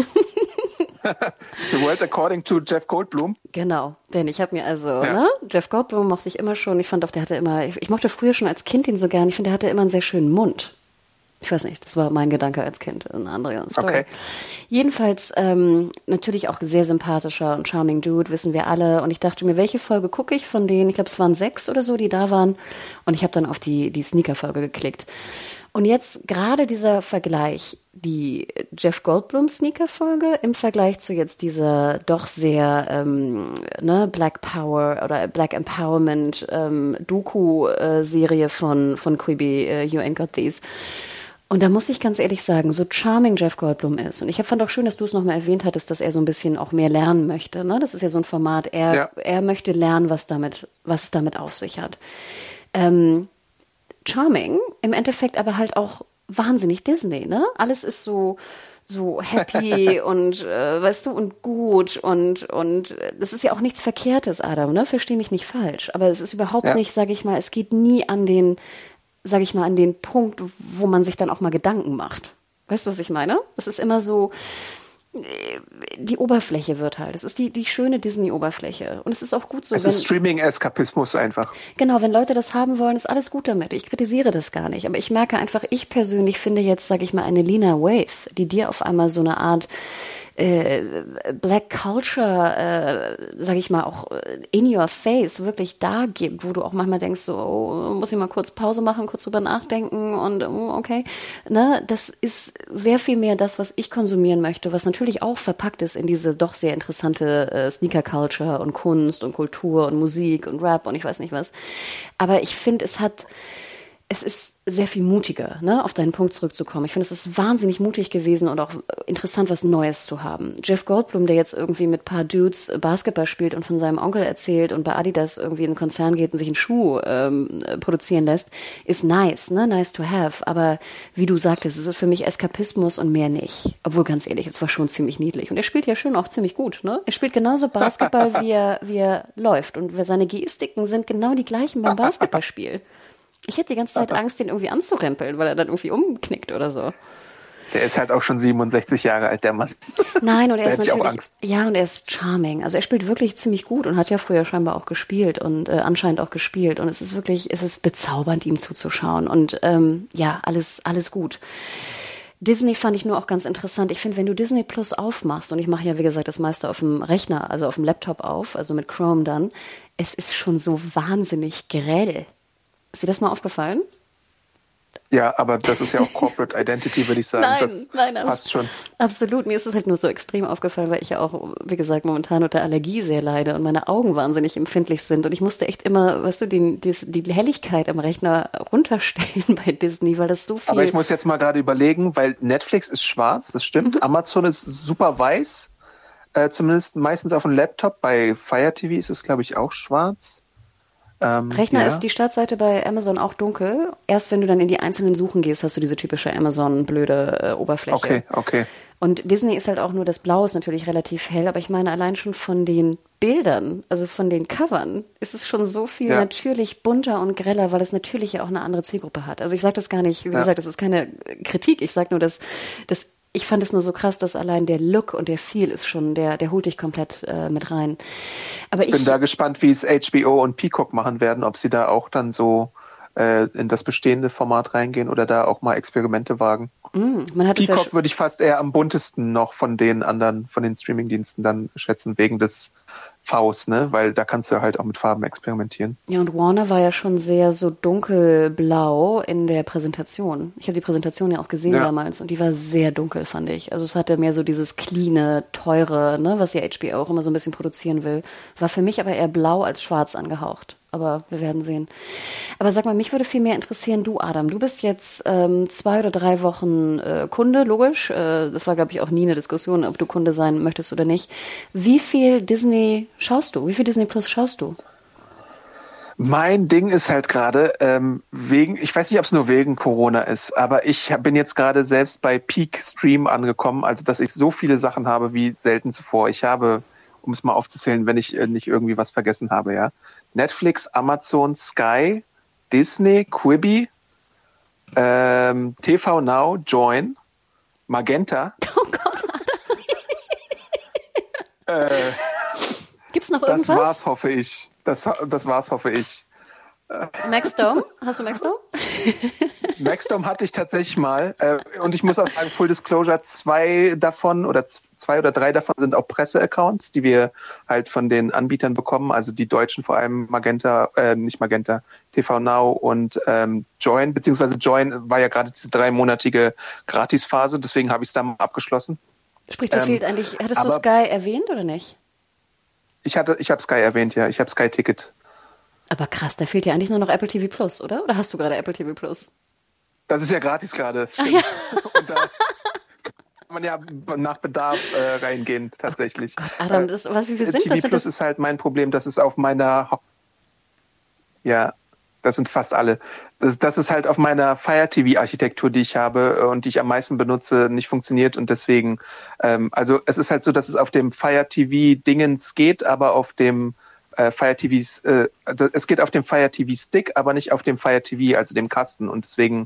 The World According to Jeff Goldblum. Genau, denn ich habe mir Jeff Goldblum mochte ich immer schon, ich fand auch, ich mochte früher schon als Kind ihn so gern, ich finde, der hatte immer einen sehr schönen Mund. Ich weiß nicht, das war mein Gedanke als Kind, eine andere Story. Okay. Jedenfalls natürlich auch sehr sympathischer und charming Dude, wissen wir alle. Und ich dachte mir, welche Folge gucke ich von denen? Ich glaube, es waren 6 oder so, die da waren. Und ich habe dann auf die Sneaker-Folge geklickt. Und jetzt gerade dieser Vergleich, die Jeff Goldblum Sneaker-Folge im Vergleich zu jetzt dieser doch sehr Black Power oder Black Empowerment Doku-Serie von Quibi, You Ain't Got These. Und da muss ich ganz ehrlich sagen, so charming Jeff Goldblum ist. Und ich fand auch schön, dass du es nochmal erwähnt hattest, dass er so ein bisschen auch mehr lernen möchte. Das ist ja so ein Format. Er möchte lernen, was es damit auf sich hat. Charming, im Endeffekt aber halt auch wahnsinnig Disney, Alles ist so happy und weißt du, und gut und das ist ja auch nichts Verkehrtes, Adam, Versteh mich nicht falsch. Aber es ist überhaupt nicht, sage ich mal, es geht nie an den Punkt, wo man sich dann auch mal Gedanken macht. Weißt du, was ich meine? Es ist immer so, Die Oberfläche wird halt. Es ist die schöne Disney-Oberfläche. Und es ist auch gut so. Es ist Streaming-Eskapismus einfach. Genau, wenn Leute das haben wollen, ist alles gut damit. Ich kritisiere das gar nicht. Aber ich merke einfach, ich persönlich finde jetzt, sage ich mal, eine Lena Waithe, die dir auf einmal so eine Art Black Culture, sag ich mal, auch in your face wirklich da gibt, wo du auch manchmal denkst, so, oh, muss ich mal kurz Pause machen, kurz drüber nachdenken und okay, ne, das ist sehr viel mehr das, was ich konsumieren möchte, was natürlich auch verpackt ist in diese doch sehr interessante Sneaker Culture und Kunst und Kultur und Musik und Rap und ich weiß nicht was. Aber ich finde, es ist sehr viel mutiger, ne, auf deinen Punkt zurückzukommen. Ich finde, es ist wahnsinnig mutig gewesen und auch interessant, was Neues zu haben. Jeff Goldblum, der jetzt irgendwie mit ein paar Dudes Basketball spielt und von seinem Onkel erzählt und bei Adidas irgendwie in einen Konzern geht und sich einen Schuh produzieren lässt, ist nice, ne, nice to have. Aber wie du sagtest, es ist für mich Eskapismus und mehr nicht. Obwohl, ganz ehrlich, es war schon ziemlich niedlich. Und er spielt ja schon auch ziemlich gut, ne? Er spielt genauso Basketball, wie er läuft. Und seine Gestiken sind genau die gleichen beim Basketballspiel. Ich hätte die ganze Zeit Angst, den irgendwie anzurempeln, weil er dann irgendwie umknickt oder so. Der ist halt auch schon 67 Jahre alt, der Mann. Nein, und er ist natürlich, auch Angst. ja, und er ist charming. Also er spielt wirklich ziemlich gut und hat ja früher scheinbar auch gespielt und anscheinend auch gespielt. Und es ist bezaubernd, ihm zuzuschauen. Und ja, alles gut. Disney fand ich nur auch ganz interessant. Ich finde, wenn du Disney Plus aufmachst, und ich mache ja, wie gesagt, das meiste auf dem Rechner, also auf dem Laptop auf, also mit Chrome dann, es ist schon so wahnsinnig grell. Ist dir das mal aufgefallen? Ja, aber das ist ja auch Corporate Identity, würde ich sagen. Nein, passt schon. Absolut. Mir ist es halt nur so extrem aufgefallen, weil ich ja auch, wie gesagt, momentan unter Allergie sehr leide und meine Augen wahnsinnig empfindlich sind. Und ich musste echt immer, weißt du, die Helligkeit am Rechner runterstellen bei Disney, weil das so viel... Aber ich muss jetzt mal gerade überlegen, weil Netflix ist schwarz, das stimmt. Amazon ist super weiß, zumindest meistens auf dem Laptop. Bei Fire TV ist es, glaube ich, auch schwarz. Rechner ist die Startseite bei Amazon auch dunkel. Erst wenn du dann in die einzelnen Suchen gehst, hast du diese typische Amazon-blöde Oberfläche. Okay. Und Disney ist halt auch nur, das Blau ist natürlich relativ hell, aber ich meine allein schon von den Bildern, also von den Covern, ist es schon so viel natürlich bunter und greller, weil es natürlich ja auch eine andere Zielgruppe hat. Also ich sage das gar nicht, wie gesagt, das ist keine Kritik, ich sage nur, dass ich fand es nur so krass, dass allein der Look und der Feel ist schon, der holt dich komplett mit rein. Aber ich bin da gespannt, wie es HBO und Peacock machen werden, ob sie da auch dann so in das bestehende Format reingehen oder da auch mal Experimente wagen. Peacock würde ich fast eher am buntesten noch von den anderen, von den Streamingdiensten dann schätzen, wegen des Vs, ne? Weil da kannst du halt auch mit Farben experimentieren. Ja, und Warner war ja schon sehr so dunkelblau in der Präsentation. Ich habe die Präsentation ja auch gesehen damals und die war sehr dunkel, fand ich. Also es hatte mehr so dieses cleane, teure, ne, was ja HBO auch immer so ein bisschen produzieren will. War für mich aber eher blau als schwarz angehaucht. Aber wir werden sehen. Aber sag mal, mich würde viel mehr interessieren, du Adam, du bist jetzt 2 oder 3 Wochen Kunde, logisch. Das war, glaube ich, auch nie eine Diskussion, ob du Kunde sein möchtest oder nicht. Wie viel Disney schaust du? Wie viel Disney Plus schaust du? Mein Ding ist halt gerade ich weiß nicht, ob es nur wegen Corona ist, aber ich bin jetzt gerade selbst bei Peak Stream angekommen, also dass ich so viele Sachen habe wie selten zuvor. Ich habe, um es mal aufzuzählen, wenn ich nicht irgendwie was vergessen habe, ja, Netflix, Amazon, Sky, Disney, Quibi, TV Now, Join, Magenta. Oh Gott. Gibt's noch irgendwas? Das war's, hoffe ich. Das war's, hoffe ich. Maxdome? Hast du Maxdome? Maxdome hatte ich tatsächlich mal. Und ich muss auch sagen, Full Disclosure, 2 davon oder 2 oder 3 davon sind auch Presseaccounts, die wir halt von den Anbietern bekommen. Also die Deutschen vor allem nicht Magenta, TV Now und Join. Beziehungsweise Join war ja gerade diese 3-monatige Gratisphase. Deswegen habe ich es dann mal abgeschlossen. Sprich, da fehlt eigentlich, hattest du Sky erwähnt oder nicht? Ich habe Sky erwähnt, ja. Ich habe Sky Ticket. Aber krass, da fehlt ja eigentlich nur noch Apple TV Plus, oder? Oder hast du gerade Apple TV Plus? Das ist ja gratis gerade. Ja. Und da kann man ja nach Bedarf reingehen, tatsächlich. Oh Gott, Adam, wie viel sind TV das? Plus ist halt mein Problem, das ist auf meiner... Ja, das sind fast alle. Das ist halt auf meiner Fire TV-Architektur, die ich habe und die ich am meisten benutze, nicht funktioniert und deswegen... also es ist halt so, dass es auf dem Fire TV-Dingens geht, aber auf dem Fire TVs, es geht auf dem Fire TV Stick, aber nicht auf dem Fire TV, also dem Kasten. Und deswegen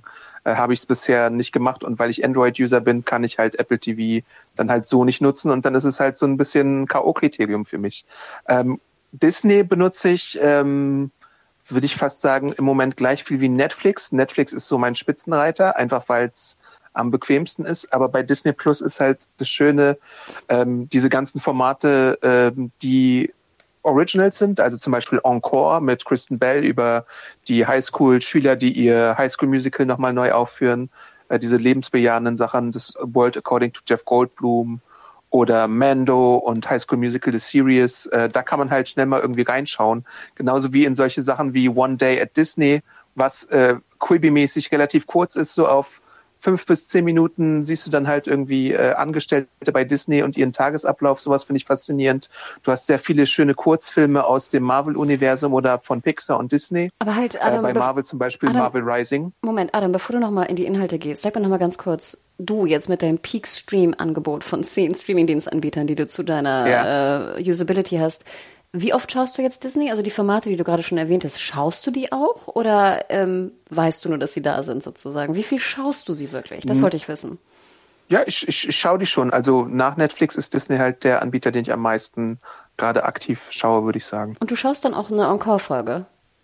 habe ich es bisher nicht gemacht. Und weil ich Android-User bin, kann ich halt Apple TV dann halt so nicht nutzen. Und dann ist es halt so ein bisschen K.O.-Kriterium für mich. Disney benutze ich, würde ich fast sagen, im Moment gleich viel wie Netflix. Netflix ist so mein Spitzenreiter, einfach weil es am bequemsten ist. Aber bei Disney Plus ist halt das Schöne, diese ganzen Formate, die Originals sind, also zum Beispiel Encore mit Kristen Bell über die Highschool-Schüler, die ihr Highschool-Musical nochmal neu aufführen, diese lebensbejahenden Sachen, das World According to Jeff Goldblum oder Mando und High School Musical The Series, da kann man halt schnell mal irgendwie reinschauen. Genauso wie in solche Sachen wie One Day at Disney, was Quibi-mäßig relativ kurz ist, so auf 5 bis 10 Minuten siehst du dann halt irgendwie Angestellte bei Disney und ihren Tagesablauf. Sowas finde ich faszinierend. Du hast sehr viele schöne Kurzfilme aus dem Marvel-Universum oder von Pixar und Disney. Aber halt, Adam, bei Marvel zum Beispiel Adam, Marvel Rising. Moment, Adam, bevor du nochmal in die Inhalte gehst, sag mir nochmal ganz kurz, du jetzt mit deinem Peak-Stream-Angebot von 10 Streaming-Dienstanbietern, die du zu deiner Usability hast, wie oft schaust du jetzt Disney? Also die Formate, die du gerade schon erwähnt hast, schaust du die auch? Oder weißt du nur, dass sie da sind sozusagen? Wie viel schaust du sie wirklich? Das wollte ich wissen. Ja, ich schaue die schon. Also nach Netflix ist Disney halt der Anbieter, den ich am meisten gerade aktiv schaue, würde ich sagen. Und du schaust dann auch eine Encore-Folge?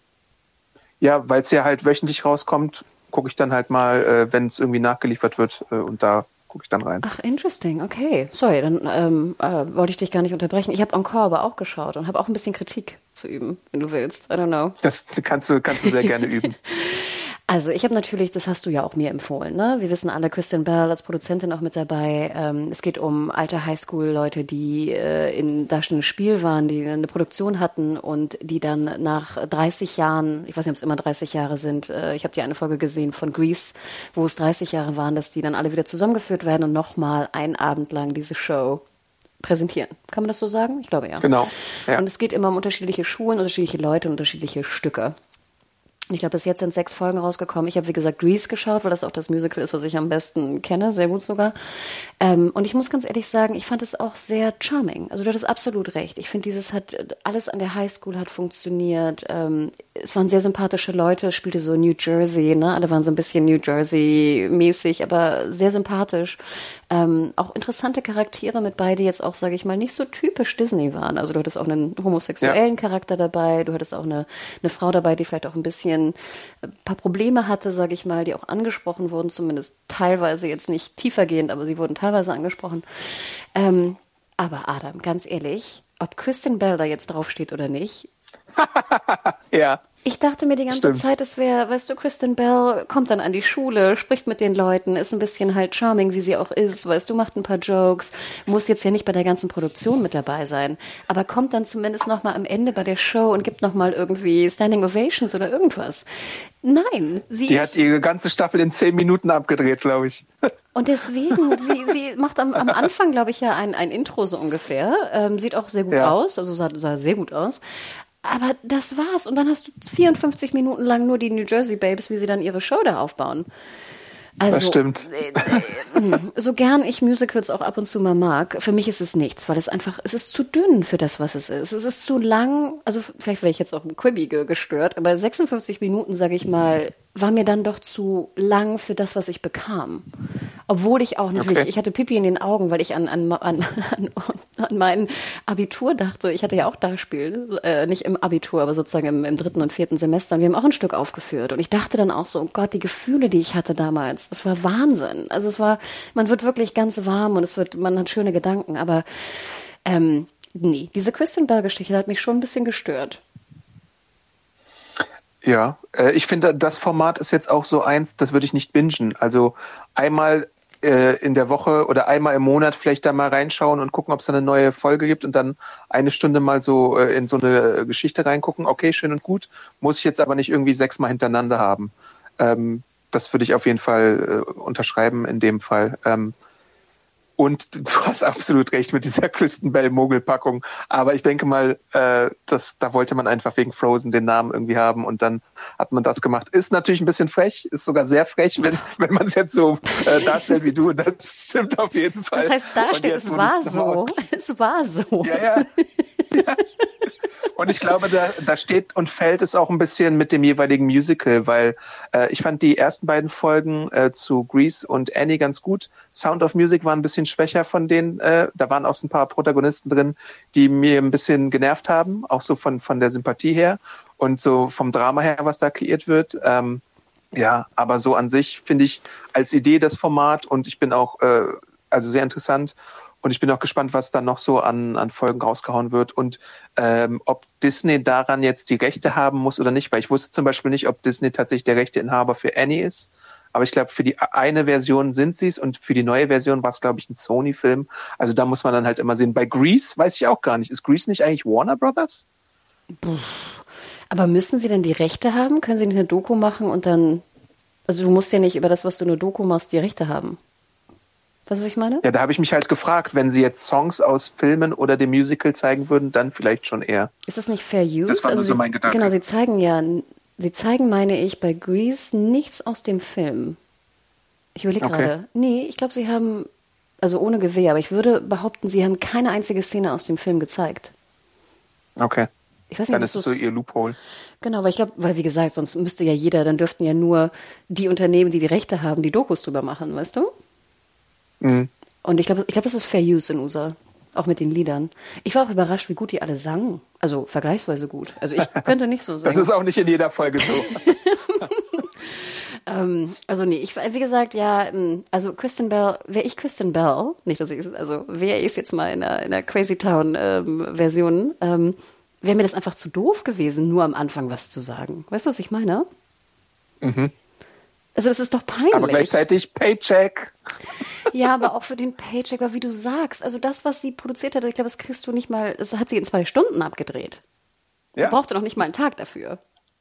Ja, weil es ja halt wöchentlich rauskommt, gucke ich dann halt mal, wenn es irgendwie nachgeliefert wird und da gucke ich dann rein. Ach, interesting, okay. Sorry, dann wollte ich dich gar nicht unterbrechen. Ich habe Encore aber auch geschaut und habe auch ein bisschen Kritik zu üben, wenn du willst. I don't know. Das kannst du sehr gerne üben. Also ich habe natürlich, das hast du ja auch mir empfohlen, ne? Wir wissen alle, Kristen Bell als Produzentin auch mit dabei. Es geht um alte Highschool-Leute, die in darstellendes Spiel waren, die eine Produktion hatten und die dann nach 30 Jahren, ich weiß nicht, ob es immer 30 Jahre sind, ich habe die eine Folge gesehen von Grease, wo es 30 Jahre waren, dass die dann alle wieder zusammengeführt werden und nochmal einen Abend lang diese Show präsentieren. Kann man das so sagen? Ich glaube ja. Genau. Ja. Und es geht immer um unterschiedliche Schulen, unterschiedliche Leute und unterschiedliche Stücke. Ich glaube, bis jetzt sind 6 Folgen rausgekommen. Ich habe, wie gesagt, Grease geschaut, weil das auch das Musical ist, was ich am besten kenne, sehr gut sogar. Und ich muss ganz ehrlich sagen, ich fand es auch sehr charming. Also du hattest absolut recht. Ich finde, alles an der Highschool hat funktioniert. Es waren sehr sympathische Leute, es spielte so New Jersey, ne? Alle waren so ein bisschen New Jersey-mäßig, aber sehr sympathisch. Auch interessante Charaktere mit bei, die jetzt auch, sage ich mal, nicht so typisch Disney waren. Also du hattest auch einen homosexuellen Charakter dabei, du hattest auch eine Frau dabei, die vielleicht auch ein paar Probleme hatte, sage ich mal, die auch angesprochen wurden, zumindest teilweise jetzt nicht tiefergehend, aber sie wurden teilweise angesprochen. Aber Adam, ganz ehrlich, ob Kristen Bell da jetzt draufsteht oder nicht, ja. Ich dachte mir die ganze Zeit, es wäre, weißt du, Kristen Bell kommt dann an die Schule, spricht mit den Leuten, ist ein bisschen halt charming, wie sie auch ist, weißt du, macht ein paar Jokes, muss jetzt ja nicht bei der ganzen Produktion mit dabei sein, aber kommt dann zumindest nochmal am Ende bei der Show und gibt nochmal irgendwie Standing Ovations oder irgendwas. Nein, die hat ihre ganze Staffel in 10 Minuten abgedreht, glaube ich. Und deswegen, sie macht am Anfang, glaube ich, ja ein Intro so ungefähr, sieht auch sehr gut aus, also sah sehr gut aus. Aber das war's. Und dann hast du 54 Minuten lang nur die New Jersey Babes, wie sie dann ihre Show da aufbauen. Also, das stimmt. So gern ich Musicals auch ab und zu mal mag, für mich ist es nichts, weil es ist zu dünn für das, was es ist. Es ist zu lang, also vielleicht wäre ich jetzt auch im Quibi gestört, aber 56 Minuten, sage ich mal, war mir dann doch zu lang für das, was ich bekam. Obwohl ich auch natürlich, ich hatte Pipi in den Augen, weil ich an mein Abitur dachte. Ich hatte ja auch Darspiel, nicht im Abitur, aber sozusagen im 3. und 4. Semester. Und wir haben auch ein Stück aufgeführt. Und ich dachte dann auch so, oh Gott, die Gefühle, die ich hatte damals, das war Wahnsinn. Also man wird wirklich ganz warm und man hat schöne Gedanken. Aber nee, diese Kristen Bell-Geschichte hat mich schon ein bisschen gestört. Ja, ich finde, das Format ist jetzt auch so eins, das würde ich nicht bingen. Also einmal in der Woche oder einmal im Monat vielleicht da mal reinschauen und gucken, ob es da eine neue Folge gibt und dann eine Stunde mal so in so eine Geschichte reingucken. Okay, schön und gut, muss ich jetzt aber nicht irgendwie 6-mal hintereinander haben. Das würde ich auf jeden Fall unterschreiben in dem Fall. Und du hast absolut recht mit dieser Kristen Bell-Mogelpackung. Aber ich denke mal, da wollte man einfach wegen Frozen den Namen irgendwie haben und dann hat man das gemacht. Ist natürlich ein bisschen frech, ist sogar sehr frech, wenn man es jetzt so darstellt wie du. Das stimmt auf jeden Fall. Das heißt, darstellt, es war so. Es war so. Ja. Und ich glaube, da steht und fällt es auch ein bisschen mit dem jeweiligen Musical, weil ich fand die ersten beiden Folgen zu Grease und Annie ganz gut. Sound of Music war ein bisschen schwächer von denen. Da waren auch so ein paar Protagonisten drin, die mir ein bisschen genervt haben, auch so von der Sympathie her und so vom Drama her, was da kreiert wird. Ja, aber so an sich finde ich als Idee das Format und ich bin auch also sehr interessant. Und ich bin auch gespannt, was dann noch so an Folgen rausgehauen wird und ob Disney daran jetzt die Rechte haben muss oder nicht, weil ich wusste zum Beispiel nicht, ob Disney tatsächlich der Rechteinhaber für Annie ist. Aber ich glaube, für die eine Version sind sie es und für die neue Version war es, glaube ich, ein Sony-Film. Also da muss man dann halt immer sehen. Bei Grease weiß ich auch gar nicht. Ist Grease nicht eigentlich Warner Brothers? Aber müssen sie denn die Rechte haben? Können sie nicht eine Doku machen und dann... Also du musst ja nicht über das, was du eine Doku machst, die Rechte haben. Weißt du, was ich meine? Ja, da habe ich mich halt gefragt, wenn sie jetzt Songs aus Filmen oder dem Musical zeigen würden, dann vielleicht schon eher. Ist das nicht Fair Use? Das war also so mein Gedanke. Genau, sie zeigen, meine ich, bei Grease nichts aus dem Film. Ich überlege gerade. Nee, ich glaube, sie haben, also ohne Gewehr, aber ich würde behaupten, sie haben keine einzige Szene aus dem Film gezeigt. Okay. Ich weiß nicht, dann ist es so ihr Loophole. Genau, weil wie gesagt, sonst müsste ja jeder, dann dürften ja nur die Unternehmen, die die Rechte haben, die Dokus drüber machen, weißt du? Mhm. Und ich glaube, das ist Fair Use in USA, auch mit den Liedern. Ich war auch überrascht, wie gut die alle sangen. Also vergleichsweise gut. Also ich könnte nicht so singen. Das ist auch nicht in jeder Folge so. Also nee, wie gesagt, ja, also Kristen Bell, wäre ich Kristen Bell, nicht, dass ich es, also wäre ich es jetzt mal in einer Crazy Town Version, wäre mir das einfach zu doof gewesen, nur am Anfang was zu sagen. Weißt du, was ich meine? Mhm. Also das ist doch peinlich. Aber gleichzeitig Paycheck. Ja, aber auch für den Paycheck, aber wie du sagst, also das, was sie produziert hat, ich glaube, das kriegst du nicht mal, das hat sie in 2 Stunden abgedreht. Sie brauchte noch nicht mal einen Tag dafür.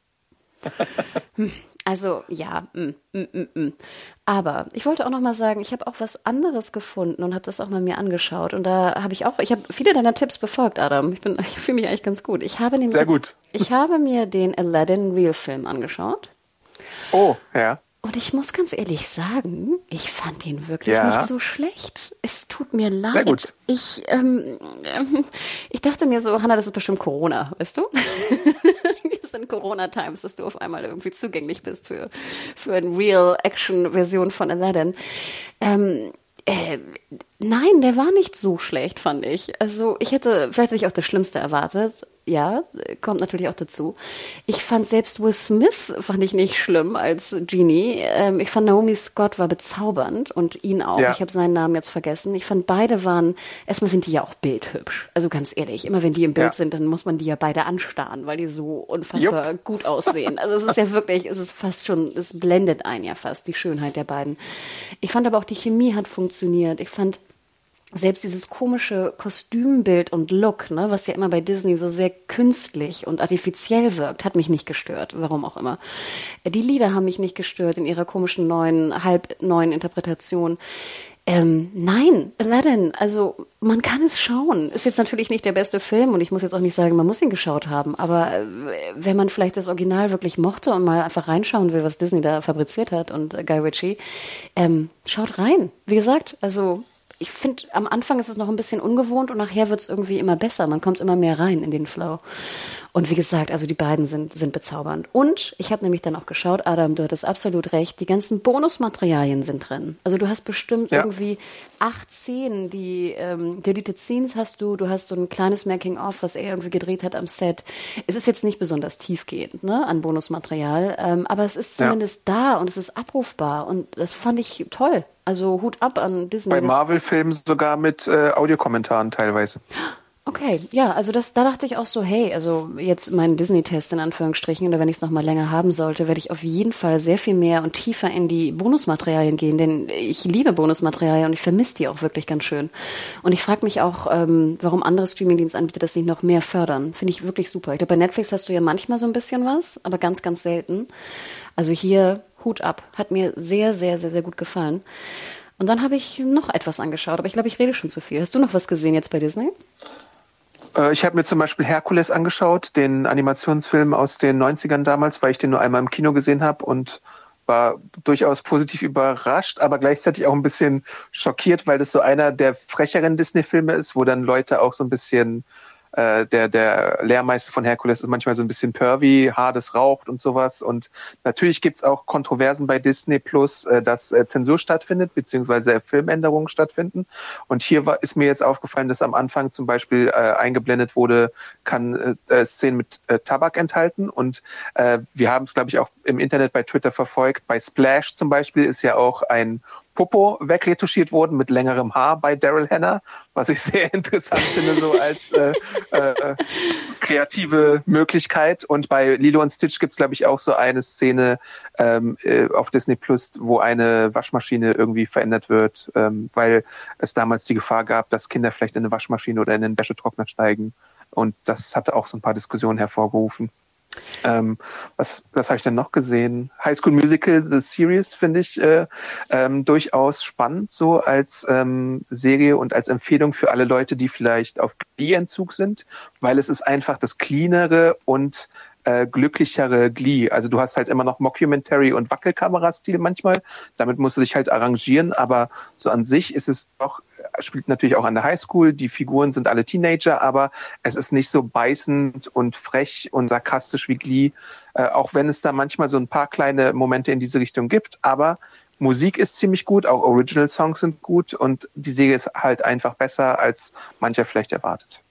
Also, ja. Aber ich wollte auch noch mal sagen, ich habe auch was anderes gefunden und habe das auch mal mir angeschaut. Und da habe ich habe viele deiner Tipps befolgt, Adam. Ich fühle mich eigentlich ganz gut. Ich habe mir den Aladdin Real-Film angeschaut. Oh, ja. Und ich muss ganz ehrlich sagen, ich fand ihn wirklich nicht so schlecht. Es tut mir leid. Sehr gut. Ich dachte mir so, Hannah, das ist bestimmt Corona, weißt du? Das sind Corona-Times, dass du auf einmal irgendwie zugänglich bist für eine Real-Action-Version von Aladdin. Nein, der war nicht so schlecht, fand ich. Also vielleicht hätte ich auch das Schlimmste erwartet. Ja, kommt natürlich auch dazu. Ich fand selbst Will Smith fand ich nicht schlimm als Genie. Ich fand Naomi Scott war bezaubernd und ihn auch. Ja. Ich habe seinen Namen jetzt vergessen. Ich fand beide erstmal sind die ja auch bildhübsch. Also ganz ehrlich, immer wenn die im Bild sind, dann muss man die ja beide anstarren, weil die so unfassbar gut aussehen. Also es ist ja wirklich, es blendet einen ja fast, die Schönheit der beiden. Ich fand aber auch, die Chemie hat funktioniert. Ich fand selbst dieses komische Kostümbild und Look, ne, was ja immer bei Disney so sehr künstlich und artifiziell wirkt, hat mich nicht gestört, warum auch immer. Die Lieder haben mich nicht gestört in ihrer komischen halb neuen Interpretation. Nein, Aladdin, also man kann es schauen. Ist jetzt natürlich nicht der beste Film und ich muss jetzt auch nicht sagen, man muss ihn geschaut haben, aber wenn man vielleicht das Original wirklich mochte und mal einfach reinschauen will, was Disney da fabriziert hat und Guy Ritchie, schaut rein. Wie gesagt, also ich finde, am Anfang ist es noch ein bisschen ungewohnt und nachher wird es irgendwie immer besser. Man kommt immer mehr rein in den Flow. Und wie gesagt, also die beiden sind bezaubernd. Und ich habe nämlich dann auch geschaut, Adam, du hattest absolut recht, die ganzen Bonusmaterialien sind drin. Also du hast bestimmt irgendwie 8 Szenen, die Deleted Scenes hast du hast so ein kleines Making-of, was er irgendwie gedreht hat am Set. Es ist jetzt nicht besonders tiefgehend, ne, an Bonusmaterial, aber es ist zumindest da und es ist abrufbar und das fand ich toll. Also Hut ab an Disney. Bei Marvel-Filmen sogar mit Audiokommentaren teilweise. Okay, ja, also da dachte ich auch so, hey, also jetzt meinen Disney-Test in Anführungsstrichen, oder wenn ich es nochmal länger haben sollte, werde ich auf jeden Fall sehr viel mehr und tiefer in die Bonusmaterialien gehen, denn ich liebe Bonusmaterialien und ich vermisse die auch wirklich ganz schön. Und ich frage mich auch, warum andere Streaming-Dienstanbieter das nicht noch mehr fördern. Finde ich wirklich super. Ich glaube, bei Netflix hast du ja manchmal so ein bisschen was, aber ganz, ganz selten. Also hier Hut ab. Hat mir sehr, sehr, sehr, sehr gut gefallen. Und dann habe ich noch etwas angeschaut, aber ich glaube, ich rede schon zu viel. Hast du noch was gesehen jetzt bei Disney? Ich habe mir zum Beispiel Herkules angeschaut, den Animationsfilm aus den 90ern damals, weil ich den nur einmal im Kino gesehen habe und war durchaus positiv überrascht, aber gleichzeitig auch ein bisschen schockiert, weil das so einer der frecheren Disney-Filme ist, wo dann Leute auch so ein bisschen der Lehrmeister von Herkules ist manchmal so ein bisschen pervy, Haar, das raucht und sowas. Und natürlich gibt's auch Kontroversen bei Disney Plus, dass Zensur stattfindet, beziehungsweise Filmänderungen stattfinden. Und hier ist mir jetzt aufgefallen, dass am Anfang zum Beispiel eingeblendet wurde, kann Szenen mit Tabak enthalten. Und wir haben es, glaube ich, auch im Internet bei Twitter verfolgt. Bei Splash zum Beispiel ist ja auch ein Popo wegretuschiert worden mit längerem Haar bei Daryl Hannah, was ich sehr interessant finde, so als kreative Möglichkeit. Und bei Lilo und Stitch gibt's, glaube ich, auch so eine Szene auf Disney Plus, wo eine Waschmaschine irgendwie verändert wird, weil es damals die Gefahr gab, dass Kinder vielleicht in eine Waschmaschine oder in einen Wäschetrockner steigen. Und das hatte auch so ein paar Diskussionen hervorgerufen. Was habe ich denn noch gesehen? High School Musical, The Series, finde ich durchaus spannend, so als Serie und als Empfehlung für alle Leute, die vielleicht auf Glee-Entzug sind, weil es ist einfach das cleanere und glücklichere Glee. Also du hast halt immer noch Mockumentary und Wackelkamerastil manchmal. Damit musst du dich halt arrangieren, aber so an sich ist es doch, spielt natürlich auch an der Highschool. Die Figuren sind alle Teenager, aber es ist nicht so beißend und frech und sarkastisch wie Glee, auch wenn es da manchmal so ein paar kleine Momente in diese Richtung gibt. Aber Musik ist ziemlich gut, auch Original Songs sind gut und die Serie ist halt einfach besser, als mancher vielleicht erwartet.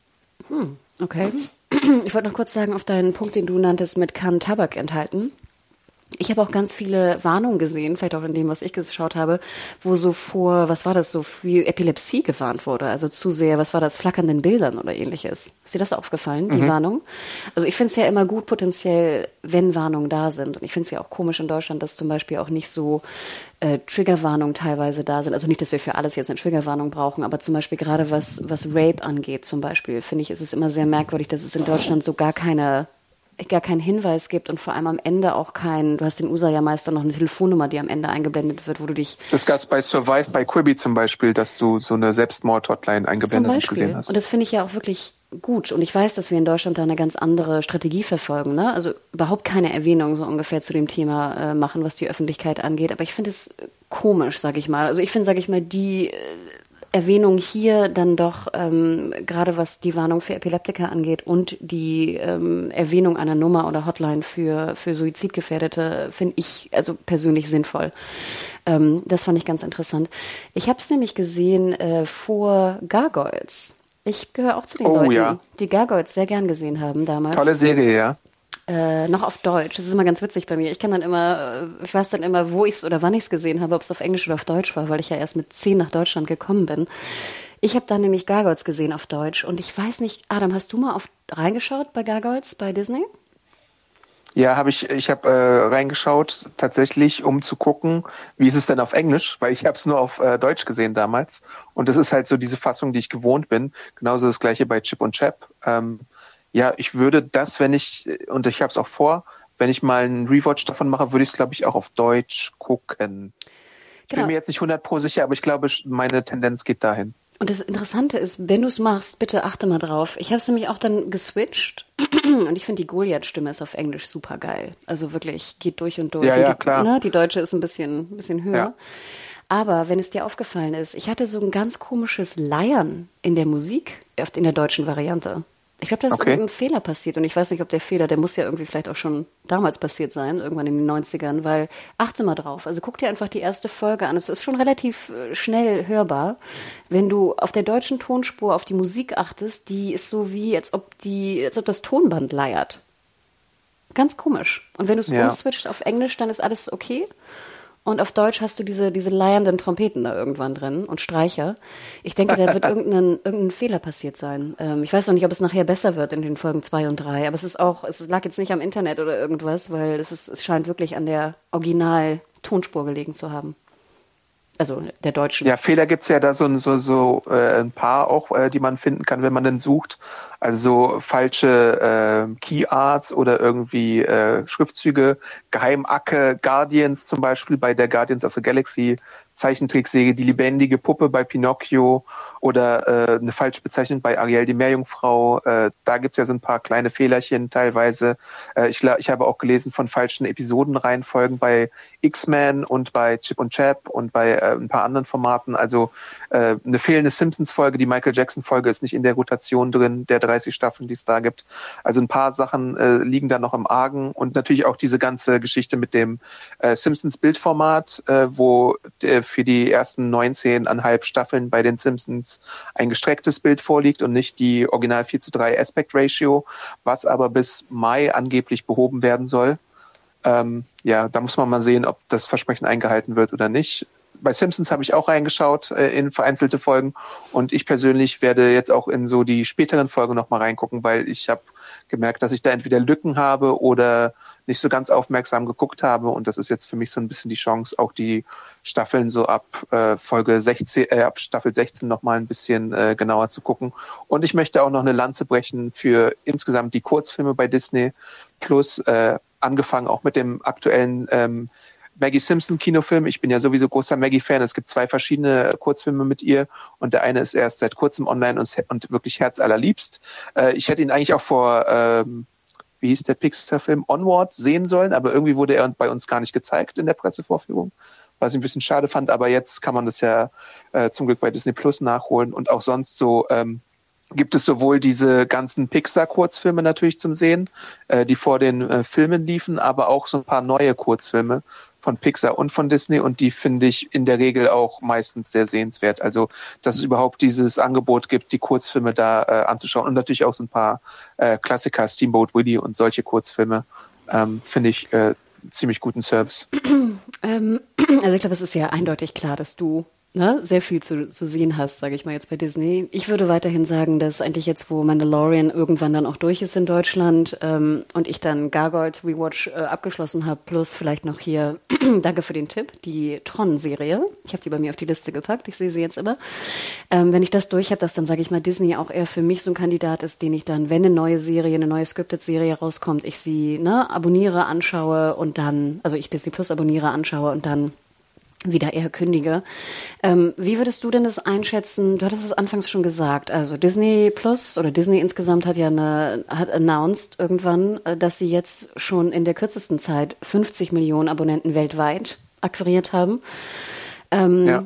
Okay. Ich wollte noch kurz sagen, auf deinen Punkt, den du nanntest, mit kann Tabak enthalten. Ich habe auch ganz viele Warnungen gesehen, vielleicht auch in dem, was ich geschaut habe, wo so vor, was war das, so für Epilepsie gewarnt wurde. Also zu sehr, was war das, flackernden Bildern oder ähnliches. Ist dir das aufgefallen, die Warnung? Also ich finde es ja immer gut potenziell, wenn Warnungen da sind. Und ich finde es ja auch komisch in Deutschland, dass zum Beispiel auch nicht so Triggerwarnungen teilweise da sind. Also nicht, dass wir für alles jetzt eine Triggerwarnung brauchen, aber zum Beispiel gerade was Rape angeht zum Beispiel, finde ich, ist es immer sehr merkwürdig, dass es in Deutschland so gar keinen Hinweis gibt und vor allem am Ende auch du hast den USA ja meist dann noch eine Telefonnummer, die am Ende eingeblendet wird, wo du dich... Das gab es bei Survive bei Quibi zum Beispiel, dass du so eine Selbstmord-Hotline eingeblendet gesehen hast. Und das finde ich ja auch wirklich gut. Und ich weiß, dass wir in Deutschland da eine ganz andere Strategie verfolgen, ne? Also überhaupt keine Erwähnung so ungefähr zu dem Thema machen, was die Öffentlichkeit angeht. Aber ich finde es komisch, sag ich mal. Also ich finde, sag ich mal, die Erwähnung hier dann doch, gerade was die Warnung für Epileptiker angeht und die Erwähnung einer Nummer oder Hotline für Suizidgefährdete, finde ich also persönlich sinnvoll. Das fand ich ganz interessant. Ich habe es nämlich gesehen vor Gargoyles. Ich gehöre auch zu den Leuten, die Gargoyles sehr gern gesehen haben damals. Tolle Serie, ja. Noch auf Deutsch. Das ist immer ganz witzig bei mir. Ich weiß dann immer, wo ich es oder wann ich es gesehen habe, ob es auf Englisch oder auf Deutsch war, weil ich ja erst mit 10 nach Deutschland gekommen bin. Ich habe dann nämlich Gargoyles gesehen auf Deutsch und ich weiß nicht, Adam, hast du mal reingeschaut bei Gargoyles bei Disney? Ja, ich habe reingeschaut, tatsächlich, um zu gucken, wie ist es denn auf Englisch, weil ich habe es nur auf Deutsch gesehen damals. Und das ist halt so diese Fassung, die ich gewohnt bin. Genauso das gleiche bei Chip und Chap. Ja, ich würde das, und ich habe es auch vor, wenn ich mal einen Rewatch davon mache, würde ich es, glaube ich, auch auf Deutsch gucken. Ich bin mir jetzt nicht 100% sicher, aber ich glaube, meine Tendenz geht dahin. Und das Interessante ist, wenn du es machst, bitte achte mal drauf. Ich habe es nämlich auch dann geswitcht und ich finde, die Goliath-Stimme ist auf Englisch super geil. Also wirklich, geht durch und durch. Ja, klar. Ne, die deutsche ist ein bisschen höher. Ja. Aber wenn es dir aufgefallen ist, ich hatte so ein ganz komisches Leiern in der Musik, in der deutschen Variante. Ich glaube, da ist irgendein Fehler passiert und ich weiß nicht, ob der muss ja irgendwie vielleicht auch schon damals passiert sein, irgendwann in den 90ern, weil achte mal drauf. Also guck dir einfach die erste Folge an. Es ist schon relativ schnell hörbar. Wenn du auf der deutschen Tonspur auf die Musik achtest, die ist so wie, als ob das Tonband leiert. Ganz komisch. Und wenn du es umswitcht auf Englisch, dann ist alles okay. Und auf Deutsch hast du diese leiernden Trompeten da irgendwann drin und Streicher. Ich denke, da wird irgendein Fehler passiert sein. Ich weiß noch nicht, ob es nachher besser wird in den Folgen 2 und 3, aber es lag jetzt nicht am Internet oder irgendwas, weil es scheint wirklich an der Original-Tonspur gelegen zu haben. Also der deutschen. Ja, Fehler gibt's ja da so ein paar auch, die man finden kann, wenn man denn sucht. Also so falsche Key Arts oder irgendwie Schriftzüge, Geheimacke, Guardians zum Beispiel bei der Guardians of the Galaxy Zeichentrickserie, die lebendige Puppe bei Pinocchio oder eine falsche Bezeichnung bei Ariel die Meerjungfrau. Da gibt's ja so ein paar kleine Fehlerchen teilweise. Ich habe auch gelesen von falschen Episodenreihenfolgen bei X-Men und bei Chip und Chap und bei ein paar anderen Formaten. Also eine fehlende Simpsons-Folge, die Michael Jackson-Folge ist nicht in der Rotation drin. Der 34 Staffeln, die es da gibt. Also ein paar Sachen liegen da noch im Argen und natürlich auch diese ganze Geschichte mit dem Simpsons-Bildformat, wo für die ersten 19,5 Staffeln bei den Simpsons ein gestrecktes Bild vorliegt und nicht die Original 4:3 Aspect Ratio, was aber bis Mai angeblich behoben werden soll. Da muss man mal sehen, ob das Versprechen eingehalten wird oder nicht. Bei Simpsons habe ich auch reingeschaut in vereinzelte Folgen und ich persönlich werde jetzt auch in so die späteren Folgen nochmal reingucken, weil ich habe gemerkt, dass ich da entweder Lücken habe oder nicht so ganz aufmerksam geguckt habe und das ist jetzt für mich so ein bisschen die Chance, auch die Staffeln so ab ab Staffel 16 nochmal ein bisschen genauer zu gucken. Und ich möchte auch noch eine Lanze brechen für insgesamt die Kurzfilme bei Disney Plus, angefangen auch mit dem aktuellen Maggie Simpson Kinofilm. Ich bin ja sowieso großer Maggie-Fan. Es gibt 2 verschiedene Kurzfilme mit ihr und der eine ist erst seit kurzem online und wirklich herzallerliebst. Ich hätte ihn eigentlich auch vor, wie hieß der Pixar-Film, Onward sehen sollen, aber irgendwie wurde er bei uns gar nicht gezeigt in der Pressevorführung, was ich ein bisschen schade fand, aber jetzt kann man das ja zum Glück bei Disney Plus nachholen und auch sonst so gibt es sowohl diese ganzen Pixar-Kurzfilme natürlich zum Sehen, die vor den Filmen liefen, aber auch so ein paar neue Kurzfilme von Pixar und von Disney und die finde ich in der Regel auch meistens sehr sehenswert. Also, dass es überhaupt dieses Angebot gibt, die Kurzfilme da anzuschauen und natürlich auch so ein paar Klassiker, Steamboat Willie und solche Kurzfilme, finde ich ziemlich guten Service. Also ich glaube, es ist ja eindeutig klar, dass du sehr viel zu sehen hast, sage ich mal jetzt bei Disney. Ich würde weiterhin sagen, dass eigentlich jetzt, wo Mandalorian irgendwann dann auch durch ist in Deutschland und ich dann Gargoyles Rewatch abgeschlossen habe, plus vielleicht noch hier, danke für den Tipp, die Tron-Serie. Ich habe die bei mir auf die Liste gepackt, ich sehe sie jetzt immer. Wenn ich das durch habe, dass dann, sage ich mal, Disney auch eher für mich so ein Kandidat ist, den ich dann, wenn eine neue Scripted-Serie rauskommt, ich sie abonniere, anschaue und dann, also ich Disney Plus abonniere, anschaue und dann wieder eher kündige. Wie würdest du denn das einschätzen? Du hattest es anfangs schon gesagt. Also Disney Plus oder Disney insgesamt hat announced irgendwann, dass sie jetzt schon in der kürzesten Zeit 50 Millionen Abonnenten weltweit akquiriert haben. Ja.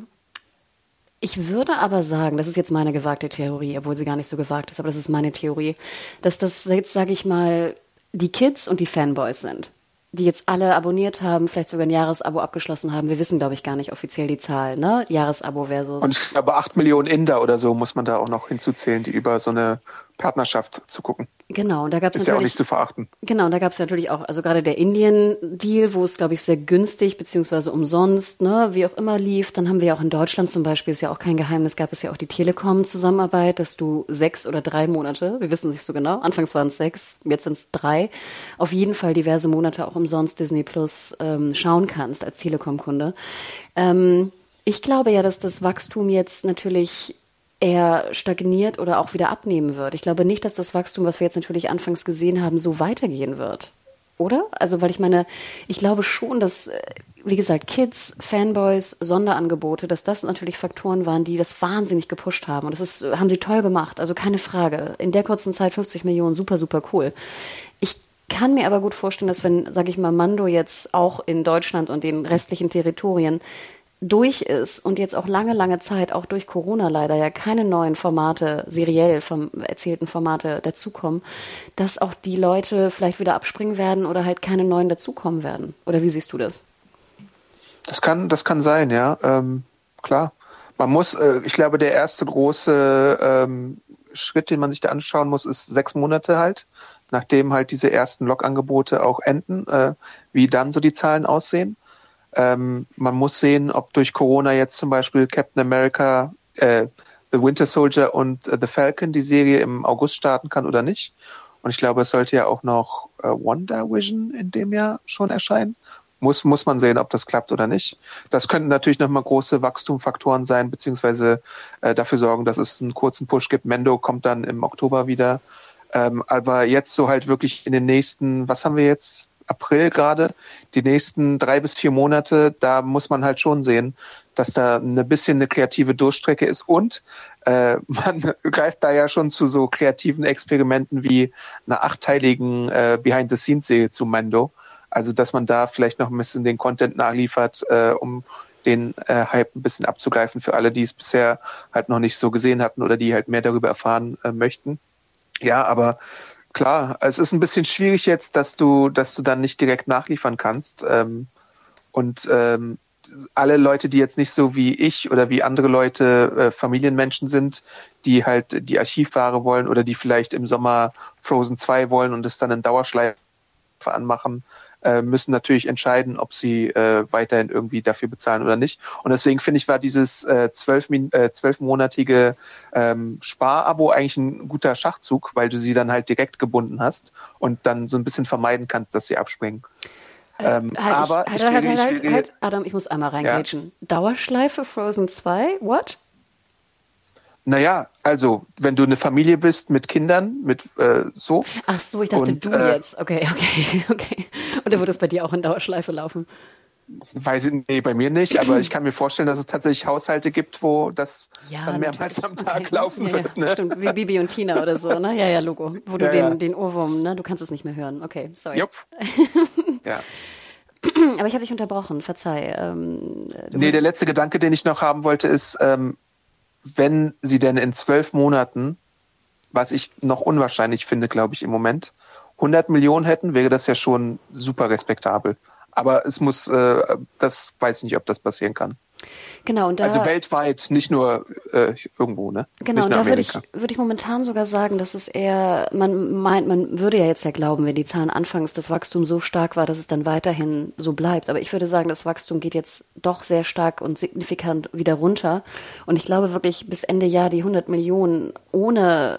Ich würde aber sagen, das ist jetzt meine gewagte Theorie, obwohl sie gar nicht so gewagt ist, aber das ist meine Theorie, dass das jetzt, sage ich mal, die Kids und die Fanboys sind, die jetzt alle abonniert haben, vielleicht sogar ein Jahresabo abgeschlossen haben. Wir wissen, glaube ich, gar nicht offiziell die Zahl, ne? Jahresabo versus... Und ich glaube, 8 Millionen Inder oder so muss man da auch noch hinzuzählen, die über so eine Partnerschaft zu gucken. Genau, und da gab es ist ja auch nicht zu verachten. Genau, und da gab es natürlich auch, also gerade der Indien-Deal, wo es, glaube ich, sehr günstig beziehungsweise umsonst, wie auch immer lief. Dann haben wir ja auch in Deutschland zum Beispiel, ist ja auch kein Geheimnis, gab es ja auch die Telekom-Zusammenarbeit, dass du 6 oder 3 Monate, wir wissen es nicht so genau, anfangs waren es 6, jetzt sind es 3, auf jeden Fall diverse Monate auch umsonst Disney Plus schauen kannst als Telekom-Kunde. Ich glaube ja, dass das Wachstum jetzt natürlich eher stagniert oder auch wieder abnehmen wird. Ich glaube nicht, dass das Wachstum, was wir jetzt natürlich anfangs gesehen haben, so weitergehen wird. Oder? Also, weil ich glaube schon, dass, wie gesagt, Kids, Fanboys, Sonderangebote, dass das natürlich Faktoren waren, die das wahnsinnig gepusht haben. Und das haben sie toll gemacht. Also keine Frage. In der kurzen Zeit 50 Millionen, super, super cool. Ich kann mir aber gut vorstellen, dass wenn, sage ich mal, Mando jetzt auch in Deutschland und den restlichen Territorien durch ist und jetzt auch lange, lange Zeit, auch durch Corona leider ja keine neuen Formate, seriell erzählten Formate dazukommen, dass auch die Leute vielleicht wieder abspringen werden oder halt keine neuen dazukommen werden. Oder wie siehst du das? Das kann sein, ja. Klar. Man muss, ich glaube, der erste große Schritt, den man sich da anschauen muss, ist 6 Monate halt, nachdem halt diese ersten Log-Angebote auch enden, wie dann so die Zahlen aussehen. Man muss sehen, ob durch Corona jetzt zum Beispiel Captain America, The Winter Soldier und The Falcon die Serie im August starten kann oder nicht. Und ich glaube, es sollte ja auch noch WandaVision in dem Jahr schon erscheinen. Muss man sehen, ob das klappt oder nicht. Das könnten natürlich nochmal große Wachstumsfaktoren sein, beziehungsweise dafür sorgen, dass es einen kurzen Push gibt. Mando kommt dann im Oktober wieder. Aber jetzt so halt wirklich in den nächsten, was haben wir jetzt? April gerade, die nächsten 3 bis 4 Monate, da muss man halt schon sehen, dass da ein bisschen eine kreative Durchstrecke ist und man greift da ja schon zu so kreativen Experimenten wie einer 8-teiligen Behind-the-Scenes-Serie zu Mando. Also, dass man da vielleicht noch ein bisschen den Content nachliefert, um den Hype ein bisschen abzugreifen für alle, die es bisher halt noch nicht so gesehen hatten oder die halt mehr darüber erfahren möchten. Ja, aber klar, es ist ein bisschen schwierig jetzt, dass du dann nicht direkt nachliefern kannst. Und alle Leute, die jetzt nicht so wie ich oder wie andere Leute Familienmenschen sind, die halt die Archivware wollen oder die vielleicht im Sommer Frozen 2 wollen und es dann in Dauerschleife anmachen, müssen natürlich entscheiden, ob sie weiterhin irgendwie dafür bezahlen oder nicht. Und deswegen finde ich, war dieses 12-monatige Sparabo eigentlich ein guter Schachzug, weil du sie dann halt direkt gebunden hast und dann so ein bisschen vermeiden kannst, dass sie abspringen. Adam, ich muss einmal reingrätschen. Ja? Dauerschleife Frozen 2? What? Naja, also, wenn du eine Familie bist mit Kindern, mit so. Ach so, ich dachte, du jetzt. Okay. Und dann wird es bei dir auch in Dauerschleife laufen? Weiß ich, nee, bei mir nicht, aber ich kann mir vorstellen, dass es tatsächlich Haushalte gibt, wo das dann mehrmals am Tag laufen wird. Ne? Stimmt, wie Bibi und Tina oder so, ne? Ja, Logo. Wo du den Ohrwurm, ne? Du kannst es nicht mehr hören. Okay, sorry. Jupp. Ja. Aber ich habe dich unterbrochen, verzeih. Der letzte Gedanke, den ich noch haben wollte, ist, wenn sie denn in 12 Monaten, was ich noch unwahrscheinlich finde, glaube ich im Moment, 100 Millionen hätten, wäre das ja schon super respektabel. Aber es muss, das weiß ich nicht, ob das passieren kann. Genau, und da, also weltweit, nicht nur irgendwo, ne? Genau, und da würde ich momentan sogar sagen, dass es eher, man würde ja jetzt ja glauben, wenn die Zahlen anfangs das Wachstum so stark war, dass es dann weiterhin so bleibt. Aber ich würde sagen, das Wachstum geht jetzt doch sehr stark und signifikant wieder runter. Und ich glaube wirklich, bis Ende Jahr die 100 Millionen ohne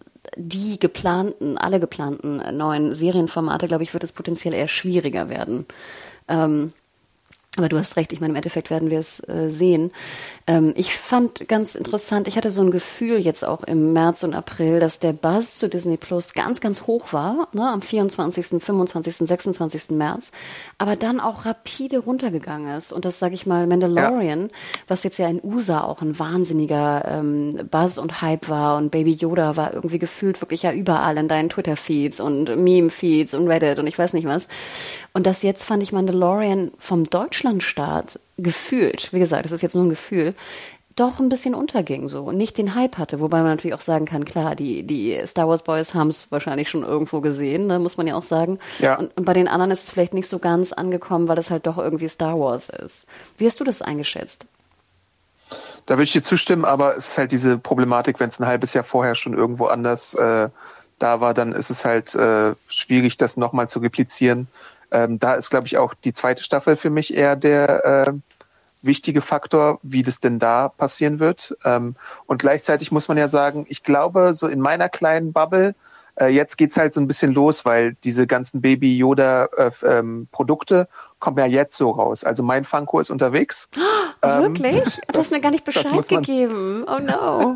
alle geplanten neuen Serienformate, glaube ich, wird es potenziell eher schwieriger werden. Aber du hast recht, ich meine, im Endeffekt werden wir es sehen. Ich fand ganz interessant, ich hatte so ein Gefühl jetzt auch im März und April, dass der Buzz zu Disney Plus ganz, ganz hoch war, ne, am 24., 25., 26. März, aber dann auch rapide runtergegangen ist. Und das, sage ich mal, Mandalorian, was jetzt ja in USA auch ein wahnsinniger Buzz und Hype war und Baby Yoda war irgendwie gefühlt wirklich ja überall in deinen Twitter-Feeds und Meme-Feeds und Reddit und ich weiß nicht was. Und das jetzt fand ich Mandalorian vom Deutschlandstart gefühlt, wie gesagt, das ist jetzt nur ein Gefühl, doch ein bisschen unterging so und nicht den Hype hatte. Wobei man natürlich auch sagen kann, klar, die Star Wars Boys haben es wahrscheinlich schon irgendwo gesehen, ne, muss man ja auch sagen. Ja. Und bei den anderen ist es vielleicht nicht so ganz angekommen, weil es halt doch irgendwie Star Wars ist. Wie hast du das eingeschätzt? Da würde ich dir zustimmen, aber es ist halt diese Problematik, wenn es ein halbes Jahr vorher schon irgendwo anders da war, dann ist es halt schwierig, das nochmal zu replizieren. Da ist, glaube ich, auch die zweite Staffel für mich eher der wichtige Faktor, wie das denn da passieren wird. Und gleichzeitig muss man ja sagen, ich glaube, so in meiner kleinen Bubble, jetzt geht's halt so ein bisschen los, weil diese ganzen Baby-Yoda-Produkte kommen ja jetzt so raus. Also mein Funko ist unterwegs. Wirklich? Du hast mir gar nicht Bescheid gegeben. Oh no.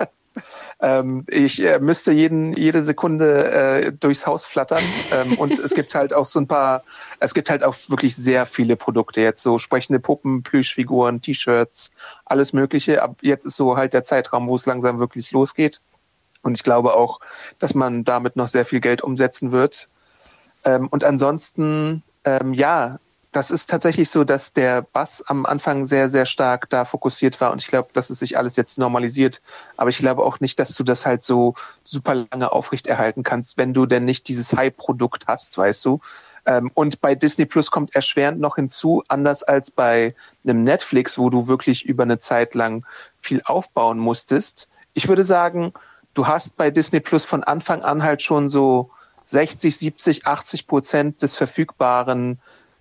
Ich müsste jede Sekunde durchs Haus flattern und es gibt halt auch wirklich sehr viele Produkte jetzt, so sprechende Puppen, Plüschfiguren, T-Shirts, alles mögliche. Ab jetzt ist so halt der Zeitraum, wo es langsam wirklich losgeht und ich glaube auch, dass man damit noch sehr viel Geld umsetzen wird. Und ansonsten, das ist tatsächlich so, dass der Buzz am Anfang sehr, sehr stark da fokussiert war und ich glaube, dass es sich alles jetzt normalisiert. Aber ich glaube auch nicht, dass du das halt so super lange aufrechterhalten kannst, wenn du denn nicht dieses Hype-Produkt hast, weißt du. Und bei Disney Plus kommt erschwerend noch hinzu, anders als bei einem Netflix, wo du wirklich über eine Zeit lang viel aufbauen musstest. Ich würde sagen, du hast bei Disney Plus von Anfang an halt schon so 60, 70, 80% des verfügbaren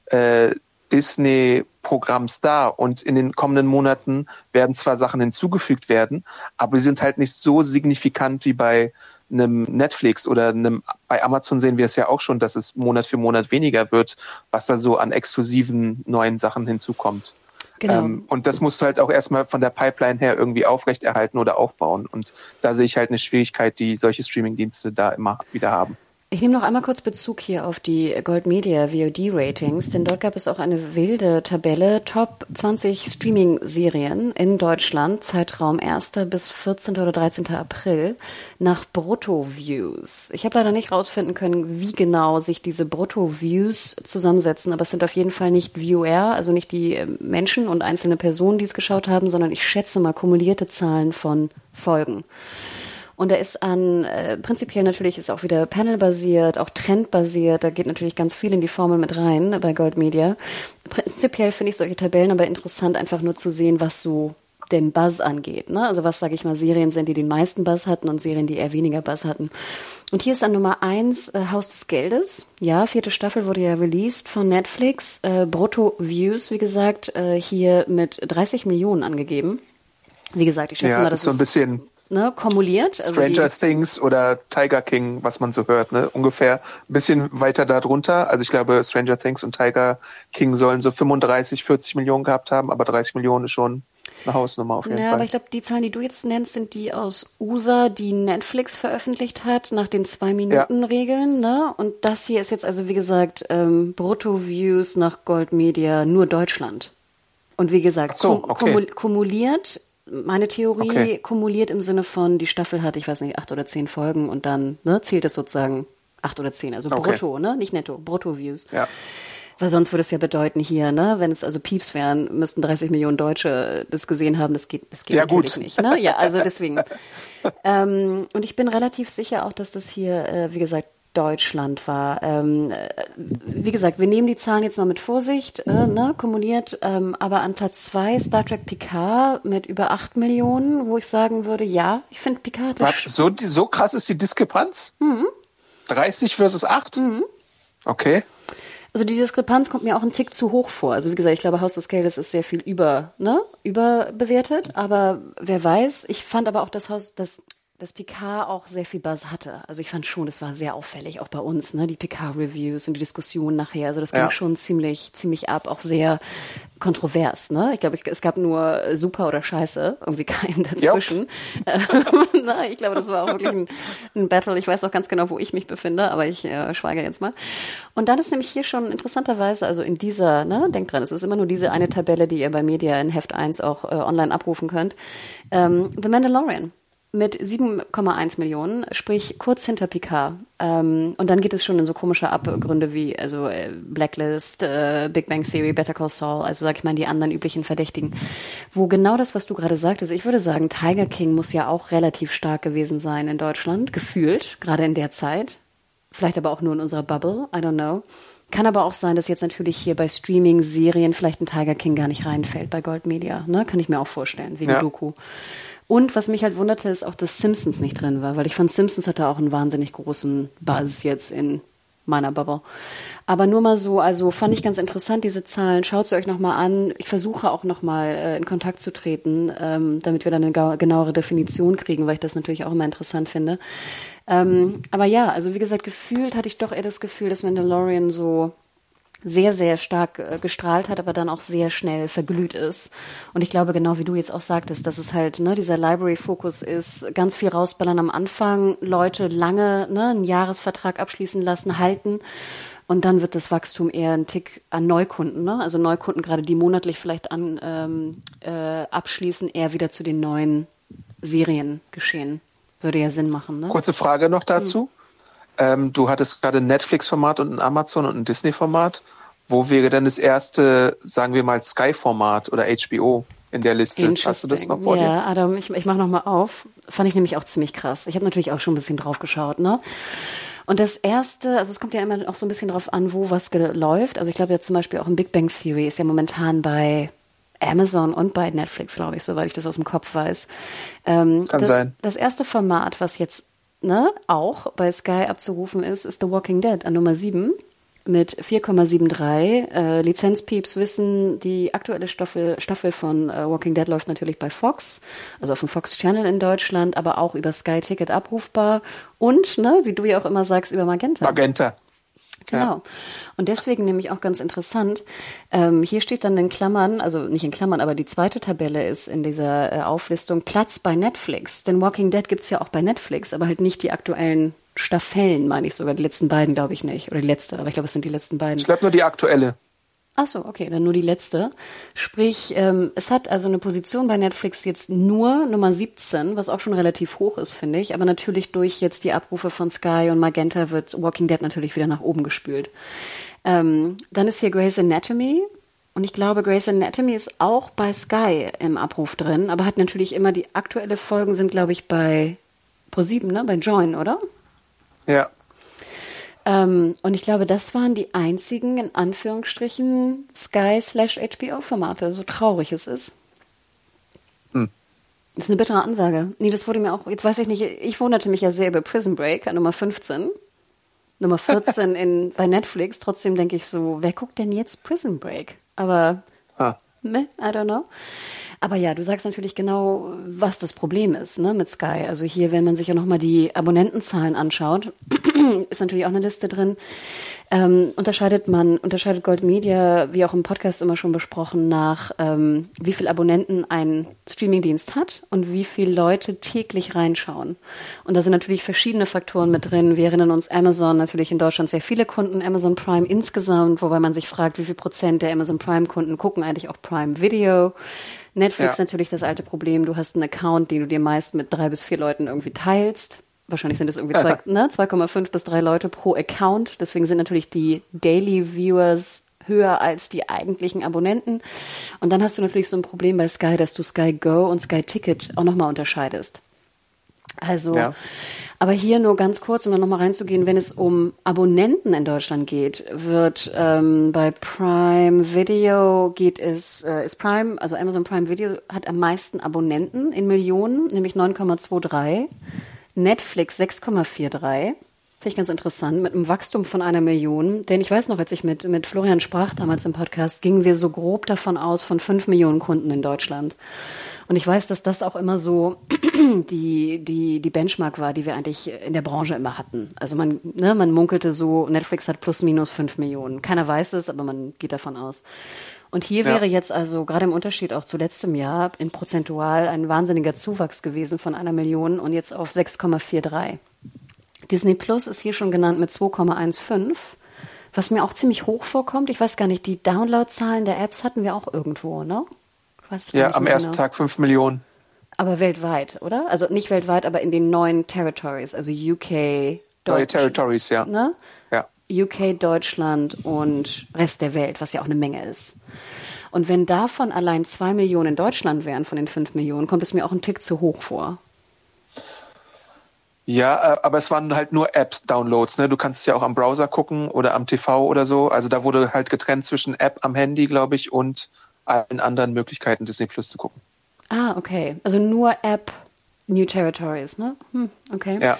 Disney-Programms da und in den kommenden Monaten werden zwar Sachen hinzugefügt werden, aber sie sind halt nicht so signifikant wie bei einem Netflix oder bei Amazon sehen wir es ja auch schon, dass es Monat für Monat weniger wird, was da so an exklusiven neuen Sachen hinzukommt. Genau. Und das musst du halt auch erstmal von der Pipeline her irgendwie aufrechterhalten oder aufbauen und da sehe ich halt eine Schwierigkeit, die solche Streaming-Dienste da immer wieder haben. Ich nehme noch einmal kurz Bezug hier auf die Gold Media VOD-Ratings, denn dort gab es auch eine wilde Tabelle, Top 20 Streaming-Serien in Deutschland, Zeitraum 1. bis 14. oder 13. April, nach Brutto-Views. Ich habe leider nicht rausfinden können, wie genau sich diese Brutto-Views zusammensetzen, aber es sind auf jeden Fall nicht Viewer, also nicht die Menschen und einzelne Personen, die es geschaut haben, sondern ich schätze mal kumulierte Zahlen von Folgen. Und er ist prinzipiell natürlich ist auch wieder Panel-basiert, auch Trend-basiert. Da geht natürlich ganz viel in die Formel mit rein bei Gold Media. Prinzipiell finde ich solche Tabellen aber interessant, einfach nur zu sehen, was so den Buzz angeht. Ne? Also was, sage ich mal, Serien sind, die den meisten Buzz hatten und Serien, die eher weniger Buzz hatten. Und hier ist an Nummer 1 Haus des Geldes. Ja, 4. Staffel wurde ja released von Netflix. Brutto-Views, wie gesagt, hier mit 30 Millionen angegeben. Wie gesagt, ich schätze mal, das ist so ein bisschen kumuliert. Also Stranger Things oder Tiger King, was man so hört, ne? Ungefähr ein bisschen weiter darunter. Also ich glaube, Stranger Things und Tiger King sollen so 35, 40 Millionen gehabt haben, aber 30 Millionen ist schon eine Hausnummer auf jeden Fall. Aber ich glaube, die Zahlen, die du jetzt nennst, sind die aus USA, die Netflix veröffentlicht hat, nach den 2-Minuten-Regeln. Ne? Und das hier ist jetzt also, wie gesagt, Brutto-Views nach Gold Media, nur Deutschland. Und wie gesagt, kumuliert, meine Theorie, kumuliert im Sinne von, die Staffel hat, ich weiß nicht, 8 oder 10 Folgen und dann zählt es sozusagen 8 oder 10, also brutto, ne? Nicht netto, Brutto-Views. Ja. Weil sonst würde es ja bedeuten hier, ne, wenn es also Pieps wären, müssten 30 Millionen Deutsche das gesehen haben. Das geht ja, natürlich nicht. Ne? Ja, also deswegen. Und ich bin relativ sicher auch, dass das hier, wie gesagt, Deutschland war. Wie gesagt, wir nehmen die Zahlen jetzt mal mit Vorsicht, kumuliert, aber an Platz 2 Star Trek Picard mit über 8 Millionen, wo ich sagen würde, ja, ich finde Picard... So krass ist die Diskrepanz? Mhm. 30 versus 8? Mhm. Okay. Also die Diskrepanz kommt mir auch ein Tick zu hoch vor. Also wie gesagt, ich glaube, Haus des Geldes ist sehr viel überbewertet. Aber wer weiß, ich fand aber auch dass Picard auch sehr viel Buzz hatte. Also ich fand schon, das war sehr auffällig, auch bei uns, ne, die Picard-Reviews und die Diskussion nachher. Also das ging schon ziemlich ab, auch sehr kontrovers, ne? Ich glaube, es gab nur super oder scheiße, irgendwie keinen dazwischen. Ich glaube, das war auch wirklich ein Battle. Ich weiß auch ganz genau, wo ich mich befinde, aber ich schweige jetzt mal. Und dann ist nämlich hier schon interessanterweise, also in dieser, denkt dran, es ist immer nur diese eine Tabelle, die ihr bei Media in Heft 1 auch online abrufen könnt. The Mandalorian. Mit 7,1 Millionen, sprich kurz hinter Picard. Und dann geht es schon in so komische Abgründe wie also Blacklist, Big Bang Theory, Better Call Saul, also sag ich mal die anderen üblichen Verdächtigen. Wo genau das, was du gerade sagtest, ich würde sagen, Tiger King muss ja auch relativ stark gewesen sein in Deutschland, gefühlt, gerade in der Zeit. Vielleicht aber auch nur in unserer Bubble, I don't know. Kann aber auch sein, dass jetzt natürlich hier bei Streaming-Serien vielleicht ein Tiger King gar nicht reinfällt bei Gold Media. Ne? Kann ich mir auch vorstellen, wegen Doku. Und was mich halt wunderte, ist auch, dass Simpsons nicht drin war, weil ich fand, Simpsons hatte auch einen wahnsinnig großen Buzz jetzt in meiner Bubble. Aber nur mal so, also fand ich ganz interessant, diese Zahlen. Schaut sie euch nochmal an. Ich versuche auch nochmal in Kontakt zu treten, damit wir dann eine genauere Definition kriegen, weil ich das natürlich auch immer interessant finde. Aber ja, also wie gesagt, gefühlt hatte ich doch eher das Gefühl, dass Mandalorian so sehr, sehr stark gestrahlt hat, aber dann auch sehr schnell verglüht ist. Und ich glaube, genau wie du jetzt auch sagtest, dass es halt dieser Library-Fokus ist, ganz viel rausballern am Anfang, Leute lange einen Jahresvertrag abschließen lassen, halten. Und dann wird das Wachstum eher ein Tick an Neukunden, ne? Also Neukunden, gerade die monatlich vielleicht abschließen, eher wieder zu den neuen Serien geschehen. Würde ja Sinn machen, ne? Kurze Frage noch dazu. Du hattest gerade ein Netflix-Format und ein Amazon- und ein Disney-Format. Wo wäre denn das erste, sagen wir mal, Sky-Format oder HBO in der Liste? Hast du das noch vor dir? Ja, Adam, ich mache noch mal auf. Fand ich nämlich auch ziemlich krass. Ich habe natürlich auch schon ein bisschen drauf geschaut, ne? Und das erste, also es kommt ja immer auch so ein bisschen drauf an, wo was läuft. Also ich glaube ja zum Beispiel auch ein Big Bang Theory ist ja momentan bei Amazon und bei Netflix, glaube ich, soweit ich das aus dem Kopf weiß. Kann sein. Das erste Format, was jetzt auch bei Sky abzurufen ist The Walking Dead an Nummer 7 mit 4,73. Lizenzpieps wissen, die aktuelle Staffel von Walking Dead läuft natürlich bei Fox, also auf dem Fox Channel in Deutschland, aber auch über Sky Ticket abrufbar und, wie du ja auch immer sagst, über Magenta. Genau. Ja. Und deswegen nämlich auch ganz interessant, hier steht dann in Klammern, also nicht in Klammern, aber die zweite Tabelle ist in dieser Auflistung Platz bei Netflix. Denn Walking Dead gibt's ja auch bei Netflix, aber halt nicht die aktuellen Staffeln, meine ich sogar. Die letzten beiden glaube ich nicht. Oder die letzte, aber ich glaube, es sind die letzten beiden. Ich glaube nur die aktuelle. Ach so, okay, dann nur die letzte. Sprich, es hat also eine Position bei Netflix jetzt nur Nummer 17, was auch schon relativ hoch ist, finde ich. Aber natürlich durch jetzt die Abrufe von Sky und Magenta wird Walking Dead natürlich wieder nach oben gespült. Dann ist hier Grey's Anatomy. Und ich glaube, Grey's Anatomy ist auch bei Sky im Abruf drin, aber hat natürlich immer die aktuelle Folgen sind, glaube ich, bei ProSieben, ne? Bei Join, oder? Ja. Und ich glaube, das waren die einzigen, in Anführungsstrichen, Sky/HBO-Formate, so traurig es ist. Das ist eine bittere Ansage. Nee, das wurde mir auch, jetzt weiß ich nicht, ich wunderte mich ja sehr über Prison Break an Nummer 15. Nummer 14 bei Netflix. Trotzdem denke ich so, wer guckt denn jetzt Prison Break? Aber, I don't know. Aber ja, du sagst natürlich genau, was das Problem ist, ne, mit Sky. Also hier, wenn man sich ja nochmal die Abonnentenzahlen anschaut, ist natürlich auch eine Liste drin. Unterscheidet Gold Media, wie auch im Podcast immer schon besprochen, nach wie viel Abonnenten ein Streamingdienst hat und wie viele Leute täglich reinschauen. Und da sind natürlich verschiedene Faktoren mit drin. Wir erinnern uns, Amazon, natürlich in Deutschland sehr viele Kunden, Amazon Prime insgesamt, wobei man sich fragt, wie viel Prozent der Amazon Prime Kunden gucken eigentlich auch Prime Video. Netflix natürlich das alte Problem, du hast einen Account, den du dir meist mit 3 bis 4 Leuten irgendwie teilst. Wahrscheinlich sind es irgendwie 2,5 bis 3 Leute pro Account. Deswegen sind natürlich die Daily Viewers höher als die eigentlichen Abonnenten. Und dann hast du natürlich so ein Problem bei Sky, dass du Sky Go und Sky Ticket auch nochmal unterscheidest. Also, aber hier nur ganz kurz, um dann nochmal reinzugehen, wenn es um Abonnenten in Deutschland geht, wird bei Prime Video ist Prime, also Amazon Prime Video hat am meisten Abonnenten in Millionen, nämlich 9,23. Netflix 6,43. Finde ich ganz interessant, mit einem Wachstum von 1 Million. Denn ich weiß noch, als ich mit Florian sprach damals im Podcast, gingen wir so grob davon aus von 5 Millionen Kunden in Deutschland. Und ich weiß, dass das auch immer so die Benchmark war, die wir eigentlich in der Branche immer hatten. Also man munkelte so, Netflix hat plus minus 5 Millionen. Keiner weiß es, aber man geht davon aus. Und hier wäre jetzt also gerade im Unterschied auch zu letztem Jahr in prozentual ein wahnsinniger Zuwachs gewesen von 1 Million und jetzt auf 6,43. Disney Plus ist hier schon genannt mit 2,15, was mir auch ziemlich hoch vorkommt. Ich weiß gar nicht, die Downloadzahlen der Apps hatten wir auch irgendwo, ne? Am ersten Tag 5 Millionen. Aber weltweit, oder? Also nicht weltweit, aber in den neuen Territories, also UK, Neue Territories, ja. Ne? Ja. UK, Deutschland und Rest der Welt, was ja auch eine Menge ist. Und wenn davon allein 2 Millionen in Deutschland wären von den 5 Millionen, kommt es mir auch ein Tick zu hoch vor. Ja, aber es waren halt nur Apps-Downloads, ne? Du kannst es ja auch am Browser gucken oder am TV oder so. Also da wurde halt getrennt zwischen App am Handy, glaube ich, und allen anderen Möglichkeiten, Disney Plus zu gucken. Ah, okay. Also nur App, New Territories, ne? Okay. Ja.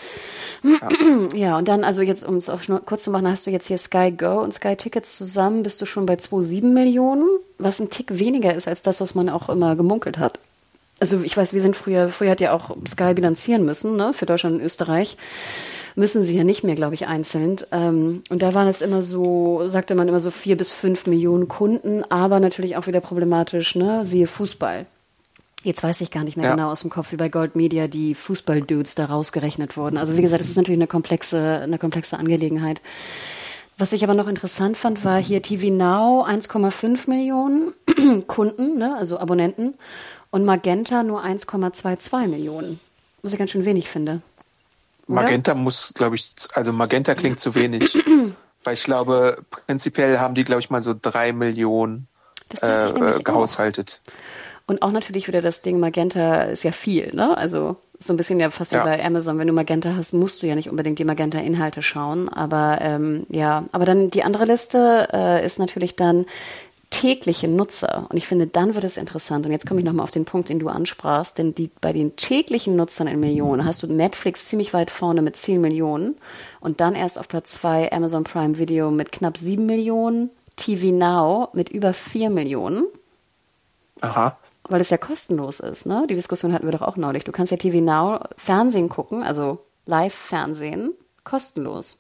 Ja, und dann, also jetzt, um es auch kurz zu machen, hast du jetzt hier Sky Go und Sky Tickets zusammen, bist du schon bei 2,7 Millionen, was ein Tick weniger ist als das, was man auch immer gemunkelt hat. Also ich weiß, wir sind früher hat ja auch Sky bilanzieren müssen, ne, für Deutschland und Österreich. Müssen sie ja nicht mehr, glaube ich, einzeln. Und da waren es immer so, sagte man immer so 4 bis 5 Millionen Kunden, aber natürlich auch wieder problematisch, ne, siehe Fußball. Jetzt weiß ich gar nicht mehr genau aus dem Kopf, wie bei Gold Media die Fußball-Dudes da rausgerechnet wurden. Also wie gesagt, das ist natürlich eine komplexe Angelegenheit. Was ich aber noch interessant fand, war hier TV Now 1,5 Millionen Kunden, ne, also Abonnenten, und Magenta nur 1,22 Millionen. Was ich ganz schön wenig finde. Oder? Magenta Magenta klingt zu wenig. Weil ich glaube, prinzipiell haben die, glaube ich, mal so 3 Millionen gehaushaltet. Auch. Und auch natürlich wieder das Ding, Magenta ist ja viel, ne? Also so ein bisschen ja fast wie bei Amazon. Wenn du Magenta hast, musst du ja nicht unbedingt die Magenta-Inhalte schauen. Aber aber dann die andere Liste ist natürlich dann tägliche Nutzer. Und ich finde, dann wird es interessant. Und jetzt komme ich nochmal auf den Punkt, den du ansprachst. Denn bei den täglichen Nutzern in Millionen hast du Netflix ziemlich weit vorne mit 10 Millionen. Und dann erst auf Platz 2 Amazon Prime Video mit knapp 7 Millionen. TV Now mit über 4 Millionen. Aha. Weil es ja kostenlos ist, ne? Die Diskussion hatten wir doch auch neulich. Du kannst ja TV Now Fernsehen gucken, also Live-Fernsehen, kostenlos.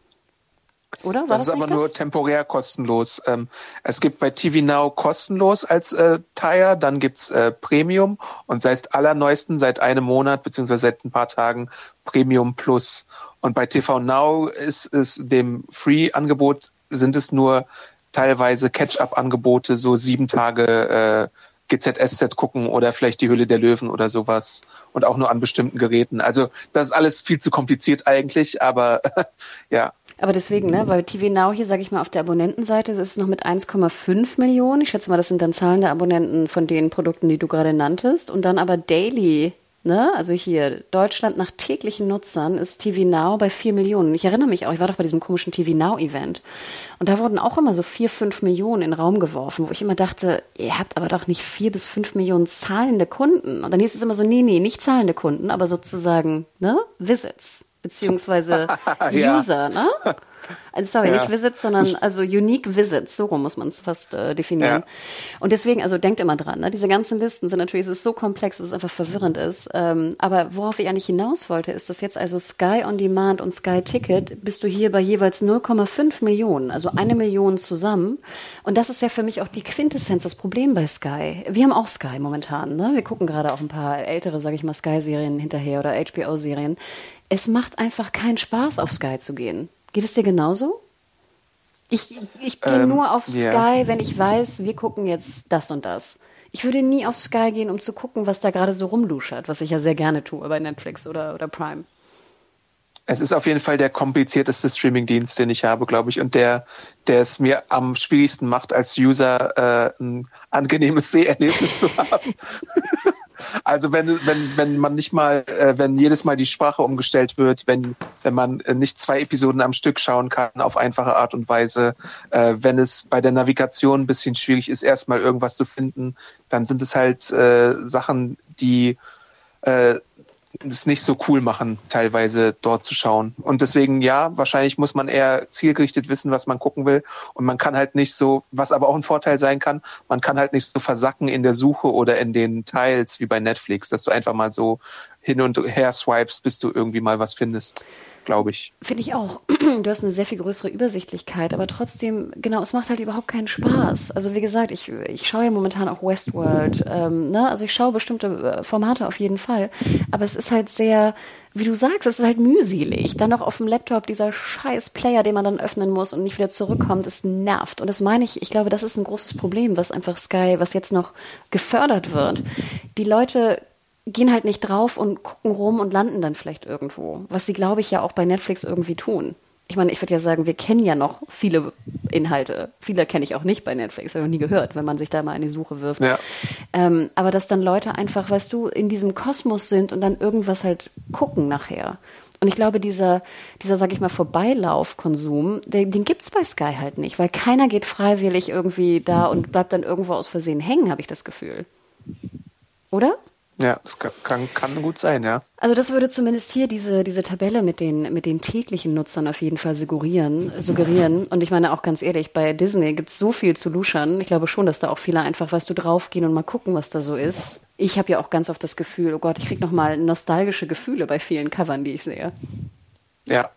Oder? War das ist aber nur temporär kostenlos. Es gibt bei TV Now kostenlos als Tier, dann gibt's Premium und seit allerneuesten, seit einem Monat beziehungsweise seit ein paar Tagen Premium Plus. Und bei TV Now ist es dem Free-Angebot, sind es nur teilweise Catch-up-Angebote, so 7 Tage GZSZ gucken oder vielleicht die Höhle der Löwen oder sowas und auch nur an bestimmten Geräten. Also das ist alles viel zu kompliziert eigentlich, aber ja. Aber deswegen, ne, weil TV Now hier, sage ich mal, auf der Abonnentenseite, das ist noch mit 1,5 Millionen. Ich schätze mal, das sind dann zahlende Abonnenten von den Produkten, die du gerade nanntest. Und dann aber Daily Ne? Also hier, Deutschland nach täglichen Nutzern ist TV Now bei 4 Millionen. Ich erinnere mich auch, ich war doch bei diesem komischen TV Now-Event. Und da wurden auch immer so 4, 5 Millionen in den Raum geworfen, wo ich immer dachte, ihr habt aber doch nicht 4 bis 5 Millionen zahlende Kunden. Und dann hieß es immer so, nee, nicht zahlende Kunden, aber sozusagen, ne, Visits, beziehungsweise Ja. User, ne? Sorry, nicht Visits, sondern also Unique Visits, so rum muss man es fast definieren. Ja. Und deswegen, also denkt immer dran, ne? Diese ganzen Listen sind natürlich, es ist so komplex, dass es einfach verwirrend ist. Aber worauf ich eigentlich hinaus wollte, ist, dass jetzt also Sky On Demand und Sky Ticket bist du hier bei jeweils 0,5 Millionen, also 1 Million zusammen. Und das ist ja für mich auch die Quintessenz, das Problem bei Sky. Wir haben auch Sky momentan, ne? Wir gucken gerade auf ein paar ältere, sage ich mal, Sky-Serien hinterher oder HBO-Serien. Es macht einfach keinen Spaß, auf Sky zu gehen. Geht es dir genauso? Ich gehe nur auf Sky, wenn ich weiß, wir gucken jetzt das und das. Ich würde nie auf Sky gehen, um zu gucken, was da gerade so rumluschert, was ich ja sehr gerne tue bei Netflix oder Prime. Es ist auf jeden Fall der komplizierteste Streamingdienst, den ich habe, glaube ich, und der es mir am schwierigsten macht, als User ein angenehmes Seherlebnis zu haben. Also wenn man nicht mal, wenn jedes Mal die Sprache umgestellt wird, wenn man nicht 2 Episoden am Stück schauen kann auf einfache Art und Weise, wenn es bei der Navigation ein bisschen schwierig ist, erstmal irgendwas zu finden, dann sind es halt Sachen, die es nicht so cool machen, teilweise dort zu schauen. Und deswegen, ja, wahrscheinlich muss man eher zielgerichtet wissen, was man gucken will. Und man kann halt nicht so, was aber auch ein Vorteil sein kann, man kann halt nicht so versacken in der Suche oder in den Tiles wie bei Netflix, dass du einfach mal so hin und her swipest, bis du irgendwie mal was findest, glaube ich. Finde ich auch. Du hast eine sehr viel größere Übersichtlichkeit, aber trotzdem, genau, es macht halt überhaupt keinen Spaß. Also wie gesagt, ich schaue ja momentan auch Westworld, ne? Also ich schaue bestimmte Formate auf jeden Fall, aber es ist halt sehr, wie du sagst, es ist halt mühselig. Dann noch auf dem Laptop dieser scheiß Player, den man dann öffnen muss und nicht wieder zurückkommt, das nervt. Und das meine ich glaube, das ist ein großes Problem, was einfach Sky, was jetzt noch gefördert wird. Die Leute gehen halt nicht drauf und gucken rum und landen dann vielleicht irgendwo. Was sie, glaube ich, ja auch bei Netflix irgendwie tun. Ich meine, ich würde ja sagen, wir kennen ja noch viele Inhalte. Viele kenne ich auch nicht bei Netflix, habe ich noch nie gehört, wenn man sich da mal in die Suche wirft. Ja. Aber dass dann Leute einfach, weißt du, in diesem Kosmos sind und dann irgendwas halt gucken nachher. Und ich glaube, dieser, sag ich mal, Vorbeilauфkonsum, den gibt's bei Sky halt nicht, weil keiner geht freiwillig irgendwie da und bleibt dann irgendwo aus Versehen hängen, habe ich das Gefühl. Oder? Ja, das kann gut sein, ja. Also das würde zumindest hier diese Tabelle mit den täglichen Nutzern auf jeden Fall suggerieren. Und ich meine auch ganz ehrlich, bei Disney gibt's so viel zu luschern. Ich glaube schon, dass da auch viele einfach, weißt du, draufgehen und mal gucken, was da so ist. Ich habe ja auch ganz oft das Gefühl, oh Gott, ich krieg nochmal nostalgische Gefühle bei vielen Covern, die ich sehe. Ja.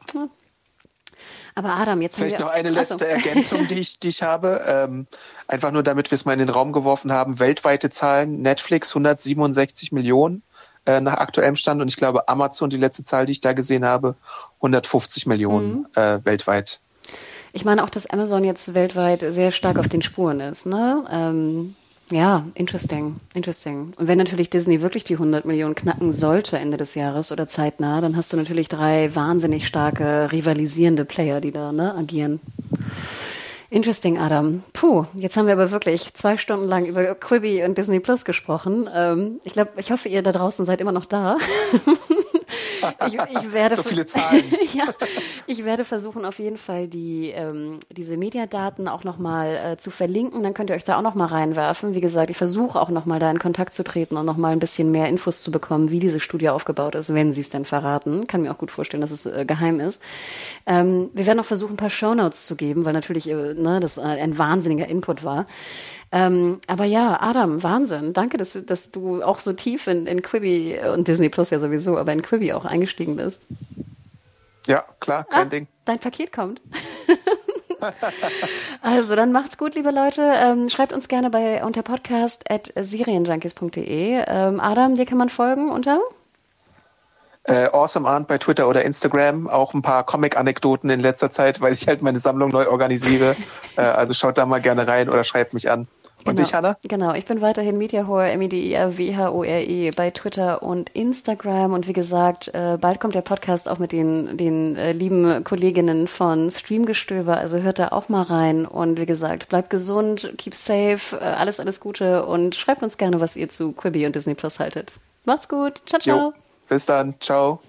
Aber Adam, jetzt vielleicht noch eine letzte Ergänzung, die ich habe. Einfach nur, damit wir es mal in den Raum geworfen haben. Weltweite Zahlen, Netflix 167 Millionen nach aktuellem Stand. Und ich glaube, Amazon, die letzte Zahl, die ich da gesehen habe, 150 Millionen weltweit. Ich meine auch, dass Amazon jetzt weltweit sehr stark auf den Spuren ist, ne? Ja, interesting. Und wenn natürlich Disney wirklich die 100 Millionen knacken sollte Ende des Jahres oder zeitnah, dann hast du natürlich 3 wahnsinnig starke, rivalisierende Player, die da agieren. Interesting, Adam. Puh, jetzt haben wir aber wirklich 2 Stunden lang über Quibi und Disney Plus gesprochen. Ich hoffe, ihr da draußen seid immer noch da. Ich werde so viele Zahlen. Ja, ich werde versuchen, auf jeden Fall diese Mediadaten auch nochmal zu verlinken. Dann könnt ihr euch da auch nochmal reinwerfen. Wie gesagt, ich versuche auch nochmal da in Kontakt zu treten und nochmal ein bisschen mehr Infos zu bekommen, wie diese Studie aufgebaut ist, wenn sie es denn verraten. Kann mir auch gut vorstellen, dass es geheim ist. Wir werden auch versuchen, ein paar Shownotes zu geben, weil natürlich das ein wahnsinniger Input war. Aber ja, Adam, Wahnsinn. Danke, dass du auch so tief in Quibi und Disney Plus ja sowieso, aber in Quibi auch eingestiegen bist. Ja, klar, kein Ding. Dein Paket kommt. Also, dann macht's gut, liebe Leute. Schreibt uns gerne unter podcast@serienjunkies.de. Adam, dir kann man folgen unter? Awesome Arndt bei Twitter oder Instagram, auch ein paar Comic-Anekdoten in letzter Zeit, weil ich halt meine Sammlung neu organisiere. Also schaut da mal gerne rein oder schreibt mich an. Und dich, Hanna? Genau, ich bin weiterhin Mediahore, MEDIAWHORE bei Twitter und Instagram. Und wie gesagt, bald kommt der Podcast auch mit den lieben Kolleginnen von Streamgestöber. Also hört da auch mal rein. Und wie gesagt, bleibt gesund, keep safe, alles Gute und schreibt uns gerne, was ihr zu Quibi und Disney Plus haltet. Macht's gut. Ciao, ciao. Jo, bis dann. Ciao.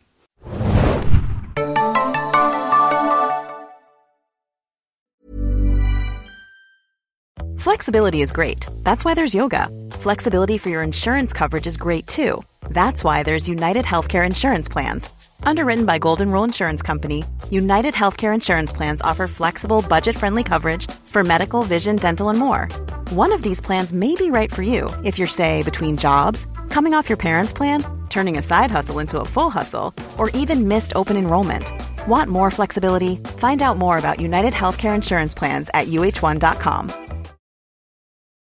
Flexibility is great. That's why there's yoga. Flexibility for your insurance coverage is great too. That's why there's United Healthcare Insurance Plans. Underwritten by Golden Rule Insurance Company, United Healthcare Insurance Plans offer flexible, budget-friendly coverage for medical, vision, dental, and more. One of these plans may be right for you if you're, say, between jobs, coming off your parents' plan, turning a side hustle into a full hustle, or even missed open enrollment. Want more flexibility? Find out more about United Healthcare Insurance Plans at uh1.com.